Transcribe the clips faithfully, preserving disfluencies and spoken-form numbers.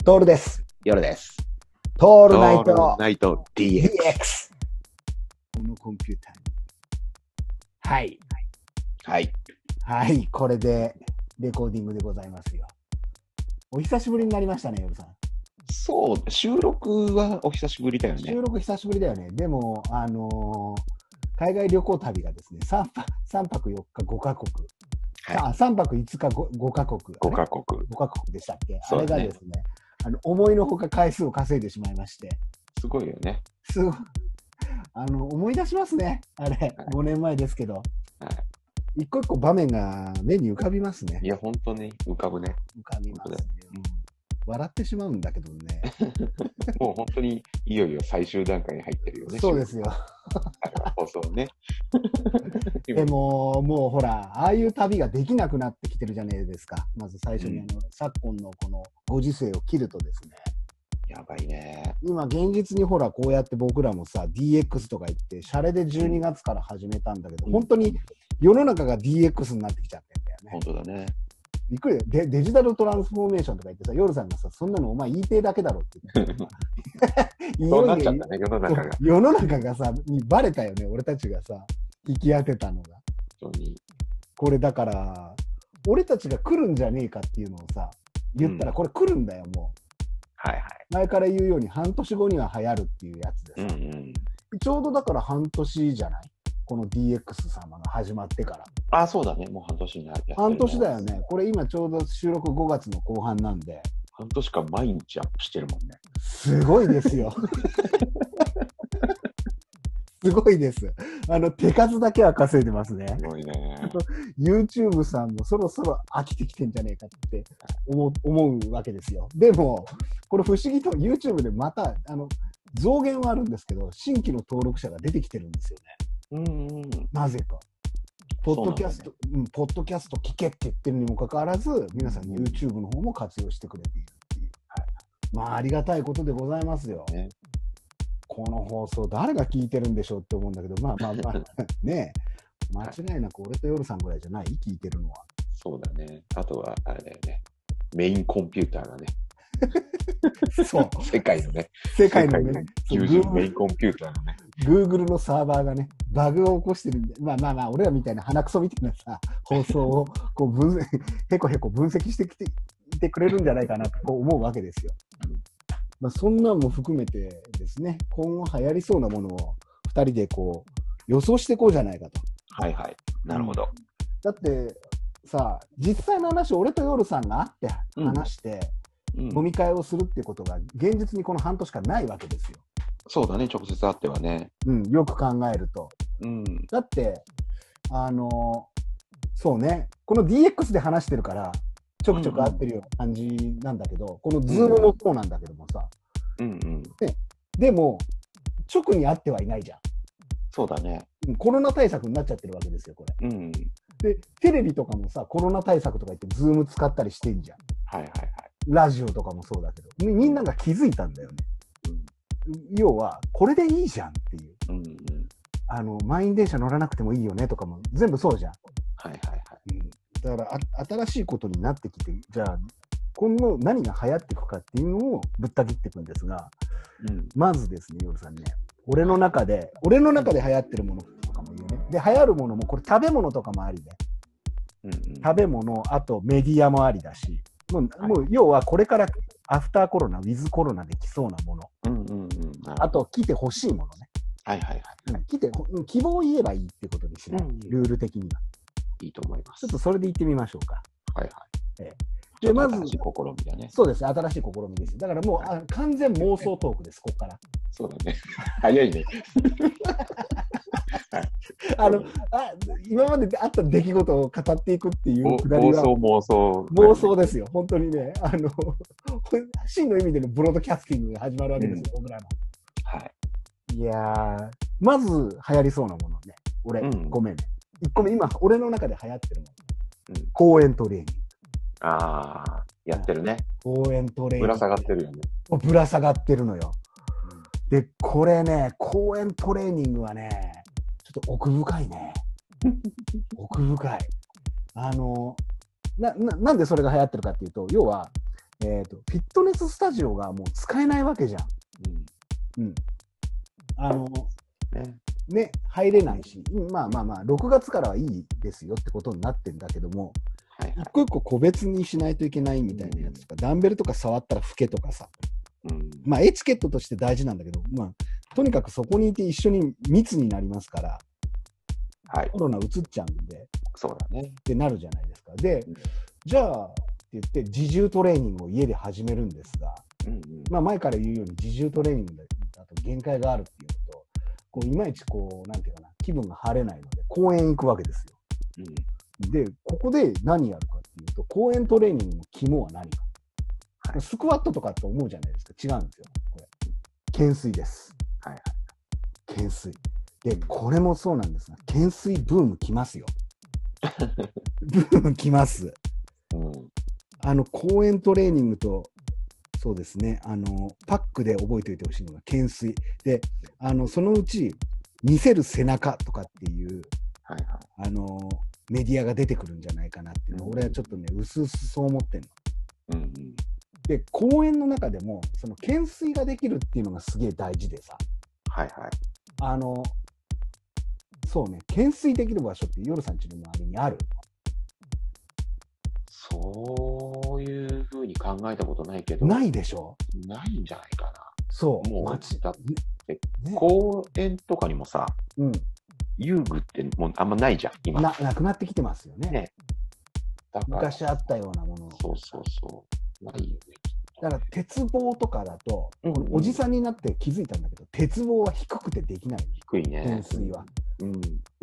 トールです。 夜です。 トールナイトールトナイト ディーエックス。 ディーエックス。このコンピューターに。はい。 はい。 はい。これでレコーディングでございますよ。お久しぶりになりましたね、夜さん。 そう、収録はお久しぶりだよね。 収録久しぶりだよね。でも、あのー、海外旅行旅がですね、さんぱく、さんぱくよっかごカ国。はい、さんぱくいつか 5, 5カ国。 ごカ国。 ごカ国でしたっけ、ね、 あれがですね、あの思いのほか回数を稼いでしまいまして。 すごいよね。 すごい。あの、思い出しますね。あれ、はい、ごねんまえですけど。はい、一個一個場面が目に浮かびますね。 いや、本当に浮かぶね。 浮かびますね。笑ってしまうんだけどね。 もう本当にいよいよ最終段階に入ってるよね。 そうですよ。 放送ね。 でも、もうほら、ああいう旅ができなくなってきてるじゃないですか。まず最初にあの、うん、昨今のこのご時世を切るとですね。 やばいね。 今現実にほら、こうやって僕らもさ、ディーエックス とか言って、シャレでじゅうにがつから始めたんだけど、うん、本当に世の中が ディーエックス になってきちゃってんだよね。 本当だね。 びっくりデ、デジタルトランスフォーメーションとか言ってさ、夜さんがさ、そんなのお前言いてえだけだろって言って。 そうなっちゃったね、世の中が。 世の中がさ、にバレたよね、俺たちがさ、引き当てたのが。 本当に。 これだから、俺たちが来るんじゃねえかっていうのをさ、言ったらこれ来るんだよ、もう。 はいはい。 前から言うように半年後には流行るっていうやつでさ。うんうん、ちょうどだから半年じゃない？この ディーエックス 様が始まってから。 あ、そうだね。もう半年になる。 半年だよね。これ今ちょうど収録ごがつの後半なんで。 半年間毎日アップしてるもんね。 すごいですよ。すごいです。あの、手数だけは稼いでますね。 すごいね。 YouTube さんもそろそろ飽きてきてんじゃねえかって思う、思うわけですよ。でも、これ不思議と YouTube でまた、あの、増減はあるんですけど、新規の登録者が出てきてるんですよね。うんうん、なぜか。ポッドキャスト、う、ね、うん、ポッドキャスト聞けって言ってるにもかかわらず、皆さん YouTube の方も活用してくれているっていう。はい、まあ、ありがたいことでございますよ。ね、この放送誰が聞いてるんでしょうって思うんだけど、まあまあまあ、ねえ、間違いなく俺と夜さんぐらいじゃない？聞いてるのは。 そうだね。あとは、あれだよね。メインコンピューターがね。 そう。 世界のね。 世界のね。 きゅうじゅうメインコンピューターがね。 Google のサーバーがね、バグを起こしてるんで、まあまあまあ、俺らみたいな鼻くそみたいなさ、放送をこう分へこへこ分析してきていてくれるんじゃないかなとこう思うわけですよ。まあ、そんなんも含めてですね、今後流行りそうなものをふたりでこう予想していこうじゃないかと。 はいはい。なるほど。 だってさ、実際の話、俺と夜さんが会って話して、うん、飲み会をするっていうことが現実にこの半年間ないわけですよ。 そうだね、直接会ってはね。 うん、よく考えると。うん、だって、あの、そうね、この ディーエックス で話してるから、ちょくちょく会ってるような感じなんだけど、うんうん、この Zoom もそうなんだけどもさ、うんうんね、でも、直に会ってはいないじゃん。 そうだね。 コロナ対策になっちゃってるわけですよ、これ。うん、で、テレビとかもさ、コロナ対策とか言って Zoom 使ったりしてんじゃん。 はいはいはい。 ラジオとかもそうだけど、みんなが気づいたんだよね。うん、要は、これでいいじゃんっていう。うんうん、あの、満員電車乗らなくてもいいよねとかも全部そうじゃん。はいはいはい。うんだからあ新しいことになってきて、じゃあ今後何が流行っていくかっていうのをぶった切っていくんですが、うん、まずですね、夜さんね、俺の中で、俺の中で流行ってるものとかも言うね。で、流行るものも、これ食べ物とかもありで、うんうん、食べ物、あとメディアもありだし、もう、はい、もう要はこれからアフターコロナ、ウィズコロナで来そうなもの、うんうんうん、あと来てほしいものね。はいはいはい、うん、来て、希望を言えばいいってことにしない、うん、ルール的には。 いいと思います。 ちょっとそれで行ってみましょうか。 はいはい。 ええ、で、まず、 新しい試みだね。 そうです。新しい試みです。だからもう、はい、あ完全妄想トークです、ここから。 そうだね。早いね。 あのあ、今まであった出来事を語っていくっていうくだりは妄想妄想。 妄想ですよ。本当にね、あの、真の意味でのブロードキャスティングが始まるわけですよ、うん、僕らの。はい。いやー、まず流行りそうなものね。俺、うん、ごめんね。いっこめ、今、俺の中で流行ってるもの。うん、公園トレーニング。 ああ、やってるね。 公園トレーニング。ぶら下がってるよね。 ぶら下がってるのよ。うん、で、これね、公園トレーニングはね、ちょっと奥深いね。奥深い。あのなな、なんでそれが流行ってるかっていうと、要は、 えーと、フィットネススタジオがもう使えないわけじゃん。うん。うん。あの、ね、ね、入れないし、まあまあまあ、ろくがつからはいいですよってことになってるんだけども、はいはい、一個一個個別にしないといけないみたいなやつとか、うん、ダンベルとか触ったら老けとかさ、うん、まあエチケットとして大事なんだけど、まあ、とにかくそこにいて一緒に密になりますから、はい、コロナうつっちゃうんで、 そうだね。 ってなるじゃないですか。で、うん、じゃあって言って自重トレーニングを家で始めるんですが、うんうん、まあ前から言うように自重トレーニングだと限界があるっていうのと、こういまいちこうなんていうかな、気分が晴れないので公園行くわけですよ。うん、で、ここで何やるかっていうと、公園トレーニングの肝は何か。はい、スクワットとかって思うじゃないですか。違うんですよ。これ懸垂です。はいはい。懸垂。で、これもそうなんですが、懸垂ブーム来ますよ。ブーム来ます。うん、あの公園トレーニングと、そうですね、あのパックで覚えておいてほしいのが懸垂で、あのそのうち見せる背中とかっていう、はいはい、あのメディアが出てくるんじゃないかなっていうのを、うん、俺はちょっとねうすうすそう思ってんの。うんうん、で公園の中でもその懸垂ができるっていうのがすげえ大事でさ、はいはい、あのそうね、懸垂できる場所って夜さんちの周りにある？ そういうふうに考えたことないけど。 ないでしょ？ ないんじゃないかな。 そう。 もう、だって、ね、公園とかにもさ、うん、遊具ってもうあんまないじゃん、今。 な、なくなってきてますよね。ね、 だから昔あったようなもの。 そうそうそう。ないよね。 だから鉄棒とかだと、うんうん、おじさんになって気づいたんだけど、鉄棒は低くてできない。 低いね。 懸垂は。うん、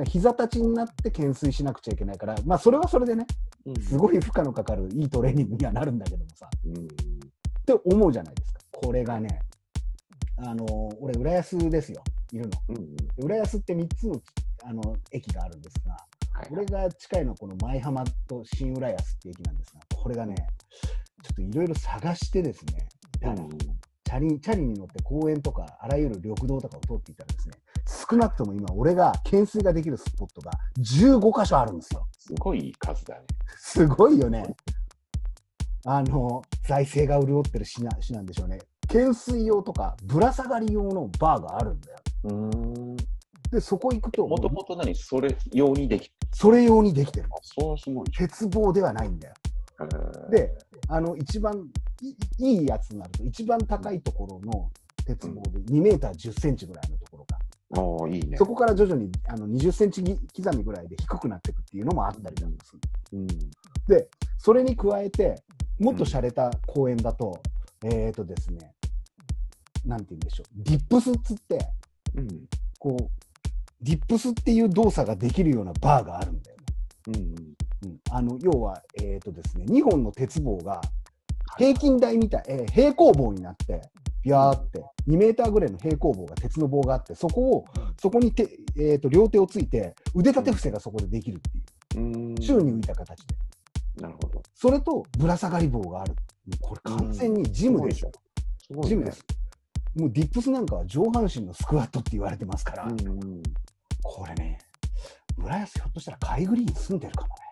膝立ちになって懸垂しなくちゃいけないから、まあそれはそれでね、すごい負荷のかかるいいトレーニングにはなるんだけどもさ、うん、って思うじゃないですか。これがね、あの俺浦安ですよ、いるの。うんうん、浦安ってみっつの、あの駅があるんですが、はい、俺が近いのはこの舞浜と新浦安って駅なんですが、これがね、ちょっといろいろ探してですね、うん、チャリ、チャリに乗って公園とかあらゆる緑道とかを通っていったらですね、少なくとも今俺が懸垂ができるスポットがじゅうごかしょあるんですよ。 すごい数だね。 すごいよね。あの財政が潤ってる市な、市なんでしょうね。懸垂用とかぶら下がり用のバーがあるんだよ。うーん、でそこ行くともともと何それ用にできてる？ それ用にできてる。 あ、そうすごい。 鉄棒ではないんだよ。で、あの一番いいやつになると一番高いところの鉄棒でにメーターじゅっセンチぐらいのところが、 うん、いいね、 そこから徐々にあのにじゅっセンチ刻みぐらいで低くなっていくっていうのもあったりなんです、うんうん、でそれに加えてもっと洒落た公園だと、うん、えっとですね、なんて言うんでしょう、ディップスっつって、うん、こうディップスっていう動作ができるようなバーがあるんだよね。うんうんうん、あの要は、えーとですね、にほんの鉄棒が平均台みたい、えー、平行棒になってビャーってにメーターぐらいの平行棒が鉄の棒があって、そこをそこに手、えーと両手をついて腕立て伏せがそこでできるっていう、うん、宙に浮いた形で。 なるほど。 それとぶら下がり棒がある。これ完全にジムでしょ。うん、ジムです。もうディップスなんかは上半身のスクワットって言われてますから、うん、これね、浦安ひょっとしたらカイグリーン住んでるかもね。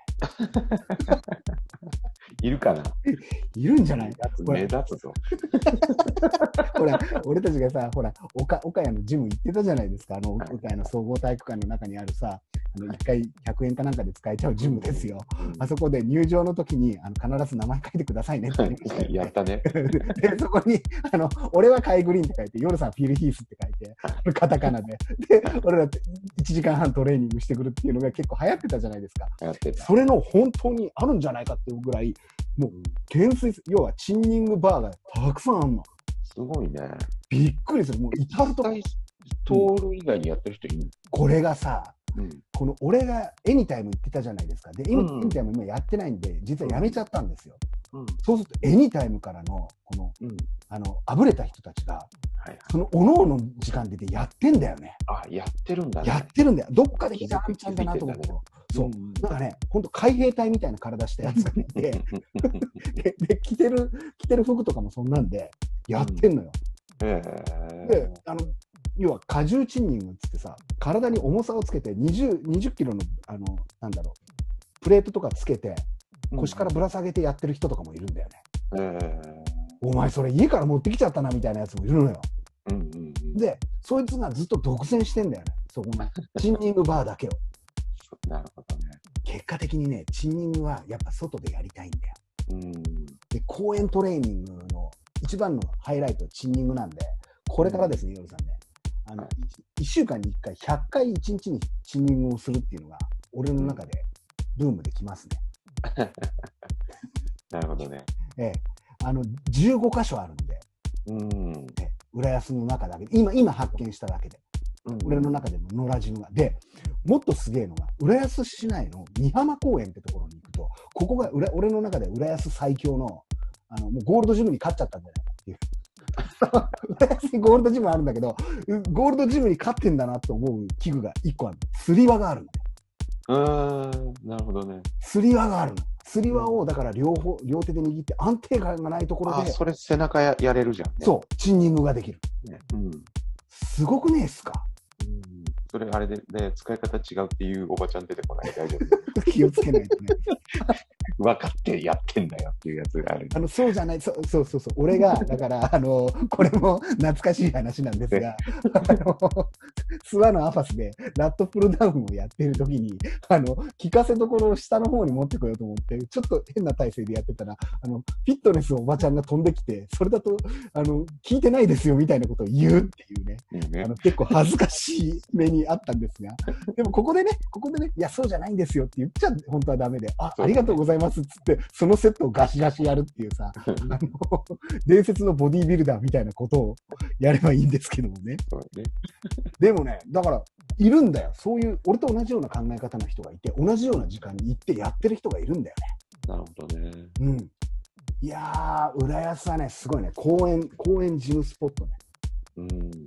いるかな。 いるんじゃない？ 目立つぞ。 ほら、俺たちがさ、ほら、岡岡谷のジム行ってたじゃないですか。あの、岡谷の総合体育館の中にあるさ、あのいっかいひゃくえんかなんかで使えちゃうジムですよ。うん、あそこで入場の時にあの必ず名前書いてくださいねって言いましたよね。 やったね。 で、そこにあの、俺はカイグリーンって書いて、夜さんフィルヒースって書いて、カタカナで。で、俺らいちじかんはんトレーニングしてくるっていうのが結構流行ってたじゃないですか。 流行ってた。 それの本当にあるんじゃないかっていうぐらい、もう懸垂、要はチンニングバーがたくさんあるの。 すごいね。 びっくりする。もう至るとこ。 トール以外にやってる人いる、うん、 これがさ、うん、この俺がエニタイム行ってたじゃないですか。で、エニ、うん、エニタイム今やってないんで、実はやめちゃったんですよ。うん、そうするとエニタイムからのこの、うん、あのあぶれた人たちが、はいはい、そのおのおの時間でやってんだよね。 あ、やってるんだね。 やってるんだよ。どっかで気づいたんだなと思うけど。そう、うん、なんかね、本当海兵隊みたいな体したやつがいてで, で着てる着てる服とかもそんなんでやってんのよ。うん、えー、で、あの要は荷重チンニングっつってさ、体に重さをつけてにじゅう、にじゅっキロのあのなんだろうプレートとかつけて腰からぶら下げてやってる人とかもいるんだよね。 えー、お前それ家から持ってきちゃったなみたいなやつもいるのよ。うんうんうん、で、そいつがずっと独占してんだよね、そこのチンニングバーだけを。 なるほどね。 結果的にね、チンニングはやっぱ外でやりたいんだよ。うん、で、公園トレーニングの一番のハイライト、チンニングなんで、これからですね、夜さんね、あの、はい、いっしゅうかんにいっかい、ひゃっかいいちにちにチンニングをするっていうのが、俺の中でブームできますね。 なるほどね。 ええ、あの、じゅうごかしょあるんで、うん、ええ、浦安の中だけで、今、今発見しただけで、うん、俺の中での野良ジムが。で、もっとすげえのが、浦安市内の美浜公園ってところに行くと、ここが浦俺の中で浦安最強の、あの、もうゴールドジムに勝っちゃったんじゃないかっていう。浦安にゴールドジムあるんだけど、ゴールドジムに勝ってんだなと思う器具がいっこある。釣り輪があるんだよ。 うーん、なるほどね。 釣り輪があるの。釣り輪をだから両方、両手で握って安定感がないところで。 あ、それ背中 や, やれるじゃん、ね。 そう、チンニングができる。ね、うん、すごくねえっすか。 うん、それあれでね、使い方違うっていうおばちゃん出てこない。大丈夫。 気をつけないとね。 分かってやってんだよっていうやつがある。 あの、そうじゃない、そそうそうそう。俺が、だから、あの、これも懐かしい話なんですが、あの、諏訪のアファスでラットプルダウンをやっているときに、あの、聞かせどころを下の方に持ってこようと思って、ちょっと変な体勢でやってたら、あの、フィットネスおばちゃんが飛んできて、それだと、あの、聞いてないですよみたいなことを言うっていうね、いいね、あの結構恥ずかしい目にあったんですが、でもここでね、ここでね、いや、そうじゃないんですよって言っちゃ本当はダメで、あ、ありがとうございますっつって、そのセットをガシガシやるっていうさ、あの、伝説のボディービルダーみたいなことをやればいいんですけどもね。そうね。でもね、だから、いるんだよ。そういう、俺と同じような考え方の人がいて、同じような時間に行ってやってる人がいるんだよね。なるほどね。 うん。いやー、浦安はね、すごいね、公園、公園ジムスポットね。うん、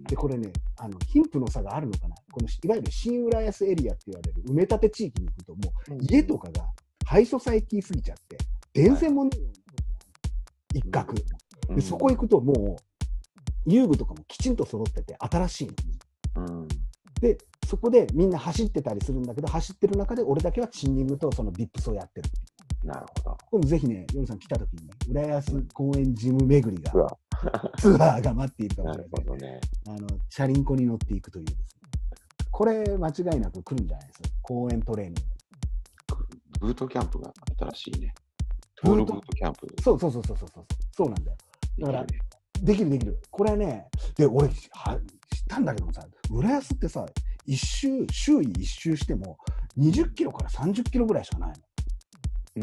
で、これね、あの、貧富の差があるのかな。この、いわゆる新浦安エリアって言われる埋め立て地域に行くと、もう、家とかがハイソサイティすぎちゃって、電線も、ね、一角、うん、で。そこ行くともう、遊具とかもきちんと揃ってて、新しいの。うん、で、そこでみんな走ってたりするんだけど、走ってる中で俺だけはチンニングとそのビップスをやってる。 なるほど。 今度ぜひね、ヨルさん来た時に、ね、浦安公園ジム巡りが、ツアーが待っているかもしれない。なるほどね。あの、チャリンコに乗っていくというですね。これ、間違いなく来るんじゃないですか。公園トレーニング。 ブートキャンプが新しいね。トールブートキャンプ。 そうそうそうそうそう。そうなんだよ。だから、できるできる。これね、で、俺、は知ったんだけどもさ、浦安ってさ、一周、周囲一周しても、にじゅっキロからさんじゅっキロぐらいしかないの。うん、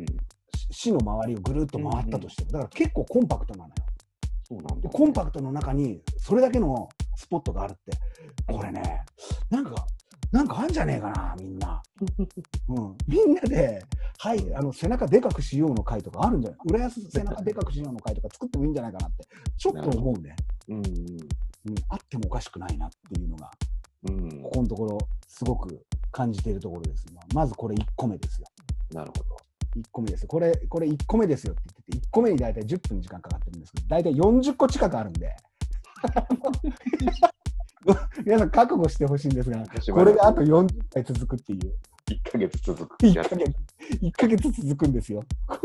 市の周りをぐるっと回ったとしても、だから結構コンパクトなのよ。そうなんだ。コンパクトの中にそれだけのスポットがあるって、これね、なんか、なんかあんじゃねえかな、みんな。うん、みんなで、はい、あの背中でかくしようの会とかあるんじゃない？浦安背中でかくしようの会とか作ってもいいんじゃないかなって、ちょっと思うね。うん、うん、あってもおかしくないなっていうのが、うん、ここのところ、すごく感じているところです。まずこれいっこめですよ。 なるほど。 いっこめです。これ、これいっこめですよって言ってて、いっこめに大体じゅっぷん時間かかってるんですけど、大体よんじゅっこ近くあるんで、皆さん覚悟してほしいんですが、これがあとよんじゅっかい続くっていう。 いっかげつ続く。 いっかげつ、いっかげつ続くんですよ。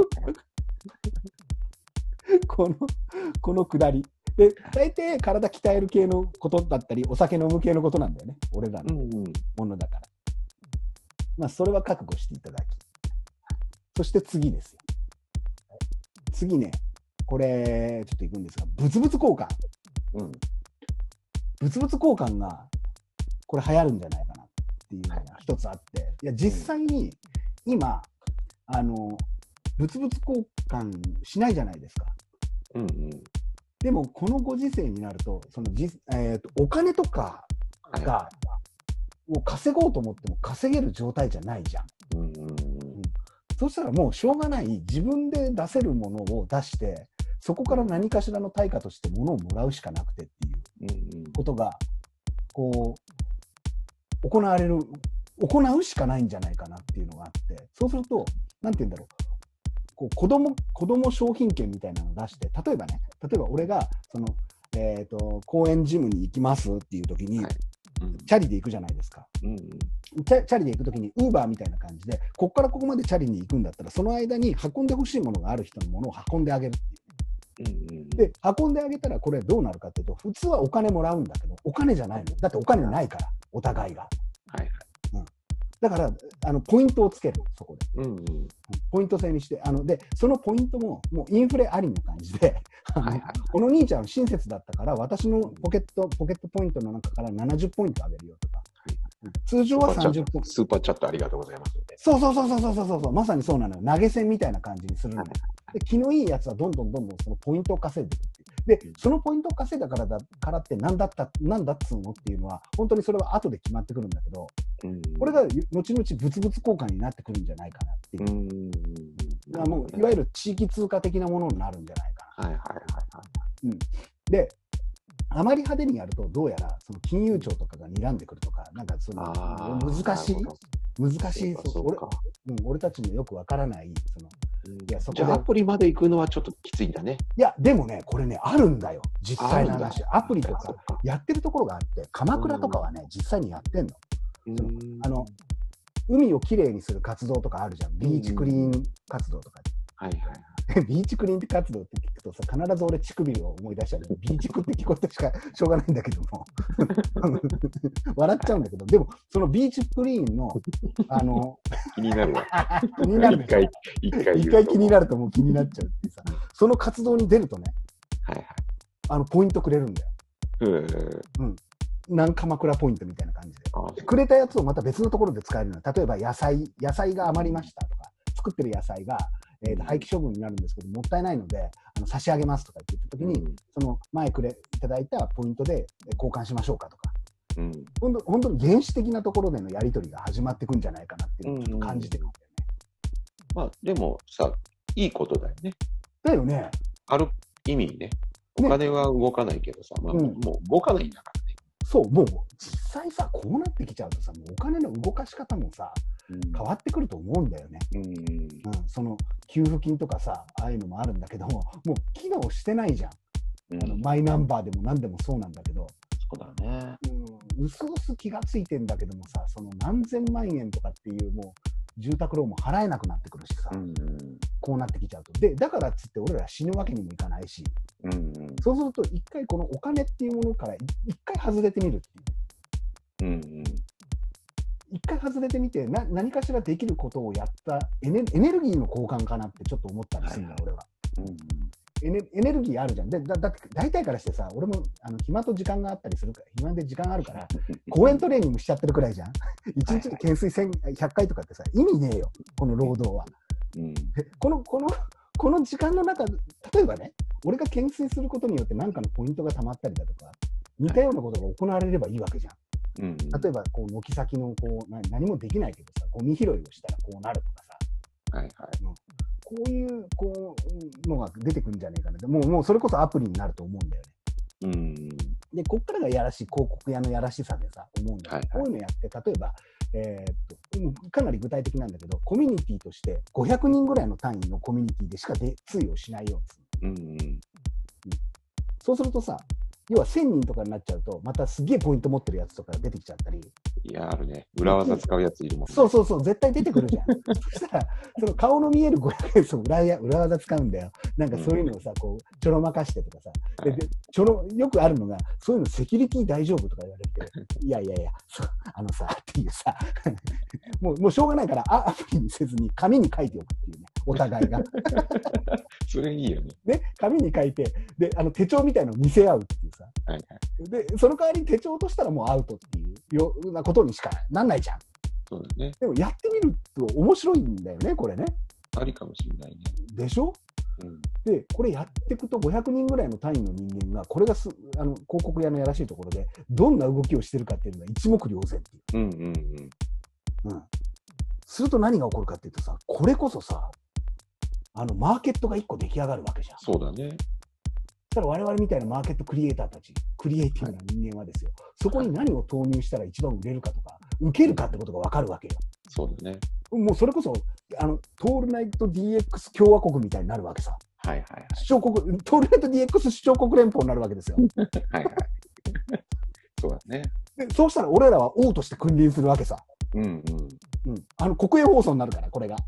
この、このくだり。で、大体体鍛える系のことだったり、お酒飲む系のことなんだよね。俺らのものだから。まあ、それは覚悟していただき。そして次ですよ。次ね、これ、ちょっといくんですが、物々交換。うん。物々交換が、これ流行るんじゃないかなっていうのが一つあって、いや、実際に今、あの、物々交換しないじゃないですか。うんうん。でも、このご時世になると、そのじ、えーと、お金とかが、を稼ごうと思っても稼げる状態じゃないじゃん。うんうんうん。そしたらもうしょうがない、自分で出せるものを出して、そこから何かしらの対価としてものをもらうしかなくてっていうことが、こう、行われる、行うしかないんじゃないかなっていうのがあって、そうすると、なんて言うんだろう、こう子供、子供商品券みたいなのを出して、例えばね、例えば俺が、その、えっと、公園ジムに行きますっていう時に、はい、 チャリで行くじゃないですか。うんうん、チャ、チャリで行くときに、ウーバーみたいな感じで、ここからここまでチャリに行くんだったら、その間に運んでほしいものがある人のものを運んであげるっていう。うんうん、で、運んであげたら、これどうなるかっていうと、普通はお金もらうんだけど、お金じゃないの。だってお金ないから、お互いが。はいはい。うん、だから、あの、ポイントをつける、そこで。うんうん、ポイント制にして、あの、で、そのポイントも、もうインフレありな感じで、はいはい、この兄ちゃんは親切だったから、私のポケット、ポケットポイントの中からななじゅうポイントあげるよとか。はい、通常はさんじゅっポイント。 スーパーチャットありがとうございます、ね。 そうそうそうそうそうそうそう、まさにそうなのよ。投げ銭みたいな感じにするのよ。で、気のいいやつはどんどんどんどんそのポイントを稼いでいくっていう。で、そのポイントを稼いだからだからって何だった、何だっつうのっていうのは、本当にそれは後で決まってくるんだけど、うん、これが後々物々交換になってくるんじゃないかなっていう。うん、もういわゆる地域通貨的なものになるんじゃないかな。はいはいはいはい。うん、で、あまり派手にやると、どうやらその金融庁とかが睨んでくるとか、なんかその難しい、難しい、そう俺、うん、俺たちもよくわからない、その、 いやそこでじゃあアプリまで行くのはちょっときついんだね。 いや、でもね、これね、あるんだよ、実際の話。アプリとかやってるところがあって、鎌倉とかはね、実際にやってんの。そのあの海をきれいにする活動とかあるじゃん、ビーチクリーン活動とか。はいはいはい、ビーチクリーン活動って聞くとさ、必ず俺、乳首を思い出しちゃう。ビーチクって聞こえてしかしょうがないんだけども、笑っちゃうんだけど、でも、そのビーチクリーンの、あの、 気になるわ。 気になる。一回、一回、一回気になるともう気になっちゃうってさ、その活動に出るとね、はいはい、あのポイントくれるんだよ。うん。何鎌倉ポイントみたいな感じで。くれたやつをまた別のところで使えるの。例えば野菜、野菜が余りましたとか、作ってる野菜が、えー、廃棄処分になるんですけど、もったいないので、あの差し上げますとか言ってたときに、うん、その前くれいただいたポイントで交換しましょうかとか、うん、本当、本当に原始的なところでのやり取りが始まっていくんじゃないかなっていうのを感じてるんだよね。 うんうん、まあ、でもさ、いいことだよね。 だよね。 ある意味ね、お金は動かないけどさ、ね、まあ、もう動かないんだからね。 そう、もう実際さ、こうなってきちゃうとさ、もうお金の動かし方もさ、うん、変わってくると思うんだよね、うんうん、その給付金とかさ、ああいうのもあるんだけども、もう機能してないじゃん、うん、あのマイナンバーでも何でもそうなんだけど、 そうだね、 うん、うすうす気がついてんだけどもさ、その何千万円とかっていうもう住宅ローンも払えなくなってくるしさ、うんうん、こうなってきちゃうと、でだからっつって俺ら死ぬわけにもいかないし、うんうん、そうすると一回このお金っていうものから一回外れてみるっていう、うんうん、一回外れてみてな何かしらできることをやったエネ、エネルギーの交換かなってちょっと思ったりするんだ、はい、俺は、うんうん、エネ、エネルギーあるじゃん。で だ, だって大体からしてさ、俺もあの暇と時間があったりするから、暇で時間あるから公園トレーニングしちゃってるくらいじゃん。いちにちで懸垂ひゃっかいとかってさ、意味ねえよこの労働は、うん、このこのこの時間の中、例えばね、俺が懸垂することによって何かのポイントがたまったりだとか、似たようなことが行われればいいわけじゃん。うんうん、例えばこう軒先のこう何、何もできないけどさ、ゴミ拾いをしたらこうなるとかさ、はいはい、うん、こういうこうのが出てくるんじゃないかな。もう、もうそれこそアプリになると思うんだよね。うん、でこっからがやらしい広告屋のやらしさでさ思うんだけど、はいはい、こういうのやって例えば、えー、っとかなり具体的なんだけど、コミュニティとしてごひゃくにんぐらいの単位のコミュニティでしかで通用しないようにする、うんうんうん、そうするとさ、要はせんにんとかになっちゃうと、またすげえポイント持ってるやつとか出てきちゃったり。 いや、あるね。裏技使うやついるもんね。 そうそうそう、絶対出てくるじゃん。そしたら、その顔の見えるごひゃくえんを裏, 裏技使うんだよ。なんかそういうのをさ、こう、ちょろまかしてとかさ。ででちょろよくあるのが、そういうのセキュリティ大丈夫とか言われて、いやいやいや、あのさ、っていうさ、もうもうしょうがないから、アプリにせずに紙に書いておくっていうね、お互いが。 それいいよね。 ね、紙に書いて、で、あの手帳みたいなのを見せ合うっていうさ。はいはい、で、その代わりに手帳落としたらもうアウトっていうようなことにしかなんないじゃん。 そうだね。 でもやってみると面白いんだよね、これね。 ありかもしれないね。 でしょ、うん、で、これやっていくとごひゃくにんぐらいの単位の人間が、これがすあの広告屋のやらしいところで、どんな動きをしてるかっていうのが一目瞭然っていう。うんうんうん。うん。すると何が起こるかっていうとさ、これこそさ、あのマーケットがいっこ出来上がるわけじゃん。 そうだね。 だから我々みたいなマーケットクリエイターたち、クリエイティブな人間はですよ、はい、そこに何を投入したら一番売れるかとか、受けるかってことが分かるわけよ。 そうだね。 もうそれこそ、あのトールナイト ディーエックス 共和国みたいになるわけさ。はいはいはい。首長国、トールナイト ディーエックス 首長国連邦になるわけですよ。はいはい。 そうだね。 で、 でそうしたら俺らは王として君臨するわけさ。 うんうん。 うん。あの、国営放送になるから、これが。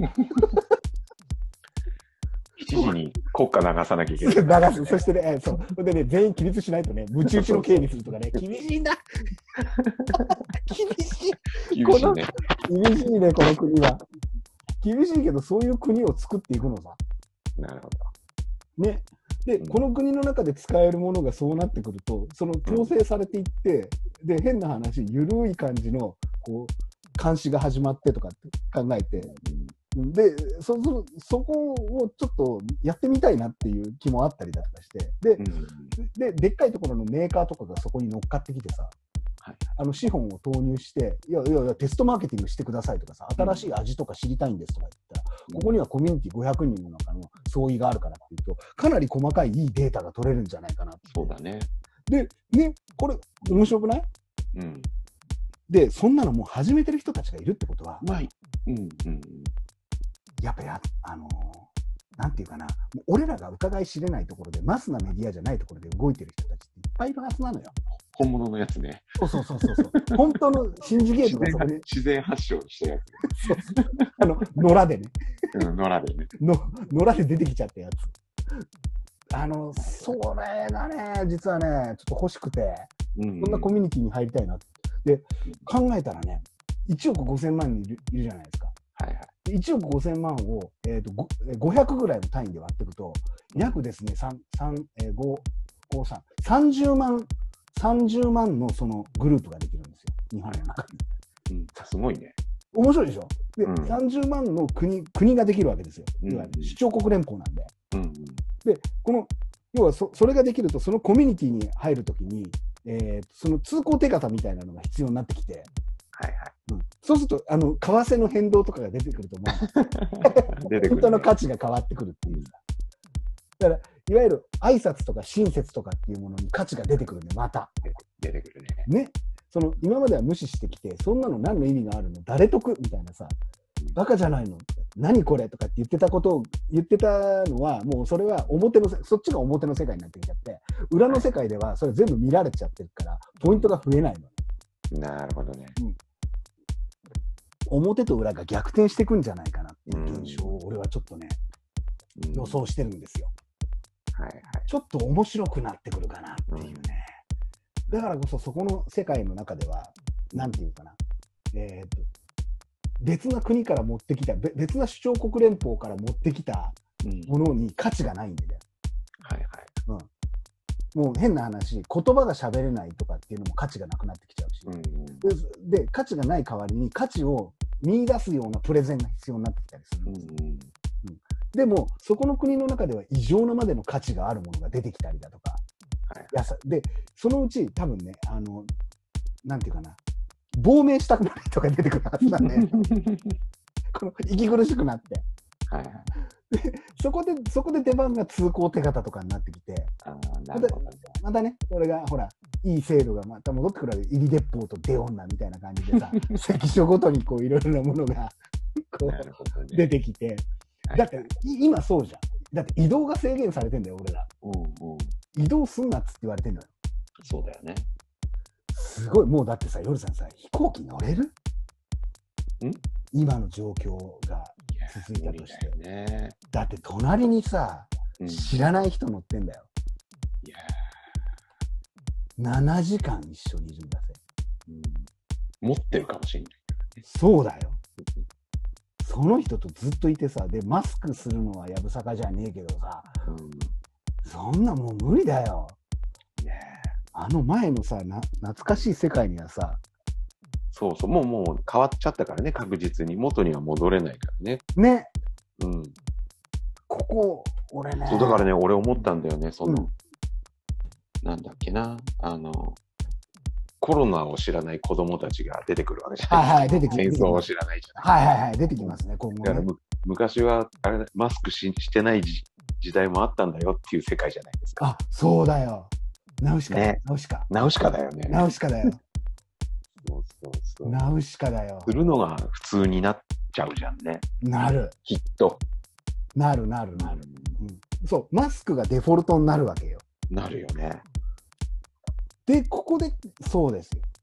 しちじに国歌流さなきゃいけない。 流す。そしてね、そう。でね、全員起立しないとね、ムチ打ちの刑にするとかね、厳しいんだ。厳しい。 厳しいね。 厳しいね、この国は。厳しいけど、そういう国を作っていくのさ。 なるほど。 ね。で、うん、この国の中で使えるものがそうなってくると、その強制されていって、うん、で、変な話、ゆるい感じの、こう、監視が始まってとかって考えて、うん、で、そ、そ、そこをちょっとやってみたいなっていう気もあったりだとかして、で、うん、で、でっかいところのメーカーとかがそこに乗っかってきてさ、はい、あの資本を投入して、いやいやいや、テストマーケティングしてくださいとかさ、新しい味とか知りたいんですとか言ったら、うん、ここにはコミュニティごひゃくにんの中の相違があるからっていうと、かなり細かいいいデータが取れるんじゃないかなって。 そうだね。 で、ね、これ、面白くない？うん。で、そんなのもう始めてる人たちがいるってことは、 まあ、うんうん、 やっぱや、あのー、なんていうかな、俺らが伺い知れないところで、マスなメディアじゃないところで動いてる人たちっていっぱいいるはずなのよ。 本物のやつね。 そうそうそうそう。本当のシンジゲートがそこで。 自然発症したやつ。 そうそう。あの、野良でね。 うん、野良でね。 の野良で出てきちゃったやつ。あの、それがね、実はね、ちょっと欲しくて、うんうん、そんなコミュニティに入りたいなって。で、考えたらね、いちおくごせんまん人いる、いるじゃないですか。はいはい。いちおくごせんまんを、えーと、ごひゃくぐらいの単位で割っていくと、約ですね、さん、さん、えー、ご、ご、さん、さんじゅうまん、さんじゅうまんのそのグループができるんですよ、日本の中に。うん、すごいね。 面白いでしょ。で、うん、さんじゅうまんの国、国ができるわけですよ。いわゆる首長国連邦なんで。うんうん、で、この、要はそ、それができると、そのコミュニティに入るときに、えー、その通行手形みたいなのが必要になってきて、はいはいうん、そうすると、あの、為替の変動とかが出てくると思う。出てくるね、本当の価値が変わってくるっていうさ。だから、いわゆる挨拶とか親切とかっていうものに価値が出てくるね、また。 出てくるね。 ね。その、今までは無視してきて、そんなの何の意味があるの？誰得みたいなさ、バカじゃないの？何これとかって言ってたことを言ってたのは、もうそれは表の、そっちが表の世界になってきちゃって、裏の世界ではそれ全部見られちゃってるから、ポイントが増えないの。 なるほどね。うん。 表と裏が逆転していくんじゃないかなっていう現象を俺はちょっとね、うん、予想してるんですよ。はいはい。ちょっと面白くなってくるかなっていうね。うん、だからこそそこの世界の中では、なんていうかな。えー、と別な国から持ってきた、別な首長国連邦から持ってきたものに価値がないんでね。はいはい。うん。もう変な話、言葉が喋れないとかっていうのも価値がなくなってきちゃうし。うん、で、で価値がない代わりに価値を見出すようなプレゼンが必要になってきたりするんですよ。うんうんでも、そこの国の中では異常なまでの価値があるものが出てきたりだとか、はい、やさで、そのうち多分ね、あの、なんていうかな、亡命したくなる人が出てくるはずなんで、この息苦しくなって、はいはい、でそこで、そこで出番が通行手形とかになってきて、あなるほどまた、またね、これがほら、いい制度がまた戻ってくるわけで、入り鉄砲と出女みたいな感じでさ、関所ごとにこういろいろなものがこう、ね、出てきて、だって、今そうじゃん。だって移動が制限されてんだよ、俺ら。うんうん、移動すんなっつって言われてんのよ。 そうだよね。 すごい、もうだってさ、夜さんさ、飛行機乗れる？ん？今の状況が続いたとして。だ, ね、だって隣にさ、うん、知らない人乗ってんだよ。いやななじかん一緒にいるんだぜ、 うん。持ってるかもしれない。 そうだよ。その人とずっといてさ、で、マスクするのはやぶさかじゃねえけどさ、うん、そんなもう無理だよ。ね、あの前のさな、懐かしい世界にはさ、 そうそう、もうもう変わっちゃったからね、確実に。元には戻れないからね。 ね。うん。ここ、俺ね。 そう、だからね、俺思ったんだよね、その、うん、なんだっけな、あの、コロナを知らない子供たちが出てくるわけじゃないですか。はいはい、出てきます。戦争を知らないじゃない。 はいはいはい、出てきますね、今後ね。だから昔はあれマスク し, してない時代もあったんだよっていう世界じゃないですか。 あ、そうだよ。ナウシカ。 ね、 ナウシカ。 ナウシカだよね。 ナウシカだよ。 そうそうそう。 ナウシカだよ。 するのが普通になっちゃうじゃんね。 なる。 きっと。 なるなるなる、うん。そう、マスクがデフォルトになるわけよ。 なるよね。 で、ここで、そうですよ。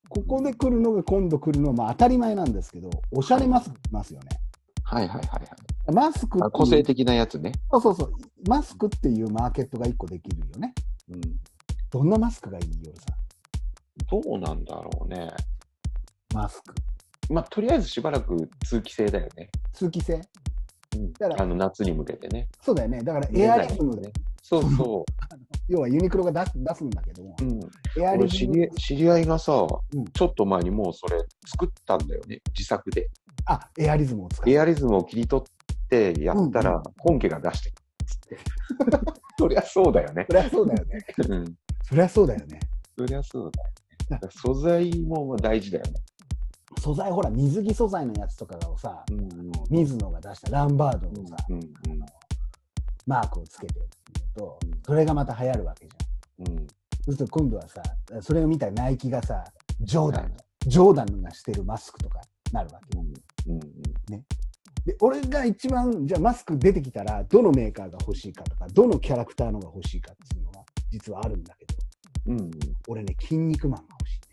ここで来るのが今度来るのはまあ当たり前なんですけど、おしゃれマスク来ますよね。 はいはいはいはい。 マスク個性的なやつね。 そうそうそう。マスクっていうマーケットが一個できるよね。うん。どんなマスクがいいよさ。 どうなんだろうね。 マスク。 まあ、とりあえずしばらく通気性だよね。 通気性、 うん、だからあの夏に向けてね。 そうだよね。だからエアリズムで。 そうそう。 要はユニクロが出す出すんだけども。うん、 エアリズム知り。知り合いがさ、うん、ちょっと前にもうそれ作ったんだよね。自作で。 あ、エアリズムを使う。 エアリズムを切り取ってやったら本家が出してくるっつって。そりゃそうだよね。 そりゃそうだよね。うん。そりゃそうだよね。 そりゃそうだよね。素材も大事だよね。 素材ほら水着素材のやつとかをさ、うんうん、水野が出したランバードのさ、うんうん、マークをつけてるっていうと、それがまた流行るわけじゃん。うん、そうすると今度はさ、それを見たナイキがさ、ジョーダン、はい、ジョーダンがしてるマスクとかなるわけ、うんうん、ね。で、俺が一番じゃあマスク出てきたらどのメーカーが欲しいかとか、どのキャラクターのが欲しいかっていうのは実はあるんだけど、うんうん、俺ね、筋肉マンが欲しい。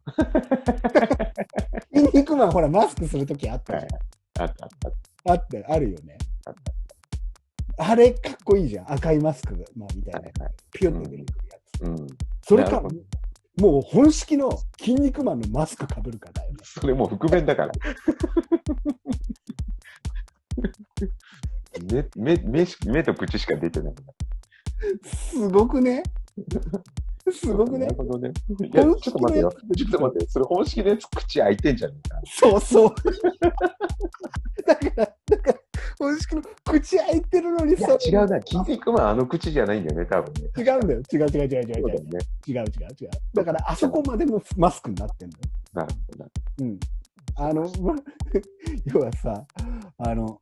筋肉マンほらマスクするときあったじゃん、はい、 あったあったあってあるよね。あったあれかっこいいじゃん、赤いマスクが、まあ、みたいな、はいはい、ピュンと出てくるやつ、うんうん、それかもう本式の筋肉マンのマスクかぶるかだよね。 それもう覆面だから目, 目, 目, 目と口しか出てない。 すごくねすごくね。 なるほどね。いや、ちょっと待ってよ。ちょっと待って。それ本式のやつ口開いてんじゃん。 そうそう。だから、だから、本式の口開いてるのにさ。 違うな。筋肉マンあの口じゃないんだよね、多分ね。 違うんだよ。違う違う違う違う違う。違う違う違う違う。だから、あそこまでもマスクになってんだよ。 なるほど。 うん。あの、要はさ、あの、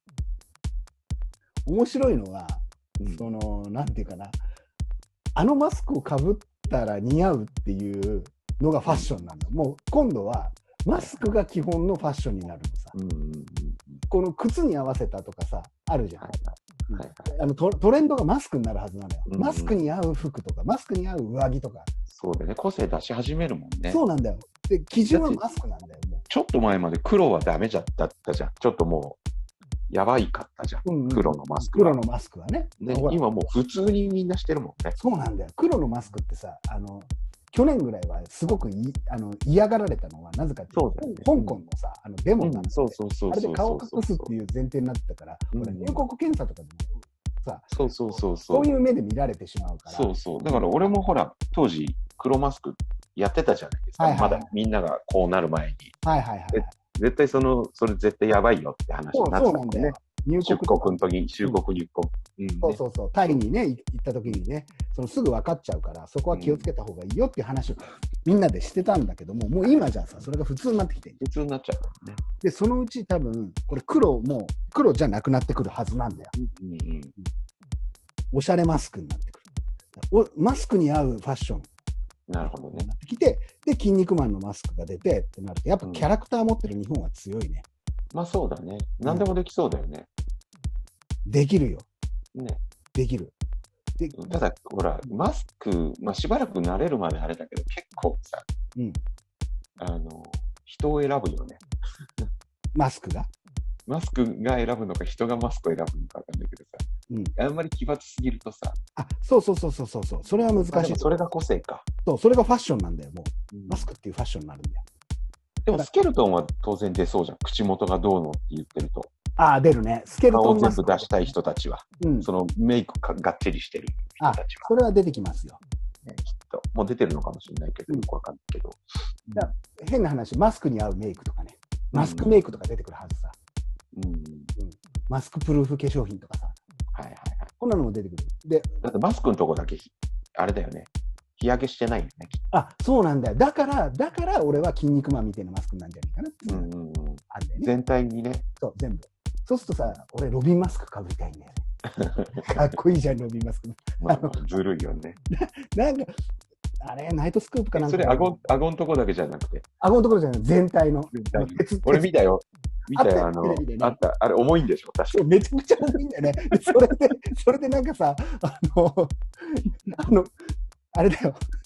面白いのは、うん、その、なんていうかな。あのマスクをかぶったら似合うっていうのがファッションなんだ。もう今度はマスクが基本のファッションになるのさ。うんうんうん、この靴に合わせたとかさ、あるじゃん。はいはいはい、あの ト, トレンドがマスクになるはずなのよ、うんうん。マスクに合う服とか、マスクに合う上着とか。 そうだよね。個性出し始めるもんね。 そうなんだよ。で、基準はマスクなんだよ。もうちょっと前まで黒はダメだったじゃん。ちょっともう。やばいかったじゃん、うんうん、黒のマスクは。 黒のマスクはね。 ね、今もう普通にみんなしてるもんね。 そうなんだよ。黒のマスクってさ、あの去年ぐらいはすごくいあの嫌がられたのはなぜかっていうと、ね、香港のさ、あのデモなんで、あれで顔を隠すっていう前提になってたから、うん、入国検査とかでもさ、 そうそうそうそう、 そういう目で見られてしまうから。 そうそう。だから俺もほら当時黒マスクやってたじゃないですか。はいはいはい、まだみんながこうなる前に。 はいはいはい。 絶対そのそれ絶対やばいよって話になってたもんね。入国出国の時、出国入国、 うんうんね。そうそうそう。タイにね、行った時にね、そのすぐ分かっちゃうから、そこは気をつけた方がいいよっていう話をみんなでしてたんだけども、もう今じゃさ、それが普通になってきてる。 普通になっちゃうね。 で、そのうち多分、これ黒も、黒じゃなくなってくるはずなんだよ。うんうんうん、おしゃれマスクになってくる。おマスクに合うファッション。 なるほどね。 なってきて、で、筋肉マンのマスクが出てってなると、やっぱキャラクター持ってる日本は強いね。 うん、まあそうだね。何でもできそうだよね。 うん、できるよ。 ね。 できる。 でただ、ほら、マスク、まあしばらく慣れるまであれだけど、結構さ、うん、あの、人を選ぶよね。 マスクがマスクが選ぶのか、人がマスクを選ぶのかわかんないけどさ、うん、あんまり奇抜すぎるとさ、 あ、そうそうそうそうそうそう、それは難しい。 それが個性か。 そう、それがファッションなんだよ、もう。うん、マスクっていうファッションになるんだよ。 でも、スケルトンは当然出そうじゃん。口元がどうのって言ってると。 ああ、出るね。スケルトンマスク。顔全部出したい人たちは。うん、そのメイクががっちりしてる人たちは。 それは出てきますよ。 ね、きっと。もう出てるのかもしれないけど、よくわかんないけど。 だから変な話、マスクに合うメイクとかね。マスクメイクとか出てくるはずさ。うんうん、マスクプルーフ化粧品とかさ。はいはいはい。こんなのも出てくる。で、 だってマスクのとこだけ、あれだよね。日焼けしてないよね。 あ、そうなんだよ。だから、だから俺は筋肉マンみたいなマスクなんじゃないかなっていう。うんうんうん。あるんだよね。 全体にね。 そう、全部。そうするとさ、俺ロビンマスクかぶりたいんだよね。かっこいいじゃん、ロビンマスク。 まあ、ずるいよね。 なんか、あれ、ナイトスクープかなんか。 それ、顎、顎のとこだけじゃなくて。 顎のところじゃない、全体の。 全体俺見たよ。見たよ、あの、あった。あれ、重いんでしょ、確かに。 めちゃくちゃ重いんだよね。それで、それでなんかさ、あの、あの、あれだよ。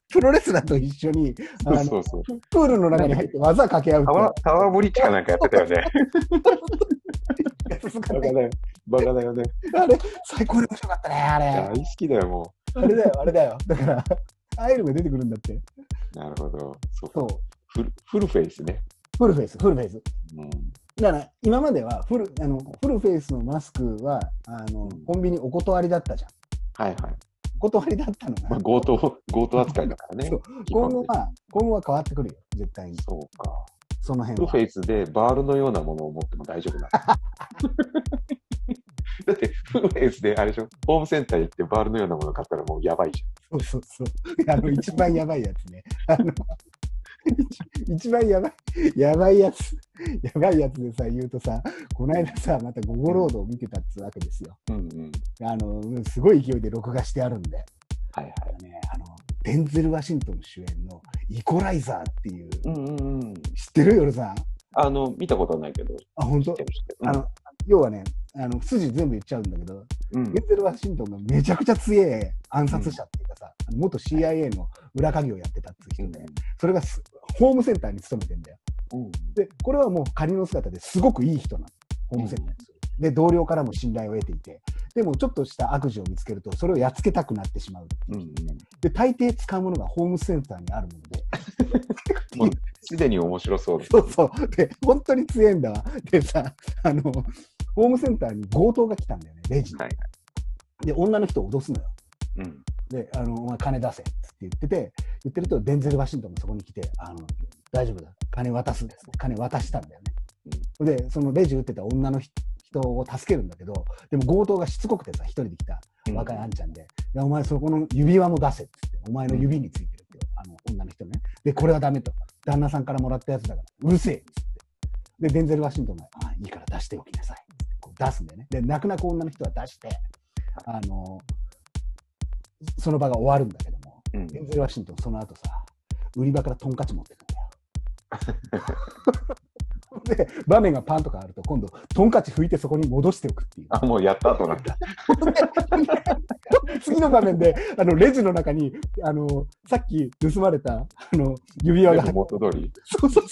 プロレスラーと一緒に、あのそうそうそう、プールの中に入って技掛け合うって。 タワーブリッジかなんかやってたよね。バカだよ。バカだよね。 あれ、最高に面白かったね、あれ。 大好きだよ、もう。あれだよ、あれだよ。だから、アイルが出てくるんだって。 なるほど。そうそうフル。フルフェイスね。 フルフェイス、フルフェイス。うん、だから、今まではフル、あの、フルフェイスのマスクは、あの、コンビニお断りだったじゃん。 はいはい。 お断りだったのが。 まあ、強盗、強盗扱いだからね。 今後は、今後は変わってくるよ、絶対に。 そうか。 その辺は。フルフェイスでバールのようなものを持っても大丈夫なの。だって、フルフェイスであれでしょ、ホームセンター行ってバールのようなもの買ったらもうやばいじゃん。そうそうそう。あの、一番やばいやつね。あの、一番やばい、やばいやつ、やばいやつでさ、言うとさ、この間さ、またゴゴロードを見てたってわけですよ。うんうん。あの、すごい勢いで録画してあるんで。はいはい。ね、あの、デンゼル・ワシントン主演のイコライザーっていう。うんうんうん。知ってる？夜さん。 あの、見たことないけど。 あ、本当？あの、要はね、あの筋全部言っちゃうんだけど、うん、デンゼル・ワシントンがめちゃくちゃ強い暗殺者っていうかさ、うん、元 シーアイエー の裏稼業をやってたっていう人で、うん、それがホームセンターに勤めてんだよ。うん、で、これはもう仮の姿ですごくいい人なの。ホームセンターにする。うん、で、同僚からも信頼を得ていて、でもちょっとした悪事を見つけると、それをやっつけたくなってしまうっていう、ね。うん、で、大抵使うものがホームセンターにあるもので。 もうすでに面白そうです。 そうそう。で、本当に強いんだわ。でさ、あの、ホームセンターに強盗が来たんだよね、レジに。はい、で、女の人を脅すのよ。うん、で、あの、お前金出せって言ってて、言ってると、デンゼル・ワシントンもそこに来て、あの、大丈夫だ、金渡すです。金渡したんだよね。うん、で、そのレジ打ってた女の人を助けるんだけど、でも強盗がしつこくてさ、一人で来た若いあんちゃんで、うん、お前そこの指輪も出せって言って、お前の指についてるって、あの、女の人ね。で、これはダメと。旦那さんからもらったやつだから、うるせえっつって。で、デンゼル・ワシントンが、あ、いいから出しておきなさい。こう出すんだよね。で、泣く泣く女の人は出して、あの、その場が終わるんだけども、うん、デンゼル・ワシントンその後さ、売り場からトンカチ持ってくんだよ。で、場面がパンとかあると、今度、トンカチ拭いてそこに戻しておくっていう。 あ、もうやった後なんだ。 次の場面で、あの、レジの中に、あの、さっき盗まれた、あの、指輪が入って。 元通り。 そうそうそう。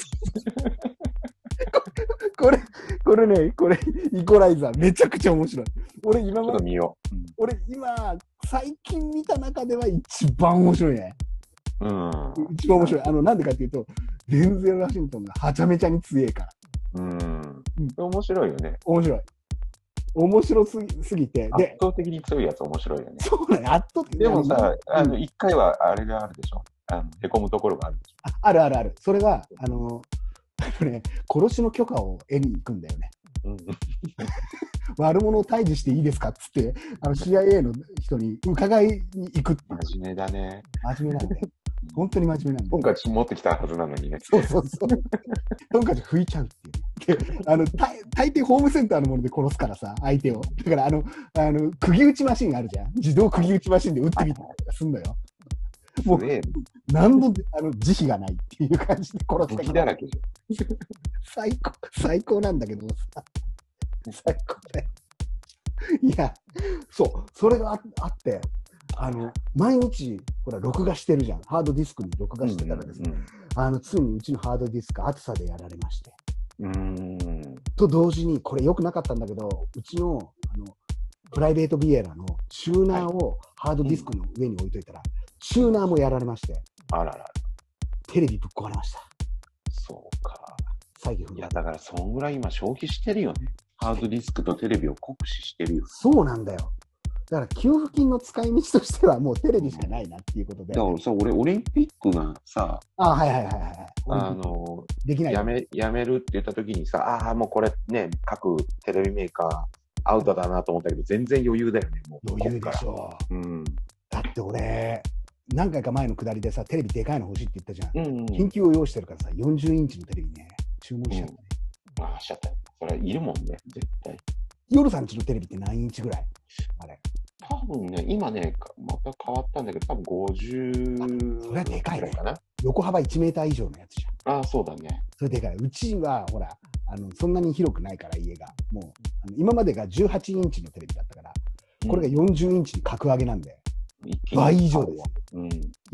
これ、これね、これ、イコライザー、めちゃくちゃ面白い。俺、今まで、 見よう。 俺、今、最近見た中では一番面白いね。うん。一番面白い。あの、なんでかっていうと、デンゼル・ワシントンがはちゃめちゃに強いから。 うん。うん、面白いよね。 面白い。面白すぎすぎて。 圧倒的に強いやつ面白いよね。 そうね、圧倒的でもさ、あの、一回はあれがあるでしょ。あの、へこむところがあるでしょ。 あ、あるあるある。それは、あの、あのね、殺しの許可を得に行くんだよね。うん、悪者を退治していいですかっつって、あの シーアイエー の人に伺いに行くっていう。 真面目だね。 真面目なんだよ。本当に真面目なんだよ。 トンカチ持ってきたはずなのにね。 そうそうそう。トンカチ拭いちゃうっていうね。で、あの、大大抵ホームセンターのもので殺すからさ、相手を。だから、あの、あの、釘打ちマシンあるじゃん。自動釘打ちマシンで打ってみたりとかすんのよ。もう、何度あの慈悲がないっていう感じで殺して武器だらけ。 最高、最高なんだけどさ。最高だよ。いや、そう、それが あ, あって、あの、毎日、ほら、録画してるじゃん。ハードディスクに録画してたらですね、うんうんうん、あの、ついにうちのハードディスク、暑さでやられまして。うーんと同時に、これ良くなかったんだけど、うちの、あの、プライベートビエラのチューナーをハードディスクの上に置いといたら、はい、チューナーもやられまして、 あらら。 テレビぶっ壊れました。 そうか。 再起不能。 いや、だから、そんぐらい今消費してるよね。ハードディスクとテレビを酷使してるよ。 そうなんだよ。だから給付金の使い道としてはもうテレビしかないなっていうことで。 だからさ、俺オリンピックがさ、 あ、はいはいはいはい。 あの、 できない。 やめ、やめるって言った時にさ、ああ、もうこれね、各テレビメーカーアウトだなと思ったけど、全然余裕だよね、もう。 余裕でしょう。うん。だって俺、何回か前の下りでさ、テレビでかいの欲しいって言ったじゃん。うんうん、緊急を要してるからさ、よんじゅうインチのテレビね、注文しちゃったね。 うん、ああ、しちゃった。それいるもんね、絶対。 夜さんちのテレビって何インチぐらいあれ。 多分ね、今ね、また変わったんだけど、多分ごじゅう。 それはでかいね。横幅いちメーター以上のやつじゃん。ああ、そうだね。 それでかい。うちは、ほら、あの、そんなに広くないから、家が。もう、あの今までがじゅうはちインチのテレビだったから、これがよんじゅうインチに格上げなんで、うん、倍以上です。うん。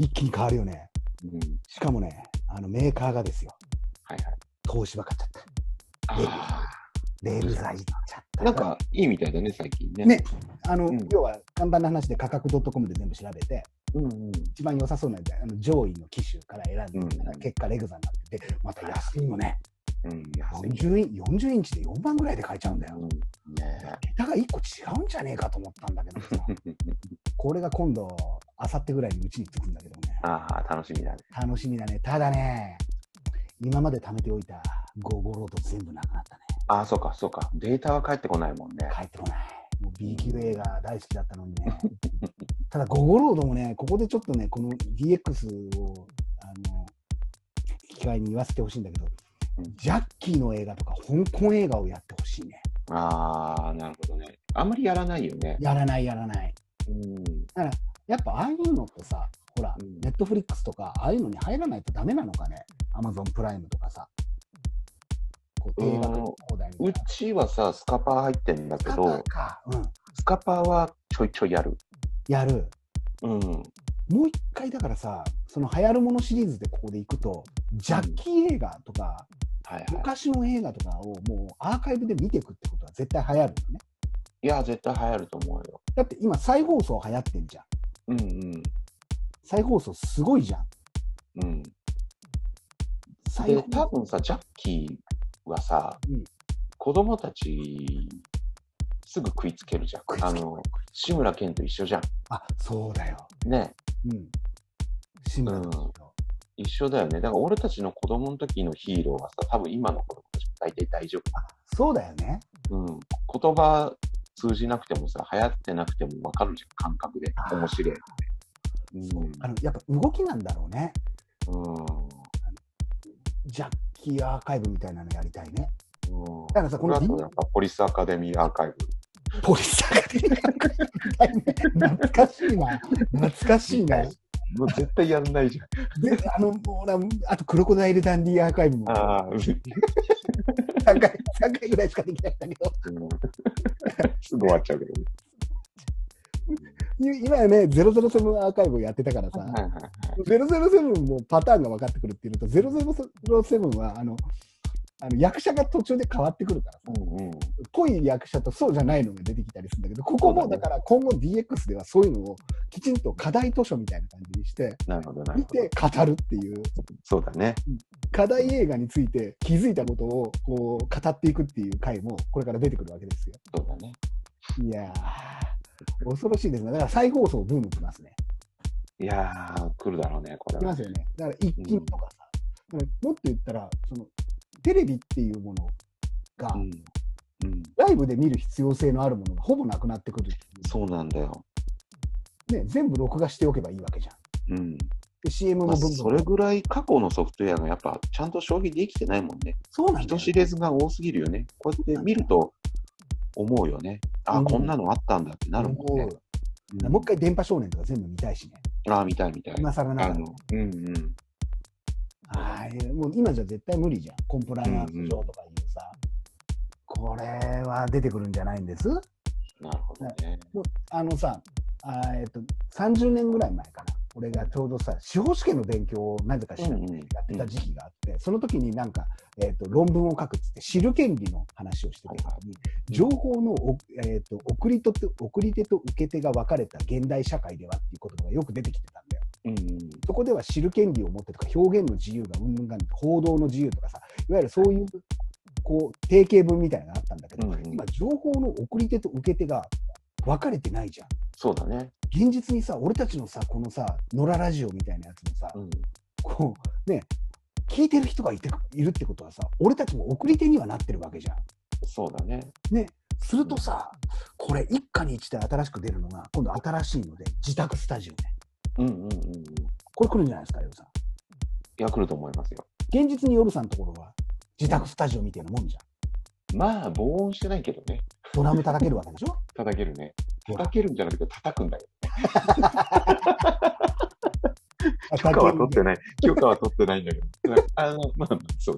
一気に変わるよね。 うん、 しかもね、あのメーカーがですよ。 はいはい。 東芝買っちゃった。レールレール材いっちゃった。 なんかいいみたいだね、最近ね。 ね、あの、 うん、 要は簡単な話で価格 .com で全部調べて、うんうん、一番良さそうなあの上位の機種から選んで、うん、結果レグザになってて、また安いのね。うん、よんじゅうイン、よんじゅうインチでよんまんぐらいで買えちゃうんだよ。うんね、桁がいっこ違うんじゃねえかと思ったんだけどさこれが今度あさってぐらいにうちに着くんだけどね。 ああ、楽しみだね。 楽しみだね。ただね、今まで貯めておいたゴーゴロード全部なくなったね。 ああ、そうかそうか。データは返ってこないもんね。 返ってこない。もう B 級映画大好きだったのにねただゴーゴロードもね、ここでちょっとね、この ディーエックス をあの機会に言わせてほしいんだけど、ジャッキーの映画とか香港映画をやってほしいね。 ああ、なるほどね。あんまりやらないよね。 やらないやらない。うん、だからやっぱああいうのってさ、ほら、ネットフリックスとかああいうのに入らないとダメなのかね。アマゾンプライムとかさ。こう定額放題みたいな。 うちはさ、スカパー入ってるんだけど、スカパーか、うん、スカパーはちょいちょいやる。 やる。 うん。 もう一回だからさ、その流行るものシリーズでここでいくと、ジャッキー映画とか、はいはい、昔の映画とかをもうアーカイブで見ていくってことは絶対流行るのね。 いや、絶対流行ると思うよ。 だって今再放送流行ってんじゃん。うんうん。再放送すごいじゃん。うん。 で、多分さ、ジャッキーはさ、うん、子供たちすぐ食いつけるじゃん。あの、志村けんと一緒じゃん。 あ、そうだよ。 ね。うん。志村けんと。一緒だよね。だから俺たちの子供の時のヒーローはさ、多分今の子供たちも大体大丈夫。 あ、そうだよね。 うん。言葉通じなくてもさ、流行ってなくても分かるじゃん、感覚で。面白い。 うん、あのやっぱ動きなんだろうね。うん。ジャッキーアーカイブみたいなのやりたいね。 うん。だからさ、このポリスアカデミーアーカイブ。 ポリスアカデミーアーカイブみたいね。懐かしいな。懐かしいな。 もう絶対やんないじゃん。 で、あの、ほら、あとクロコダイルダンディアーカイブも。ああ。さんかい、三回ぐらいしかできないんだけど。 うん、すぐ終わっちゃうけどね。 今はね、ゼロゼロセブンアーカイブをやってたからさ、はいはいはい、ゼロゼロセブンもパターンが分かってくるっていうのと、ゼロゼロセブンはあのあの役者が途中で変わってくるからさ、うんうん、ぽい役者とそうじゃないのが出てきたりするんだけど、ここもだから今後 ディーエックス ではそういうのをきちんと課題図書みたいな感じにして、見て語るっていう。 そうだね。 課題映画について気づいたことをこう語っていくっていう回もこれから出てくるわけですよ。 そうだね。 いやー、恐ろしいですね。だから再放送ブームきますね。 いやー、来るだろうね、これは。 来ますよね。だから一気にとかさ、うん、もっと言ったら、そのテレビっていうものが、うんうん、ライブで見る必要性のあるものがほぼなくなってくるっていう。 そうなんだよ。 ね、全部録画しておけばいいわけじゃん。うん。で シーエム もどんどん、まあ、それぐらい過去のソフトウェアがやっぱちゃんと消費できてないもんね。 そうなんだよ、ね。 人知れずが多すぎるよね。こうやって見ると思うよね。あ、うん、こんなのあったんだってなるもんね。 うん、もう一回電波少年とか全部見たいしね。 ああ、見たい見たい。 今更ながら。うんうん。はい、もう今じゃ絶対無理じゃん。コンプライアンス上とかいうさ、うんうん、これは出てくるんじゃないんです。なるほどね。 もうあのさ、あえっとさんじゅうねんぐらい前かな。俺がちょうどさ、司法試験の勉強をなぜかしらやってた時期があって、うんうん、その時になんか、えーと、論文を書くっつって知る権利の話をしてた時に、情報の、えーと、送り手と送り手と受け手が分かれた現代社会ではっていう言葉がよく出てきてたんだよ。うんうん、そこでは知る権利を持ってとか表現の自由がうんぬんがん報道の自由とかさ、いわゆるそういうこう定型文みたいなのがあったんだけど、うんうん、今情報の送り手と受け手が分かれてないじゃん。 そうだね。 現実にさ、俺たちのさ、このさ、野良ラジオみたいなやつもさ、うん、こうね、聞いてる人がいているってことはさ、俺たちも送り手にはなってるわけじゃん。 そうだね。 ね、するとさ、うん、これ一家に一台新しく出るのが、今度新しいので、自宅スタジオね。うんうんうんうん。これ来るんじゃないですか、夜さん。 いや、来ると思いますよ。 現実に夜さんのところは、自宅スタジオみたいなもんじゃん。 まあ、防音してないけどね。 ドラム叩けるわけでしょ。 叩けるね。叩けるんじゃなくて叩くんだよ。許可は取ってない。許可は取ってないんだけど。あの、まあ、そう。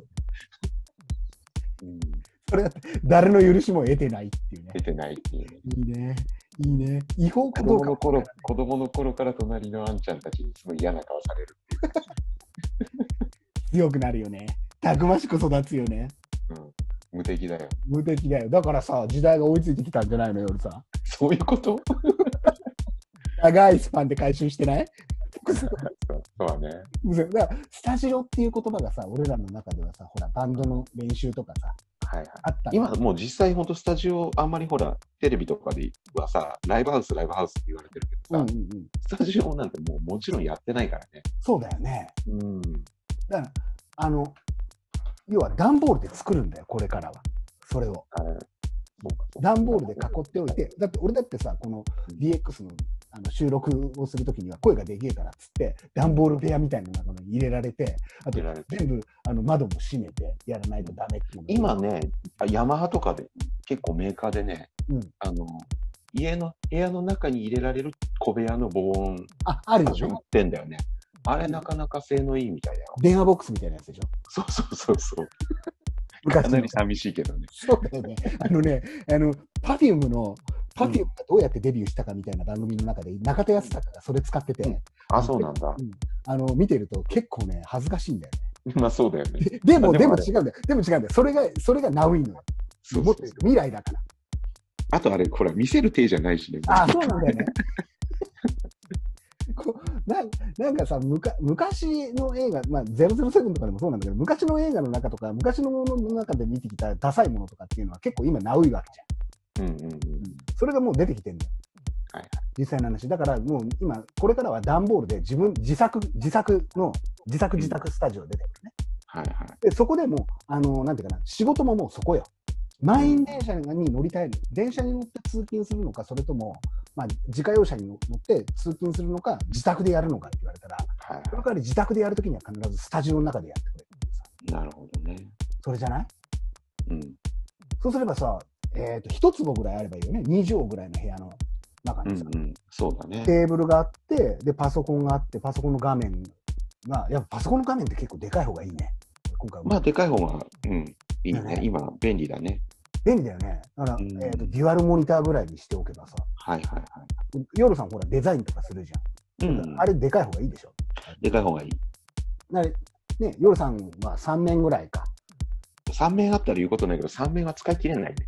うん、それだって誰の許しも得てないっていうね。 得てないっていう、 ね。いいね。 いいね。違法か子どうか。 供の頃、子供の頃から隣のあんちゃんたちにすごい嫌な顔されるっていう。 強くなるよね。たくましく育つよね。 うん。無敵だよ。 無敵だよ。だからさ、時代が追いついてきたんじゃないの、夜さん。 そういうこと長いスパンで回収してないそうだね。 だからスタジオっていう言葉がさ、俺らの中ではさ、ほら、バンドの練習とかさ、 はいはい、 あった。 今もう実際本当スタジオ、あんまりほら、テレビとかではさ、ライブハウス、ライブハウスって言われてるけどさ、うんうんうん、スタジオなんてもうもちろんやってないからね。 そうだよね。 うん。だから、あの、要は段ボールで作るんだよ、これからは。それを。段ボールで囲っておいて、だって俺だってさ、この ディーエックス の, あの収録をするときには声ができるからっつって、段ボール部屋みたいなのに入れられて、あと全部あの窓も閉めてやらないとダメっていう。 今ね、ヤマハとかで結構メーカーでね、うん、あの家の部屋の中に入れられる小部屋の防音ああるよね。 売ってんだよね。あれなかなか性能いいみたいだよ。 電話ボックスみたいなやつでしょ。 そうそうそうそう。かなり寂しいけどね。 そうだよね。あのね、あの、パフュームの、パフュームがどうやってデビューしたかみたいな番組の中で、中田康隆がそれ使ってて、うん、 あ、そうなんだ、 うん。あの、見てると結構ね、恥ずかしいんだよね。 まあそうだよね。 で, でも、でも違うんだよ。でも違うんだよ。それが、それがナウインの。もっと未来だから。 あとあれ、ほら、見せる体じゃないしね。 あ、そうなんだよね。こな, なんかさむか昔の映画、まあ、ゼロゼロセブンとかでもそうなんだけど、昔の映画の中とか昔のものの中で見てきたダサいものとかっていうのは結構今ナウイわけじゃん。うんうんうん、それがもう出てきてるんだよ、はいはい、実際の話だからもう今これからは段ボールで自分自作自作の自作自宅スタジオ出てくるね、うんはいはい、でそこでもうあのなんていうかな、仕事ももうそこよ。満員電車に乗りたい、電車に乗って通勤するのか、それとも、まあ、自家用車に乗って通勤するのか、自宅でやるのかって言われたら、はいはい、それから自宅でやるときには必ずスタジオの中でやってくれるってさ。なるほどね。 それじゃない？ うん。 そうすればさ、えっと、一坪ぐらいあればいいよね。に畳ぐらいの部屋の中にさ、 うんうん、そうだね。 テーブルがあって、で、パソコンがあって、パソコンの画面が、やっぱパソコンの画面って結構でかい方がいいね。 今回は。まあ、でかい方が、うん、いいね。ね、今、便利だね。 便利だよね。だから、うん、えーと、デュアルモニターぐらいにしておけばさ。 はいはいはい。 夜さんほらデザインとかするじゃん。うん、あれでかい方がいいでしょ。 でかい方がいい。 なね、夜さんはさん面ぐらいか。 さん面あったら言うことないけど、さん面は使い切れないね。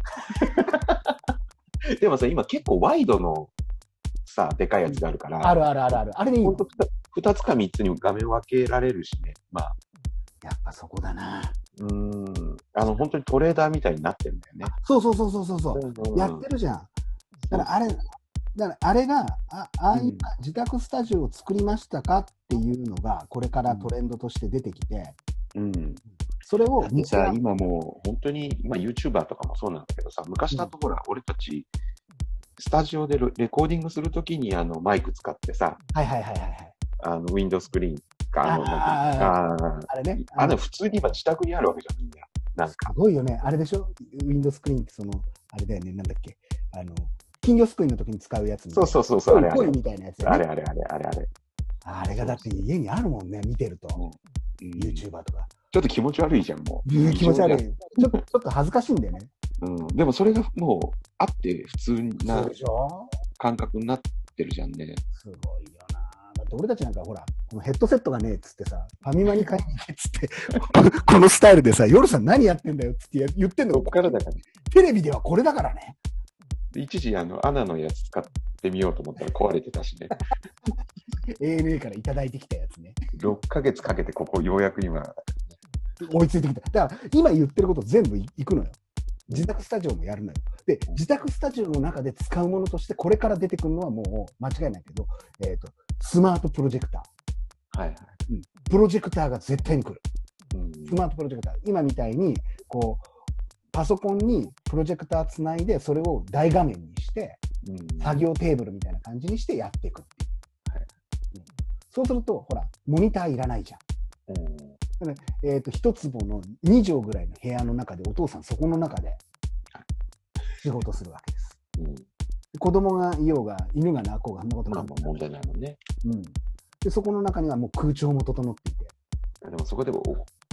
でもさ、今結構ワイドのさ、でかいやつがあるから。 あるあるあるある。あれでいい。ほんとふたつかみっつに画面分けられるしね。まあ。 やっぱそこだな。 うーん。あの、本当にトレーダーみたいになってるんだよね。 そうそうそうそうそう。うん、やってるじゃん。だからあれ、だからあれが、あああいう自宅スタジオを作りましたかっていうのが、これからトレンドとして出てきて、 うん。 それをだってさ、今もう本当に、まあ、YouTuber とかもそうなんだけどさ、昔だとほら、うん、俺たち、スタジオでレコーディングするときにあのマイク使ってさ、 はいはいはいはい。 あの、ウィンドウスクリーンか、あの、ああれね。 あの、普通に今自宅にあるわけじゃん、みんな。なんか。 すごいよね。あれでしょ？ウィンドウスクリーンってその、あれだよね、なんだっけ。あの、金魚すくいの時に使うやつ。 そうそうそうそう、あれあれ。 みたいなやつ、ね。 あれあれあれあれあれ。 あれがだって家にあるもんね、見てると。うん、YouTuber とか。 ちょっと気持ち悪いじゃん、もう。 気持ち悪い。ちょっと、ちょっと恥ずかしいんだよね。 うん。でもそれがもう、あって普通な感覚になってるじゃんね。 すごいよな。だって俺たちなんかほら、このヘッドセットがねえっつってさ、ファミマに買いに行けっつって、このスタイルでさ、夜さん何やってんだよっつって言ってんの。 ここからだから。 テレビではこれだからね。 一時、あの、アナのやつ使ってみようと思ったら壊れてたしね。 エーエヌエー からいただいてきたやつね。 ろっかげつかけてここようやく今。 追いついてきた。だから今言ってること全部いくのよ。自宅スタジオもやるのよ。で、自宅スタジオの中で使うものとしてこれから出てくるのはもう間違いないけど、えっと、スマートプロジェクター。はいはい。 うん。プロジェクターが絶対に来る。うん、スマートプロジェクター。今みたいに、こう、パソコンにプロジェクターつないで、それを大画面にして、うん、作業テーブルみたいな感じにしてやっていくっていう。はいうん、そうすると、ほら、モニターいらないじゃん。うんだからえー、と一坪のに畳ぐらいの部屋の中でお父さんそこの中で仕事するわけです、うん、子供がいようが犬が鳴こうがあんなことまあ問題ないもんね、 うん、でそこの中にはもう空調も整っていてでもそこでも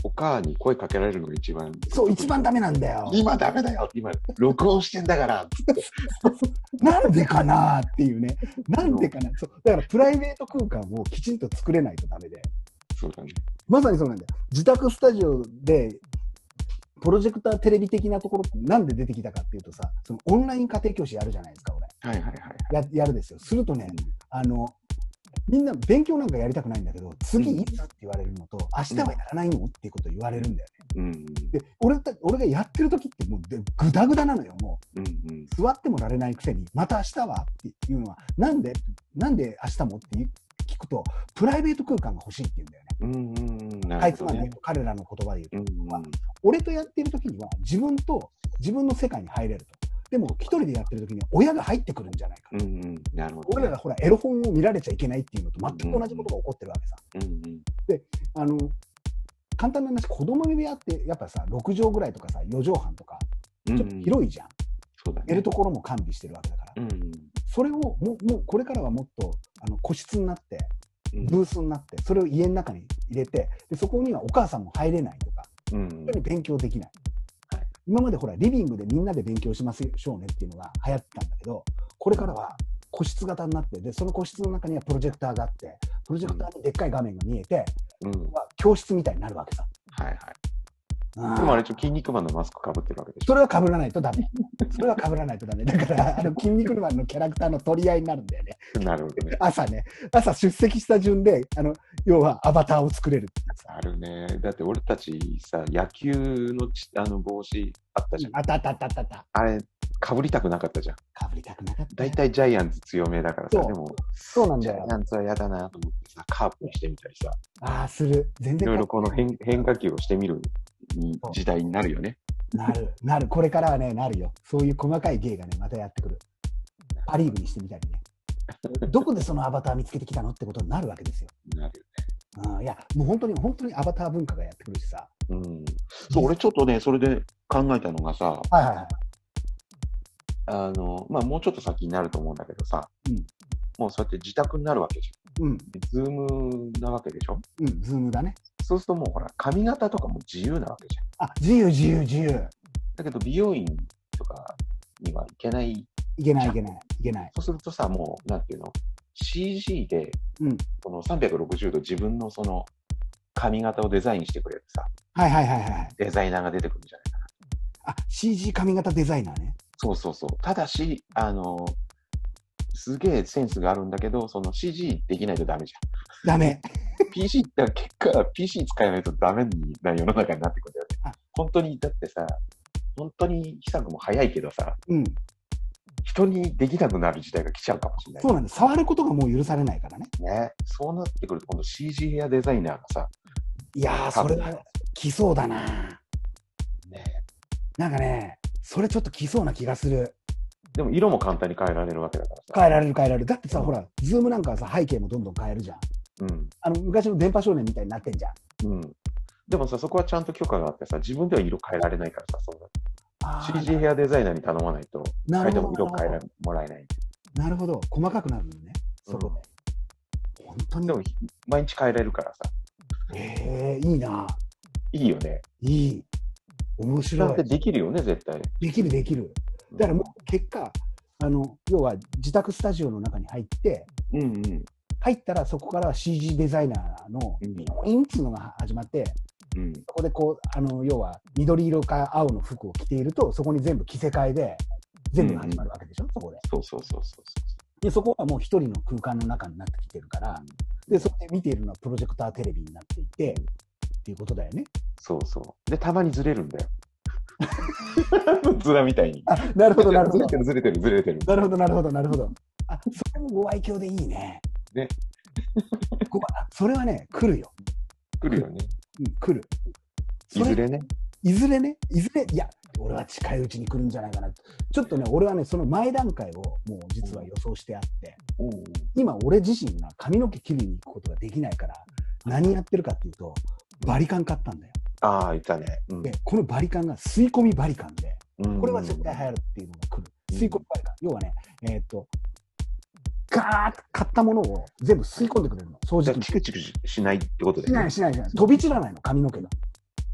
お母に声かけられるのが一番。 そう、一番ダメなんだよ。 今ダメだよ。今、録音してんだから。 なんでかなっていうね。なんでかな。そう。だからプライベート空間をきちんと作れないとダメで。 そうだね。 まさにそうなんだよ。自宅スタジオで、プロジェクターテレビ的なところってなんで出てきたかっていうとさ、そのオンライン家庭教師やるじゃないですか、俺。 はいはいはい、 や。やるですよ。するとね、あの、みんな勉強なんかやりたくないんだけど、次いつって言われるのと、明日はやらないのっていうことを言われるんだよね。うん、で俺た、俺がやってる時ってもうぐだぐだなのよ、もう、うんうん。座ってもられないくせに、また明日はっていうのは、なんで、なんで明日もって聞くと、プライベート空間が欲しいって言うんだよね。うんうん、あいつはね、彼らの言葉で言うと、うんうん、俺とやってる時には自分と自分の世界に入れると。でも一人でやってる時に親が入ってくるんじゃないか、うんうん、なるほど、ね、俺らがほらエロ本を見られちゃいけないっていうのと全く同じことが起こってるわけさ、うんうん、であの簡単な話、子供部屋ってやっぱさろくじょうぐらいとかさよじょうはんとかちょっと広いじゃん、うんうん、寝るところも完備してるわけだから、うんうん、それをももうこれからはもっとあの個室になってブースになってそれを家の中に入れて、でそこにはお母さんも入れないとか、うんうん、それに勉強できない。今までほらリビングでみんなで勉強しましょうねっていうのが流行ってたんだけど、これからは個室型になって、でその個室の中にはプロジェクターがあって、プロジェクターにでっかい画面が見えて、うん、教室みたいになるわけさ。はいはい。 でもあれ、ちょっと筋肉マンのマスクかぶってるわけでしょ。 それはかぶらないとダメ。それはかぶらないとダメ。だから、あの筋肉マンのキャラクターの取り合いになるんだよね。 なるほどね。 朝ね、朝出席した順で、あの要はアバターを作れるってあるね。だって俺たちさ、野球のちあの帽子あったじゃん。 あったあったあったあった。 あれ、かぶりたくなかったじゃん。 かぶりたくなかった。 大体ジャイアンツ強めだからさ、でも、 そうなんだよ。 ジャイアンツは嫌だなと思ってさ、カープにしてみたりさ。 ああ、する。全然。 いろいろこの変変化球をしてみる時代になるよね。 なる、なる。これからはね、なるよ。そういう細かい芸がね、またやってくる。パリーグにしてみたりね。どこでそのアバター見つけてきたのってことになるわけですよ。 なるよね。うん、いや、もう本当に、本当にアバター文化がやってくるしさ。 うん。そう、俺ちょっとね、それで考えたのがさ、 はいはいはい。 あの、まあ、もうちょっと先になると思うんだけどさ、うん、もうそうやって自宅になるわけじゃん。うん。ズームなわけでしょ。 うん、ズームだね。 そうするともうほら、髪型とかも自由なわけじゃん。あ、自由自由自由。 だけど美容院とかには行けない。 いけないいけないいけない。 そうするとさ、もう、なんていうの ?シージー で、うん、このさんびゃくろくじゅうど自分のその髪型をデザインしてくれるさ。 はいはいはいはい。 デザイナーが出てくるんじゃないかな。 あ、シージー 髪型デザイナーね。 そうそうそう。ただし、あの、すげえセンスがあるんだけど、その シージー できないとダメじゃん。 ダメ。 ピーシー って結果、ピーシー 使えないとダメな世の中になってくるんだよね。本当に、だってさ、本当に秘策も早いけどさ、うん、人にできなくなる時代が来ちゃうかもしれない。 そうなんです。触ることがもう許されないからね。 ね。そうなってくると、今度 シージー やデザイナーがさ、 いやー、それは来そうだな。ね。なんかね、それちょっと来そうな気がする。 でも色も簡単に変えられるわけだからさ。 変えられる変えられる。だってさ、うん、ほら、ズームなんかはさ、背景もどんどん変えるじゃん。うん。あの、昔の電波少年みたいになってんじゃん。 うん。でもさ、そこはちゃんと許可があってさ、自分では色変えられないからさ、そんな。シージー ヘアデザイナーに頼まないと、変えても色変えもらえない。 なるほど。細かくなるのね。そこで。うん、本当に。 でも、毎日変えられるからさ。 へえー、いいな。 いいよね。 いい。面白い。だってできるよね、絶対。 できるできる。だからもう結果、あの、要は自宅スタジオの中に入って、うんうん、入ったらそこからは シージー デザイナーのインツーのが始まって、うん、そこでこう、あの、要は緑色か青の服を着ていると、そこに全部着せ替えで、全部が始まるわけでしょ、うん、そこで。 そうそうそうそう。 で、そこはもう一人の空間の中になってきてるから、で、そこで見ているのはプロジェクターテレビになっていて、っていうことだよね。 そうそう。で、たまにずれるんだよ。ズラみたいに。 あ、なるほど、なるほど。 ずれてる、ずれてる、ずれてる。 なるほど、なるほど、なるほど。あ、それもご愛嬌でいいね。 ね。 それはね、来るよ。 来るよね。 うん、来る。 いずれね。 いずれね、いずれ、いや、俺は近いうちに来るんじゃないかな。ちょっとね、俺はね、その前段階をもう実は予想してあって、うん、今、俺自身が髪の毛切りに行くことができないから、何やってるかっていうと、バリカン買ったんだよ。 ああ、言ったね、 うん。で、このバリカンが吸い込みバリカンで、これは絶対流行るっていうのが来る。吸い込みバリカン。要はね、えー、っと、ガーッと買ったものを全部吸い込んでくれるの。掃除機。 チクチクしないってことで、ね。 しないしないしない。飛び散らないの、髪の毛が。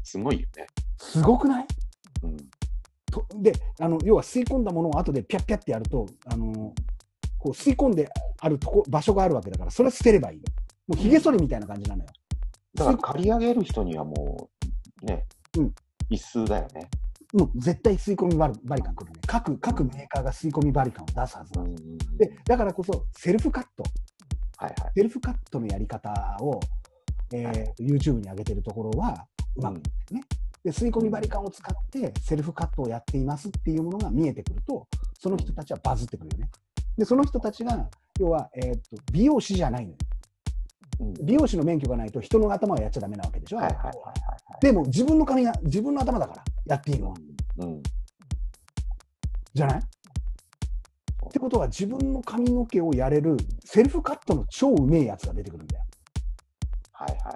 すごいよね。 すごくない？ うん、 とであの要は吸い込んだものを後でピャッピャッってやるとあのこう吸い込んであるとこ場所があるわけだから、それは捨てればいいの。もうひげ剃りみたいな感じなのよ。 だから借り上げる人にはもうね、うん、一数だよね。 もう絶対吸い込みバリカン来るね。各各メーカーが吸い込みバリカンを出すはずなんです、うん、でだからこそセルフカット、はいはい、セルフカットのやり方を、えーはい、YouTube に上げてるところはうまくいってね、うん、で吸い込みバリカンを使ってセルフカットをやっていますっていうものが見えてくると、その人たちはバズってくるよね。でその人たちが要は、えー、と美容師じゃないのよ。美容師の免許がないと人の頭はやっちゃダメなわけでしょ。はいはいはいはい、でも自分の髪が自分の頭だからやっていいのは、うん、じゃない？ってことは自分の髪の毛をやれるセルフカットの超うめえやつが出てくるんだよ。はいはいはい。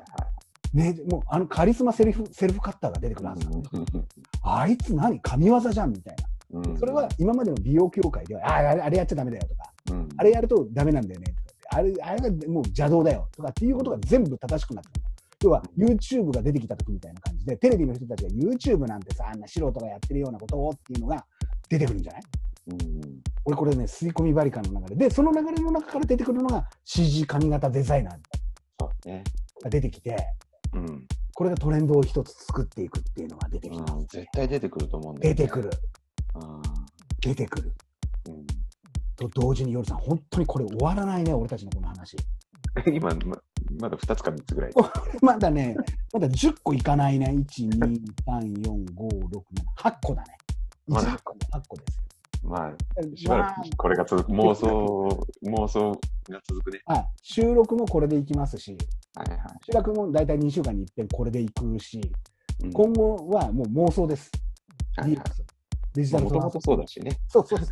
ね、もうあのカリスマセルフセルフカッターが出てくるはずなんで、あいつ何神業じゃんみたいな、うん、それは今までの美容協会ではあああれやっちゃダメだよとか、うん、あれやるとダメなんだよねとか、あれあれがもう邪道だよとかっていうことが全部正しくなってる。要は YouTube が出てきた時みたいな感じで、テレビの人たちが YouTube なんてさ、あんな素人がやってるようなことをっていうのが出てくるんじゃない？うん、俺これね、吸い込みバリカンの流れで、その流れの中から出てくるのが シージー 髪型デザイナーが出てきて、うん、これがトレンドを一つ作っていくっていうのが出てきた、うん、 絶対出てくると思うんだよね。 出てくる、うん、出てくる、うん、と同時に夜さん、本当にこれ終わらないね、俺たちのこの話。 今ま、まだふたつかみっつぐらい。 まだね、まだじゅっこいかないね。いち、に、さん、よん、ご、ろく、なな、はっこだね。 まだはっこですよ。 まあ、しばらくこれが続く、妄想、妄想が続くね。 あ、収録もこれでいきますし、はいはい、収録も大体にしゅうかんにいっぺんこれでいくし、うん、今後はもう妄想です。はいはい、デジタルトランスフォー。もともとそうだしね。そうそうそう。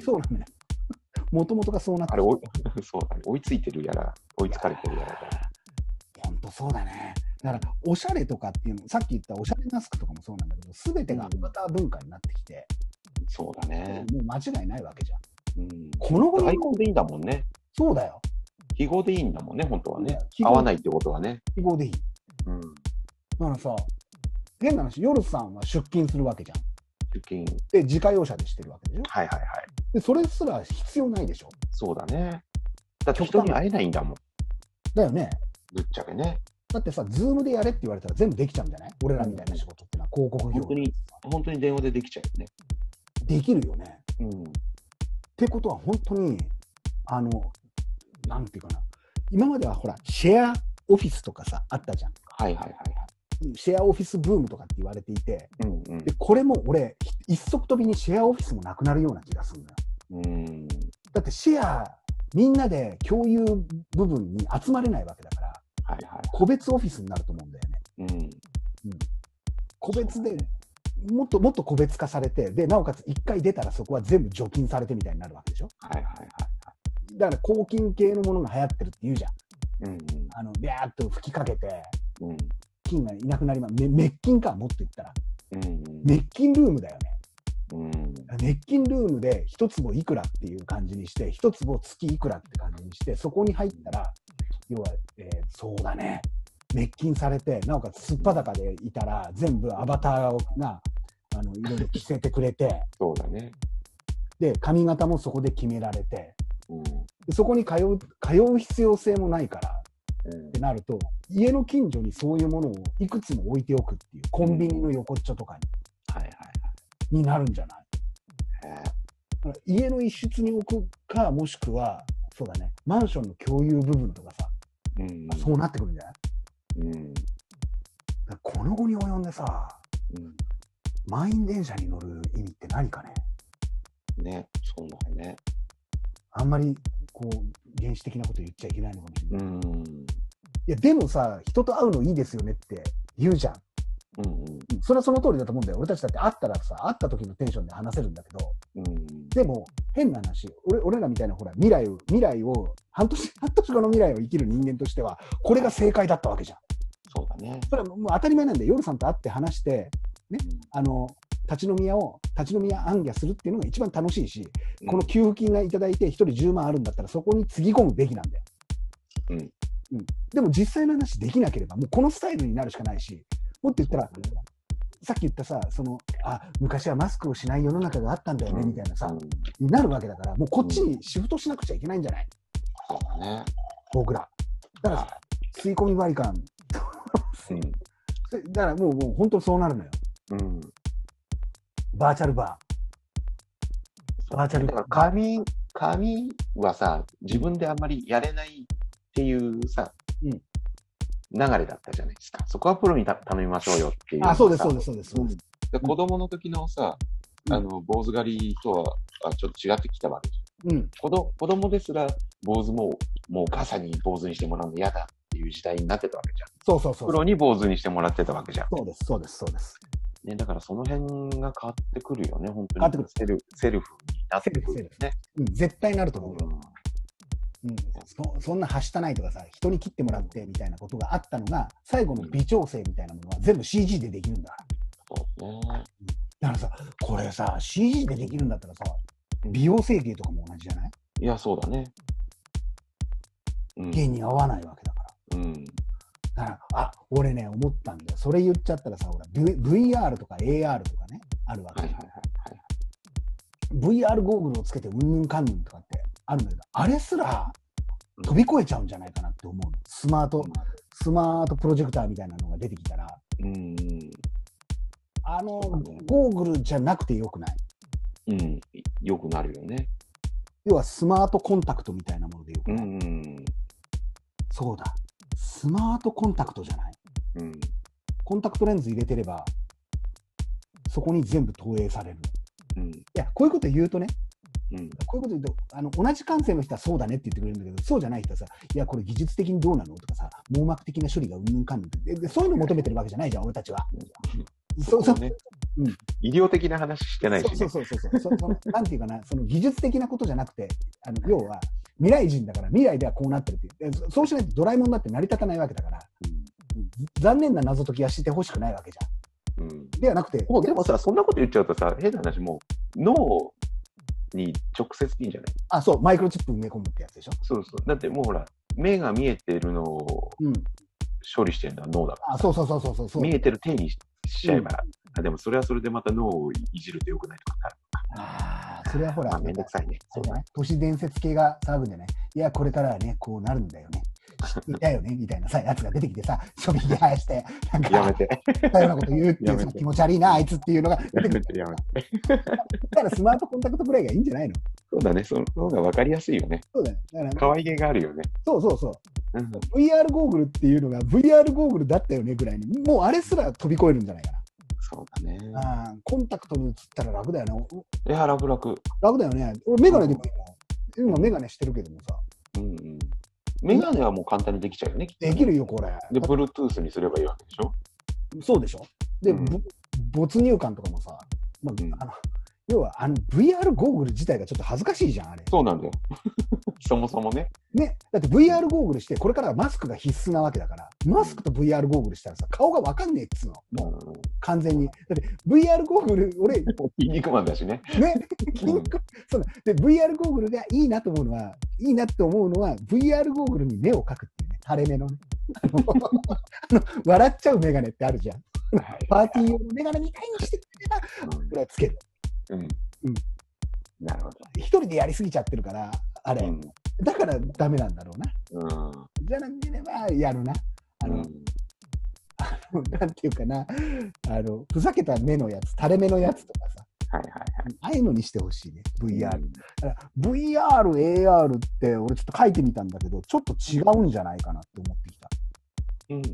そうなんだよ。もともとがそうなってあれおそうだね、追いついてるやら追いつかれてるやらだ。 本当そうだね。だからおしゃれとかっていうの、さっき言ったおしゃれマスクとかもそうなんだけど、すべてがアバター文化になってきて、 うん、そうだね。 もう間違いないわけじゃん。うん、 このアイコンでいいんだもんね。 そうだよ。 記号でいいんだもんね、本当はね。合わないってことはね。 記号でいい。うん。だからさ、変な話、夜さんは出勤するわけじゃん。 出勤で自家用車でしてるわけでしょ。 はいはいはい。 でそれすら必要ないでしょ。 そうだね。だって人に会えないんだもん。 だよね。 ぶっちゃけね。 だってさ、ズームでやれって言われたら全部できちゃうんじゃない？俺らみたいな仕事ってのは広告業。 本当に、本当に電話でできちゃうよね。 できるよね。うん。ってことは本当に、あの、なんていうかな。今まではほら、シェアオフィスとかさ、あったじゃん。 はいはいはいはい。 シェアオフィスブームとかって言われていて、うんうん、でこれも俺一足飛びにシェアオフィスもなくなるような気がするんだよ。うん、だってシェアみんなで共有部分に集まれないわけだから、はいはい、個別オフィスになると思うんだよね。うんうん、個別でもっともっと個別化されて、でなおかついっかい出たらそこは全部除菌されてみたいになるわけでしょ。はいはいはい、だから抗菌系のものが流行ってるって言うじゃん。うんうん、あのビャーっと吹きかけて、うん、菌がいなくなります。滅菌か、もっと言ったら。うんうん、滅菌ルームだよね。うん、滅菌ルームで一坪いくらっていう感じにして、一坪月いくらって感じにして、そこに入ったら、要は、えー、そうだね。滅菌されて、なおかつすっぱだかでいたら、全部アバターが、あの、いろいろ着せてくれて、 そうだね。 で、髪型もそこで決められて、うん、でそこに通う、通う必要性もないから、ってなると、家の近所にそういうものをいくつも置いておくっていう、コンビニの横っちょとかに、はいはいはい、になるんじゃない？だから家の一室に置くか、もしくは、そうだね、マンションの共有部分とかさ、うん、そうなってくるんじゃない？うん、だこの後に及んでさ、うん、満員電車に乗る意味って何かね？ ね、そうだよね。 あんまりこう原始的なこと言っちゃいけないのかもしれない。うん、いやでもさ、人と会うのいいですよねって言うじゃん。うんうん、それはその通りだと思うんだよ。俺たちだって会ったらさ、会った時のテンションで話せるんだけど、うん、でも変な話、俺俺らみたいなほら未来を未来を半年半年後の未来を生きる人間としてはこれが正解だったわけじゃん。 そうだね。 それはもう当たり前なんで、夜さんと会って話してね、うん、あの立ち飲み屋を立ち飲み屋行脚するっていうのが一番楽しいし、うん、この給付金がいただいてひとりじゅうまんあるんだったらそこにつぎ込むべきなんだよ。うんうん、でも実際の話できなければもうこのスタイルになるしかないし、 もっと言ったら、さっき言ったさ、その、あ、昔はマスクをしない世の中があったんだよね、みたいなさ、になるわけだから、もうこっちにシフトしなくちゃいけないんじゃない？ そうだね。 僕ら。だから、吸い込み割り感。うん、だからもう、もう本当にそうなるのよ。うん。バーチャルバー。バーチャルバー。だから紙、紙はさ、自分であんまりやれないっていうさ、うん、流れだったじゃないですか。そこはプロに頼みましょうよっていう。 あ、そうです、そうです、そうです。そうです。 で子供の時のさ、うん、あの、坊主狩りとはあちょっと違ってきたわけじゃん。うん。子供、子供ですら、坊主も、もうお母さんに坊主にしてもらうの嫌だっていう時代になってたわけじゃん。 そうそうそう。 プロに坊主にしてもらってたわけじゃん。 そうです、そうです、そうです。 ね、だからその辺が変わってくるよね、本当に。変わってくる。セルセルフになってくるよね。 うん、絶対なると思うよ。うん、そ, そんなはしたないとかさ、人に切ってもらってみたいなことがあったのが、最後の微調整みたいなものは全部 シージー でできるんだから。そうね。だからさ、これさ、シージー でできるんだったらさ、美容整形とかも同じじゃない？ いや、そうだね。 芸に合わないわけだから。うん。だから、あ、俺ね、思ったんだよ。それ言っちゃったらさ、ほら、v、ブイアール とか エーアール とかね、あるわけ。はいはいはいはい、ブイアール ゴーグルをつけてうんぬんかんぬんとかってあるんだけど、あれすら飛び越えちゃうんじゃないかなって思うの。スマート、スマートプロジェクターみたいなのが出てきたら、うん、あの、ゴーグルじゃなくてよくない？ うん、よくなるよね。 要はスマートコンタクトみたいなものでよくない？うん、そうだ。スマートコンタクトじゃない？うん。コンタクトレンズ入れてれば、そこに全部投影される。うん。いや、こういうこと言うとね、うん、こういうこと言うと、あの、同じ感性の人はそうだねって言ってくれるんだけど、そうじゃない人はさ、いや、これ技術的にどうなのとかさ、網膜的な処理がうんぬんかんぬんって、でそういうの求めてるわけじゃないじゃん、俺たちは。 うん、そうそうね。うん。医療的な話してないし、ね。 そうそうそうそう。そそのなんていうかな、その技術的なことじゃなくて、あの、要は、未来人だから未来ではこうなってるっていう。そうしないとドラえもんだって成り立たないわけだから、うん、残念な謎解きはしてほしくないわけじゃん。うん、ではなくて。 もうでもさ、そんなこと言っちゃうとさ、変な話、もう脳に直接でいいんじゃない？ あ、そう、マイクロチップ埋め込むってやつでしょ。 そうそう。だってもうほら、目が見えてるのを処理してるのは脳だから、 うん。あ、そうそうそうそうそう。 見えてる手にしちゃえば、うん、あでもそれはそれでまた脳をいじるとよくないとかなる。 ああ、それはほら、 めんどくさいね。 そうだね。都市伝説系が騒ぐんじゃない？いや、これからはね、こうなるんだよね。知ってたよねみたいなさ、やつが出てきてさ、ちょびひげ生やして、なんか、 やめて。 たようなこと言うっていう、その気持ち悪いな、あいつっていうのが出てくる。 やめて。 だからスマートコンタクトぐらいがいいんじゃないの？ そうだね、その方が分かりやすいよね。 そうだね。だから可愛げがあるよね。 そうそうそう。うん、ブイアール ゴーグルっていうのが ブイアール ゴーグルだったよねぐらいに、もうあれすら飛び越えるんじゃないかな。 そうだね。 あコンタクトに移ったら楽だよね。 いや、楽々。 楽だよね。俺、メガネでもいいもん。今、メガネしてるけどもさ。 うんうん。メガネはもう簡単にできちゃうよね。 できるよ、これ。 で、Bluetooth にすればいいわけでしょ？ そうでしょ？で、うん、没入感とかもさ、まあうん、あの要はあの ブイアール ゴーグル自体がちょっと恥ずかしいじゃん、あれ。 そうなんだよ。そもそもね。 ね。だって ブイアール ゴーグルして、これからはマスクが必須なわけだから、マスクと ブイアール ゴーグルしたらさ、顔がわかんねえっつうの。もう、完全に。だって ブイアール ゴーグル、俺、 筋肉マンだしね。 ね。筋肉、うん、そうだ。で、ブイアール ゴーグルがいいなと思うのは、いいなって思うのは、ブイアール ゴーグルに目を描くっていうね、垂れ目のね。あの、笑っちゃうメガネってあるじゃん。パーティー用のメガネみたいにしてくれたら、これはつける。うん。うん。 なるほど。 一人でやりすぎちゃってるから、あれ。うん、だからダメなんだろうな。うん。じゃなければやるな。あの、うん、あのなんていうかな、あの、ふざけた目のやつ、垂れ目のやつとかさ。はいはいはい。ああいうのにしてほしいね、ブイアール。うん、だから ブイアール、エーアール って俺ちょっと書いてみたんだけど、ちょっと違うんじゃないかなって思ってきた。うんうん、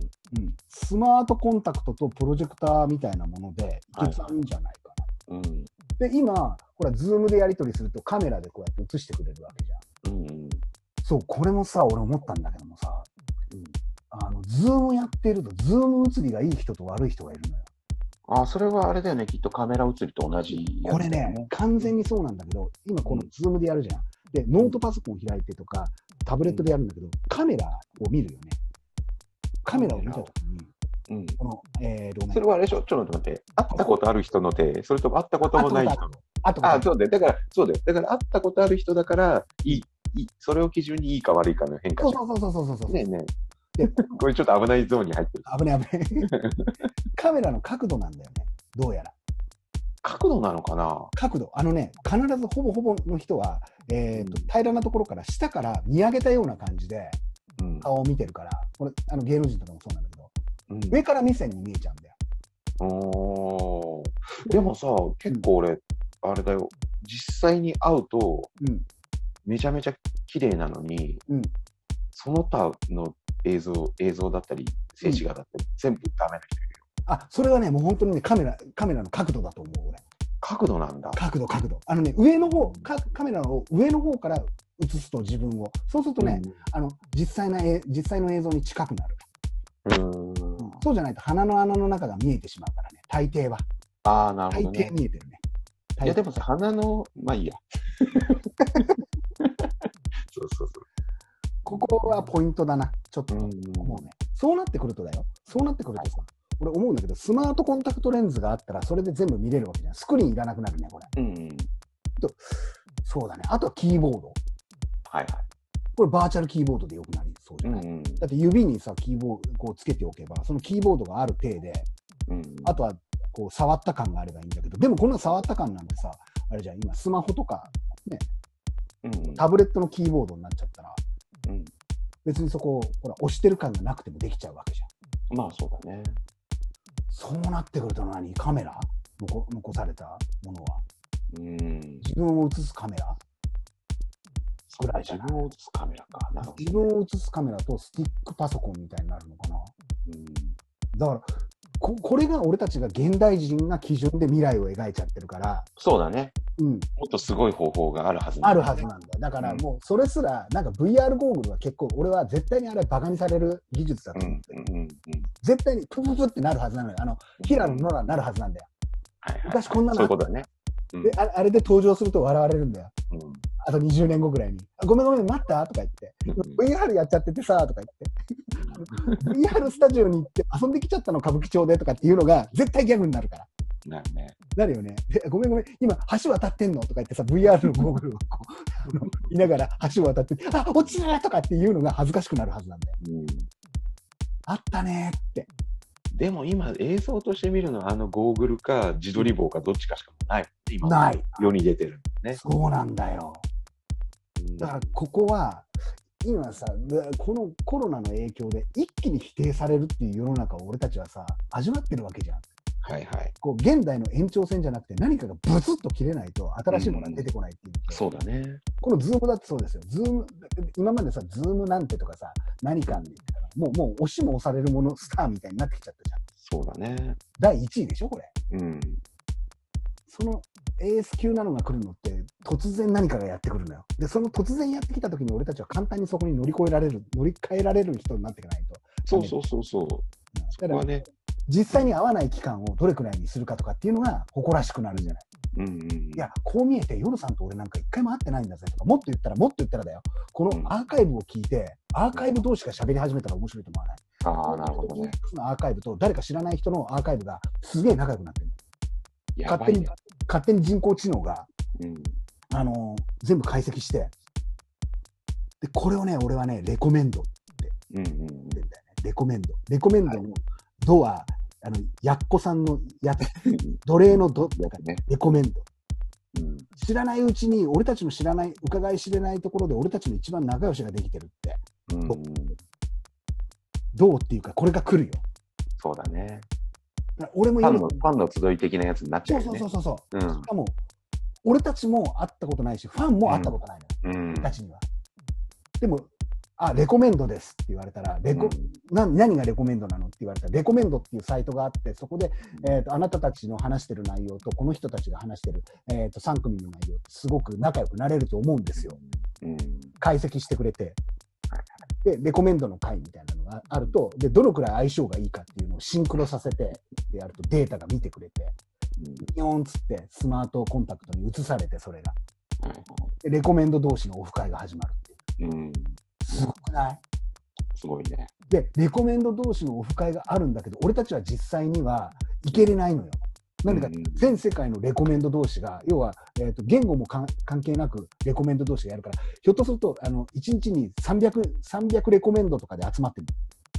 スマートコンタクトとプロジェクターみたいなものでいけちゃうんじゃないかな。はいはい、うん、で、今、ほら、ズームでやり取りするとカメラでこうやって映してくれるわけじゃん。うんうん、そう、これもさ、俺思ったんだけどもさ、うん、あの、ズームやってると、ズーム映りがいい人と悪い人がいるのよ。 ああ、それはあれだよね、きっとカメラ映りと同じやつ、ね。 これね、完全にそうなんだけど、今このズームでやるじゃん。で、ノートパソコン開いてとか、タブレットでやるんだけど、カメラを見るよね。カメラを見たときに、うん、この、えー、 それはあれでしょ、ちょっと待って、会ったことある人の手、それとも会ったこともない人の。ああ、そうだよ。だから、そうだよ。だから、会ったことある人だから、いい、いいそれを基準にいいか悪いかの変化。 そうそうそうそうそうそう。 ねえねえ。 で、これちょっと危ないゾーンに入ってる。 危ない危ない。カメラの角度なんだよね。どうやら。 角度なのかな？ 角度。あのね、必ずほぼほぼの人は、えーと、うん、平らなところから下から見上げたような感じで顔を見てるから、これあの芸能人とかもそうなんだけど、うん、上から目線に見えちゃうんだよ。 おー、でもさ、結構俺、うん、あれだよ、実際に会うと、うん、めちゃめちゃ綺麗なのに、うん、その他の映像、映像だったり、静止画だったり、うん、全部ダメな人いるよ。 あ、それはね、もう本当にね、カメラ、カメラの角度だと思う、俺。 角度なんだ。 角度、角度。あのね、上の方、カカメラを上の方から映すと自分を。そうするとね、うん、あの、実際な、実際の映像に近くなる。うーん。そうじゃないと鼻の穴の中が見えてしまうからね、大抵は。 ああ、なるほど、ね。 大抵見えてるね。 いや、でもさ、鼻の、まあいいや。そうそうそう。 ここはポイントだな、ちょっと思うね。そうなってくるとだよ。そうなってくるとさ、俺思うんだけど、スマートコンタクトレンズがあったら、それで全部見れるわけじゃん。スクリーンいらなくなるね、これ。うん、とそうだね。あとはキーボード。 はいはい。 これバーチャルキーボードでよくなりそうじゃない、うんうん、だって指にさ、キーボードこうつけておけば、そのキーボードがある程で、うんうん、あとはこう触った感があればいいんだけど、でもこんな触った感なんてさ、あれじゃん、今スマホとか、ね、うんうん、タブレットのキーボードになっちゃったら、うん、別にそこをほら押してる感がなくてもできちゃうわけじゃん。まあそうだね。 そうなってくると何？カメラ？残、残されたものは。うん、自分を映すカメラぐらいじゃない。自分を映すカメラか。なるほどね。 自分を映すカメラとスティックパソコンみたいになるのかな。うん、だからこ、これが俺たちが現代人が基準で未来を描いちゃってるから。 そうだね。うん、もっとすごい方法があるはずなんだ、ね、 あるはずなんだよ。だからもうそれすら、なんか ブイアール ゴーグルは結構、俺は絶対にあれバカにされる技術だと思ってる。うんうんうん、絶対にプププってなるはずなのよ。あの、平野ノラになるはずなんだよ。はいはいはい、昔こんなのあった。 そういうことだね。 うん、であ、あれで登場すると笑われるんだよ。うん、あとにじゅうねんごぐらいに。ごめんごめん、待ったとか言って。うん、ブイアール やっちゃっててさ、とか言って。ブイアール スタジオに行って遊んできちゃったの歌舞伎町でとかっていうのが絶対ギャグになるから。 なるね。 なるよね。で、ごめんごめん、今橋渡ってんのとか言ってさ、ブイアール のゴーグルをこう、いながら橋を渡って、あ、落ちたとかっていうのが恥ずかしくなるはずなんだよ。うん、あったねーって。 でも今映像として見るのはあのゴーグルか自撮り棒かどっちかしかない。今ない世に出てるね。 そうなんだよ。だからここは今さ、このコロナの影響で一気に否定されるっていう世の中を俺たちはさ味わってるわけじゃん。 はいはい。 こう現代の延長線じゃなくて何かがブツッと切れないと新しいものが出てこないっていう、 うん、そうだね。 このズームだってそうですよ。ズーム今までさズームなんてとかさ何かって言ったらもうもう押しも押されるものスターみたいになってきちゃったじゃん。 そうだね。 だいいちいでしょこれ。うん。そのエース級なのが来るのって突然何かがやってくるのよ。でその突然やってきた時に俺たちは簡単にそこに乗り越えられる乗り換えられる人になっていかないと。 そうそうそうそう。 だからね、実際に合わない期間をどれくらいにするかとかっていうのが誇らしくなるんじゃない。うんうん、いやこう見えて夜さんと俺なんか一回も会ってないんだぜとかもっと言ったらもっと言ったらだよ。このアーカイブを聞いて、うん、アーカイブ同士が喋り始めたら面白いと思わない。 ああなるほどね。 アーカイブと誰か知らない人のアーカイブがすげえ仲良くなってる。勝手に勝手に人工知能が、うん、あのー、全部解析してでこれをね俺はねレコメンドって言うんだよね、うんうん、レコメンドレコメンドのドは、はい、あのやっこさんのやつ奴隷のドだからねレコメンド、うん、知らないうちに俺たちの知らない伺い知れないところで俺たちの一番仲良しができてるって、うん、どうっていうかこれが来るよ。 そうだね。 俺もファンの、ファンの集い的なやつになっちゃうよね。 そうそうそうそう、うん、しかも俺たちも会ったことないしファンも会ったことないの、うん、俺たちには。でもあレコメンドですって言われたらレコ、うん、な何がレコメンドなのって言われたらレコメンドっていうサイトがあってそこで、えーと、あなたたちの話してる内容とこの人たちが話してる、えーと、さん組の内容ってすごく仲良くなれると思うんですよ、うん、解析してくれてでレコメンドの回みたいなのがあるとでどのくらい相性がいいかっていうのをシンクロさせてでやるとデータが見てくれてビヨーンっつってスマートコンタクトに移されてそれがでレコメンド同士のオフ会が始まるっていう、うん、すごくないすごいね。 でレコメンド同士のオフ会があるんだけど俺たちは実際には行けれないのよ。なんでか、うん、全世界のレコメンド同士が要は、えーと、言語も関係なくレコメンド同士がやるからひょっとするとあのいちにちにさんびゃく、さんびゃくレコメンドとかで集まってる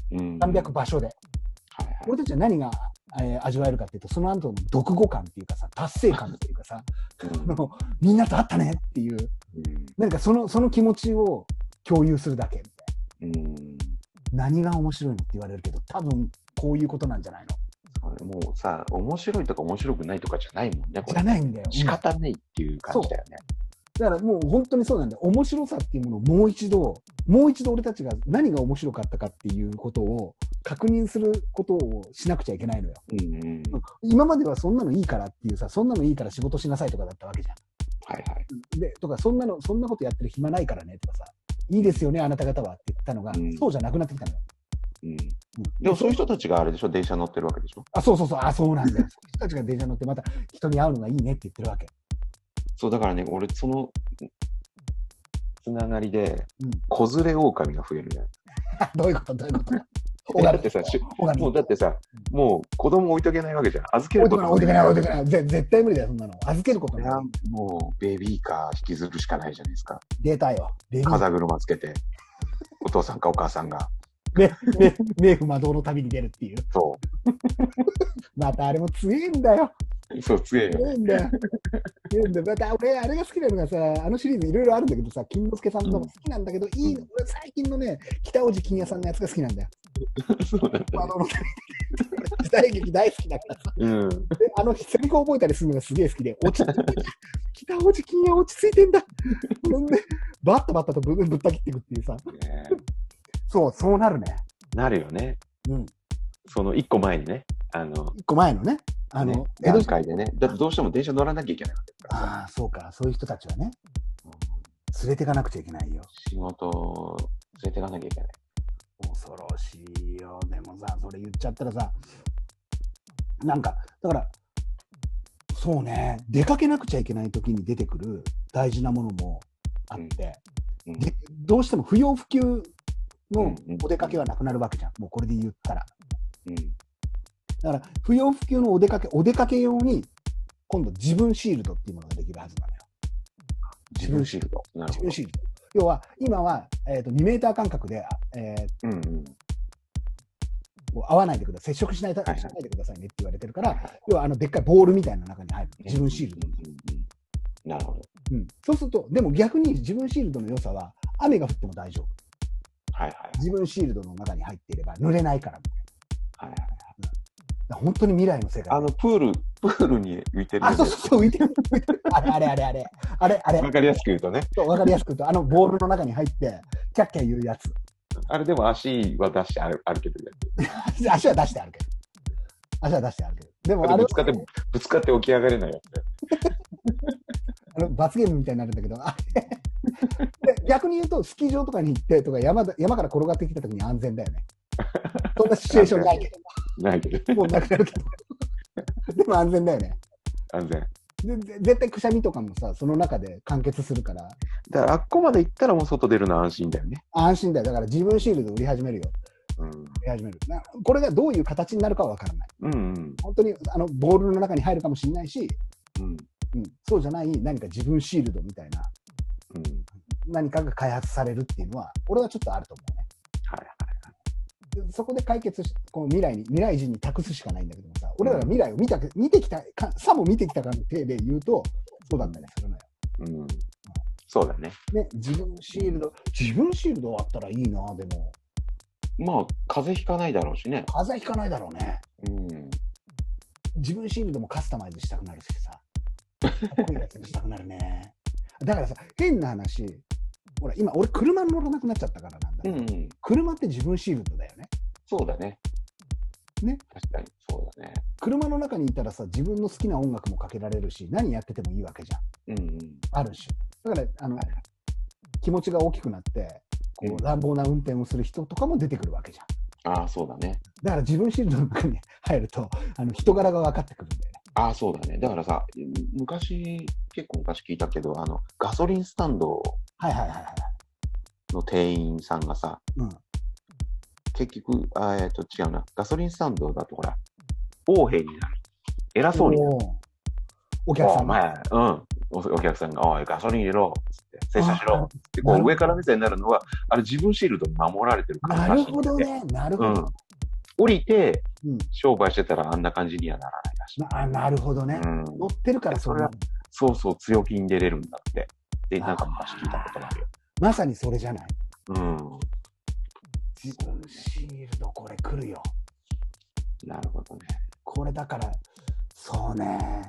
うん、さんびゃく場所で。はいはい、俺たちは何が、えー、味わえるかっていうと、その後の読後感っていうかさ、達成感っていうかさ、うん、みんなと会ったねっていう、うん、なんかその、その気持ちを共有するだけみたいな。うん、何が面白いのって言われるけど、多分こういうことなんじゃないの。 もうさ、面白いとか面白くないとかじゃないもんね。 じゃないんだよ。 仕方ないっていう感じだよね。 だからもう本当にそうなんだよ。面白さっていうものをもう一度、もう一度俺たちが何が面白かったかっていうことを確認することをしなくちゃいけないのよ。うんうん、今まではそんなのいいからっていうさ、そんなのいいから仕事しなさいとかだったわけじゃん。はいはい。で、とか、そんなの、そんなことやってる暇ないからねとかさ、いいですよね、あなた方はって言ったのが、うん、そうじゃなくなってきたのよ。 うんうん、でもそういう人たちがあれでしょ、電車乗ってるわけでしょ。 あ、そうそうそう、あ、そうなんだよ。そういう人たちが電車乗ってまた人に会うのがいいねって言ってるわけ。 そう、だからね、俺、そのつながりで、うん、子連れ狼が増えるね。 どういうことどういうことだってさ、もうだってさ、もう子供置いとけないわけじゃん。預けること置いとけない、置いとけない。絶対無理だよ、そんなの。預けることない。 もう、ベビーカー引きずるしかないじゃないですか。 出たよ。 風車つけて、お父さんかお母さんが。 ね、ね、冥府魔道の旅に出るっていう。 そう。 またあれも強いんだよ。 そう、強いよ、ね。 強いんだよ。強いんだよ。また俺、あれが好きなのがさ、あのシリーズいろいろあるんだけどさ、金之助さんの好きなんだけど、うん、いいの、俺最近のね、北大路欣也さんのやつが好きなんだよ。 そうなんだ、ね。 あの時代劇大好きだからさ。うん、であのセリフ覚えたりするのがすげえ好きで、落ち着いてんだ。北大路欣也落ち着いてんだ。ほんで、バッタバッタとぶぶった切っていくっていうさ。ね、そう、そうなるね。 なるよね。うん。その一個前にね。あの、 一個前のね。あの、ね、 江戸時代でね。だってどうしても電車乗らなきゃいけないわけだから。ああ、そうか。そういう人たちはね。連れていかなくちゃいけないよ。 仕事を連れていかなきゃいけない。 恐ろしいよ。でもさ、それ言っちゃったらさ、なんか、だから、そうね、出かけなくちゃいけない時に出てくる大事なものもあって、うんうん、でどうしても不要不急のお出かけはなくなるわけじゃん。もうこれで言ったら。うん、だから、不要不急のお出かけ、お出かけ用に、今度自分シールドっていうものができるはずなのよ。 自分シールド。 なるほど。自分シールド。要は、今は、えー、とにメーター間隔で、えーうんうん、会わないでください、接触しないでくださいねって言われてるから、はいはい、要はあのでっかいボールみたいな中に入る、自分シールド、うんうんうん。なるほど、 うん。そうすると、でも逆に自分シールドの良さは、雨が降っても大丈夫。はいはい、自分シールドの中に入っていれば濡れないからみたいな。はいはいはい、うん、本当に未来の世界。 あのプール、プールに浮いてる。 あ、そうそうそう、浮いてる。あれあれあれあれ。あれあれ。 わかりやすく言うとね。 そう、わかりやすく言うと、あのボールの中に入って、キャッキャ言うやつ。 あれでも足は出してある、あるけどや足は出してあるけど。足は出してあるけど。でもあれぶつかって、ぶつかって起き上がれないやつ。 あの罰ゲームみたいになるんだけど、あで逆に言うと、スキー場とかに行ってとか山、山から転がってきたときに安全だよね。そんなシチュエーションないけど。 ないけど。 もうなくなるけど。でも安全だよね。 安全。 で絶対くしゃみとかもさ、その中で完結するから。 だからあっこまで行ったらもう外出るのは安心だよね。 安心だよ。だから自分シールド売り始めるよ。うん、売り始める。なこれがどういう形になるかは分からない。うんうん、本当にあのボールの中に入るかもしれないし、うんうん、そうじゃない何か自分シールドみたいな、うん、何かが開発されるっていうのは、俺はちょっとあると思うね。はいはいはい、そこで解決し、こう未来に、未来人に託すしかないんだけどもさ、俺らが未来を見た、見てきたか、さも見てきたかの手で言うと、そうだったりするのよ。うん。 そうだね。 ね、自分シールド、自分シールドあったらいいな、でも。 まあ、風邪ひかないだろうしね。 風邪ひかないだろうね。うん。自分シールドもカスタマイズしたくなるしさ。かっこいいやつにしたくなるね。だからさ、変な話、ほら、今、俺、車乗らなくなっちゃったからなんだけど、うんうん、車って自分シールドだよね。 そうだね。 ね。 確かに、そうだね。 車の中にいたらさ、自分の好きな音楽もかけられるし、何やっててもいいわけじゃん。うんうん、あるし。だから、あの、はい、気持ちが大きくなって、こう、乱暴な運転をする人とかも出てくるわけじゃん。ああ、そうだね。 だから自分シールドの中に入ると、あの人柄が分かってくるんだよね。 ああ、そうだね。だからさ、昔、結構昔聞いたけど、あの、ガソリンスタンドの店員さんがさ、うん、結局、あえっと、違うな。ガソリンスタンドだとほら、横兵になる。偉そうになる。 お客さんが。うん。お客さんが、おい、ガソリン入れろ。つって。 洗車しろってこう上から目線になるのは、あれ自分シールドに守られてるかららしいんで。なるほどね、なるほど。うん、 降りて、うん、商売してたらあんな感じにはならないらしい。 あ、なるほどね。うん、乗ってるからそれは、そうそう、強気に出れるんだって。で、なんか昔聞いたことがあるよ。 まさにそれじゃない。 うん。 自分シールド、これ来るよ。 なるほどね。 これだから、そうね。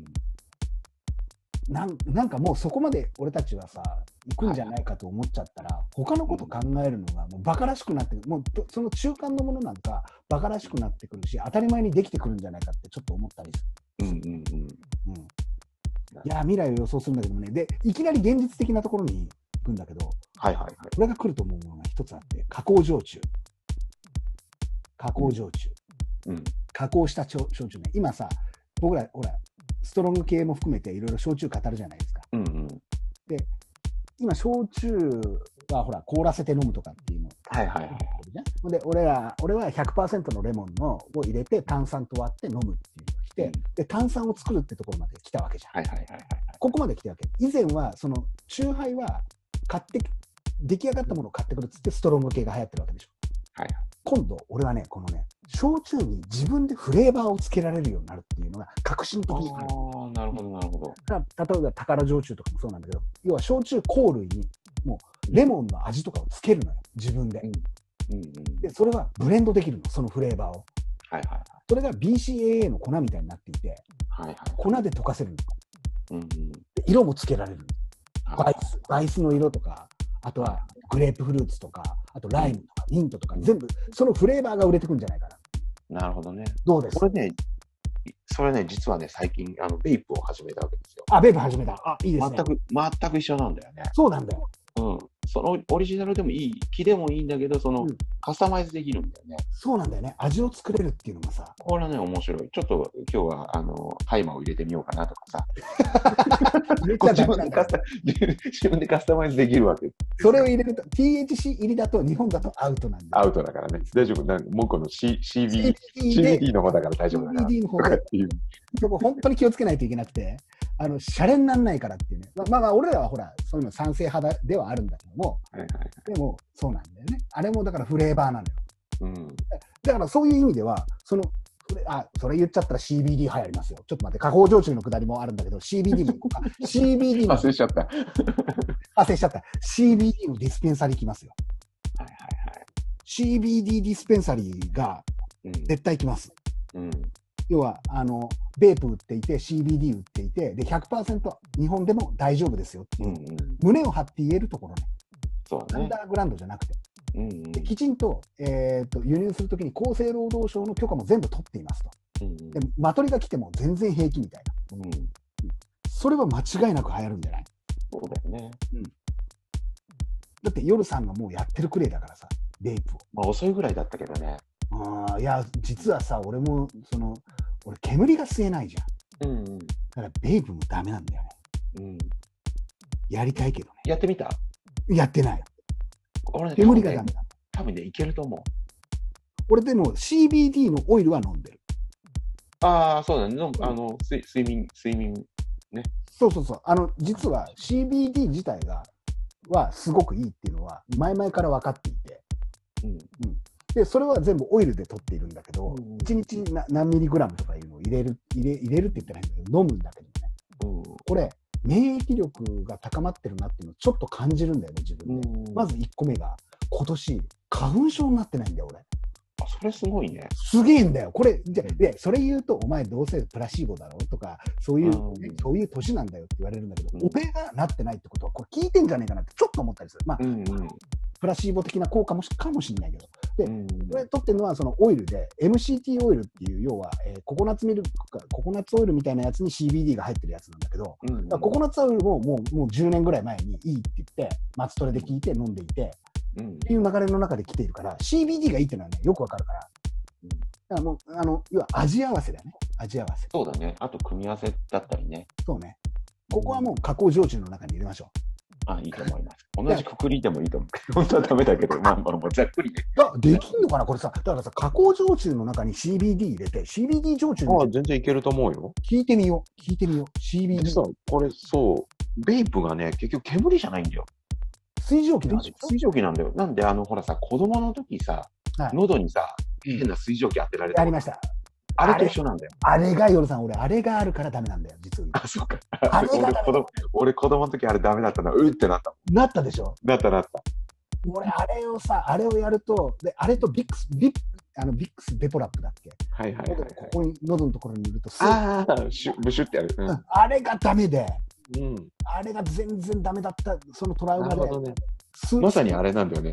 うん、なん、なんかもうそこまで俺たちはさ、行くんじゃないかと思っちゃったら、はい、他のこと考えるのがもうバカらしくなってくる。もうその中間のものなんかバカらしくなってくるし、当たり前にできてくるんじゃないかってちょっと思ったりする。うんうんうん。うん、いや、未来を予想するんだけどもね、で、いきなり現実的なところに行くんだけど、 はいはいはい。 これが来ると思うものが一つあって、加工焼酎。加工焼酎。うん。加工した焼酎ね。今さ、僕ら、ほら、ストロング系も含めていろいろ焼酎語るじゃないですか。うんうん、で、今、焼酎はほら、凍らせて飲むとかっていうの。 はいはいはい。 で、俺ら、俺は ひゃくパーセント のレモンのを入れて炭酸と割って飲むっていうのが来て、うん、で、炭酸を作るってところまで来たわけじゃん。はいはいはいはい。ここまで来たわけ。以前は、その、酎ハイは買って、出来上がったものを買ってくるっつってストロング系が流行ってるわけでしょ。はいはい。今度、俺はね、このね、焼酎に自分でフレーバーをつけられるようになるっていうのが革新的にある。 ああ、なるほど、なるほど。 例えば、宝焼酎とかもそうなんだけど、要は焼酎香類に、もう、レモンの味とかをつけるのよ、自分で。うんうんうん、で、それはブレンドできるの、そのフレーバーを。はいはいはい。それが ビーシーエーエー の粉みたいになっていて、はいはい、粉で溶かせるの。うんうん、色もつけられるの。バイス、バイスの色とか、あとはグレープフルーツとか、あとライムとかミントとか、全部そのフレーバーが売れてくんじゃないかな。 なるほどね。 どうですか？ これね、それね、実はね、最近、あの、ベイプを始めたわけですよ。 あ、ベイプ始めた。あ、いいですね。 全く、全く一緒なんだよね。 そうなんだよ。 うん。そのオリジナルでもいい、木でもいいんだけど、その、うん、カスタマイズできるんだよね。 そうなんだよね。味を作れるっていうのがさ。 これはね、面白い。ちょっと今日は、あの、タイマーを入れてみようかなとかさ。自分でカスタ、自分でカスタマイズできるわけ。 それを入れると、ティーエイチシー 入りだと日本だとアウトなんだ。 アウトだからね。大丈夫。なんかもうこの C、シービー、シービーディー の方だから大丈夫だから。 シービーディー の方がっていう。そこ本当に気をつけないといけなくて、あの、シャレにならないからっていうね。まあまあ、俺らはほら、そういうの賛成派ではあるんだけども、はいはいはい、でも、そうなんだよね。あれもだからフレーバーなのよ。うん、だからそういう意味では、その、あ、それ言っちゃったら シービーディー 流行りますよ。ちょっと待って、加工焼酎のくだりもあるんだけど、シービーディー も行こうか。シービーディー も。 発生しちゃった。 発生しちゃった。シービーディー のディスペンサリー来ますよ。はいはいはい。シービーディー ディスペンサリーが絶対来ます。うん。要は、あの、ベープ売っていて、シービーディー 売っていて、で、ひゃくパーセント 日本でも大丈夫ですよっていう、うんうん、胸を張って言えるところね。そうね。アンダーグラウンドじゃなくて。うんうん、できちんと、えー、と輸入するときに厚生労働省の許可も全部取っていますと。うんうん、でマトリが来ても全然平気みたいな、うんうん。それは間違いなく流行るんじゃない？ そうだよね。うん、だって夜さんがもうやってるくらいだからさ、ベープを。 まあ遅いぐらいだったけどね。 あいや、実はさ、俺も、その、俺煙が吸えないじゃん。うんうん、だからベープもダメなんだよね。うん、やりたいけどね。 やってみた？ やってない。 俺ね、 煙がダメだ。 多分ね、いけると思う。 俺でも シービーディー のオイルは飲んでる。 ああ、そうだね。あの、睡眠、睡眠、ね。 そうそうそう。あの、実は シービーディー 自体が、はすごくいいっていうのは、前々から分かっていて。うん。うん。で、それは全部オイルで取っているんだけど、うん、いちにち何ミリグラムとかいうのを入れる、入れ、入れるって言ってないんだけど、飲むんだけどね。うん。これ、免疫力が高まってるなっていうのをちょっと感じるんだよね、自分で。うん、まずいっこめが、今年、花粉症になってないんだよ、俺。 あ、それすごいね。 すげえんだよ。これ、で、でそれ言うと、お前どうせプラシーボだろうとか、そういう、ね、そういう年なんだよって言われるんだけど、うん、俺がなってないってことは、これ聞いてんじゃねえかなってちょっと思ったりする。まあ、うんうん、プラシーボ的な効果もしかもしれないけど。で、うん、これ取ってるのは、そのオイルで、エムシーティー オイルっていう、要は、えー、ココナッツミルクか、ココナッツオイルみたいなやつに シービーディー が入ってるやつなんだけど、うんうん、ココナッツオイルももう、もうじゅうねんぐらい前にいいって言って、マツトレで聞いて飲んでいて、うん、っていう流れの中で来ているから、シービーディー がいいっていうのはね、よくわかるから。うん、だからもう、あの、要は味合わせだよね。味合わせ。 そうだね。あと組み合わせだったりね。 そうね。ここはもう加工焼酎の中に入れましょう。 あ、いいと思います。同じくくりでもいいと思う。本当はダメだけど、まあ、まあ、ざっくりね。 いや、できんのかなこれさ、だからさ、加工焼酎の中に シービーディー 入れて、シービーディー 焼酎に。 ああ、全然いけると思うよ。 聞いてみよう。聞いてみよう。シービーディー。 実は、これ、そう、 ベイプがね、結局煙じゃないんだよ。 水蒸気なんでしょ？ 水蒸気なんだよ。なんで、あの、ほらさ、子供の時さ、はい、喉にさ、変な水蒸気当てられた。 ありました。 あれと一緒なんだよ。 あれが、夜さん、俺、あれがあるからダメなんだよ、実は。 あ、そうか。あれ俺子供、俺子供の時あれダメだったな。うってなった。 なったでしょ？ なったなった。 俺、あれをさ、あれをやると、で、あれとビックス、ビックあのビックスベポラップだっけ？ はいはいはい、はい。 ここに、喉のところにいると、 ああ、シュブシュってやる、 うん。あれがダメで、 うん、 あれが全然ダメだった、そのトラウマで。 ね、まさにあれなんだよね。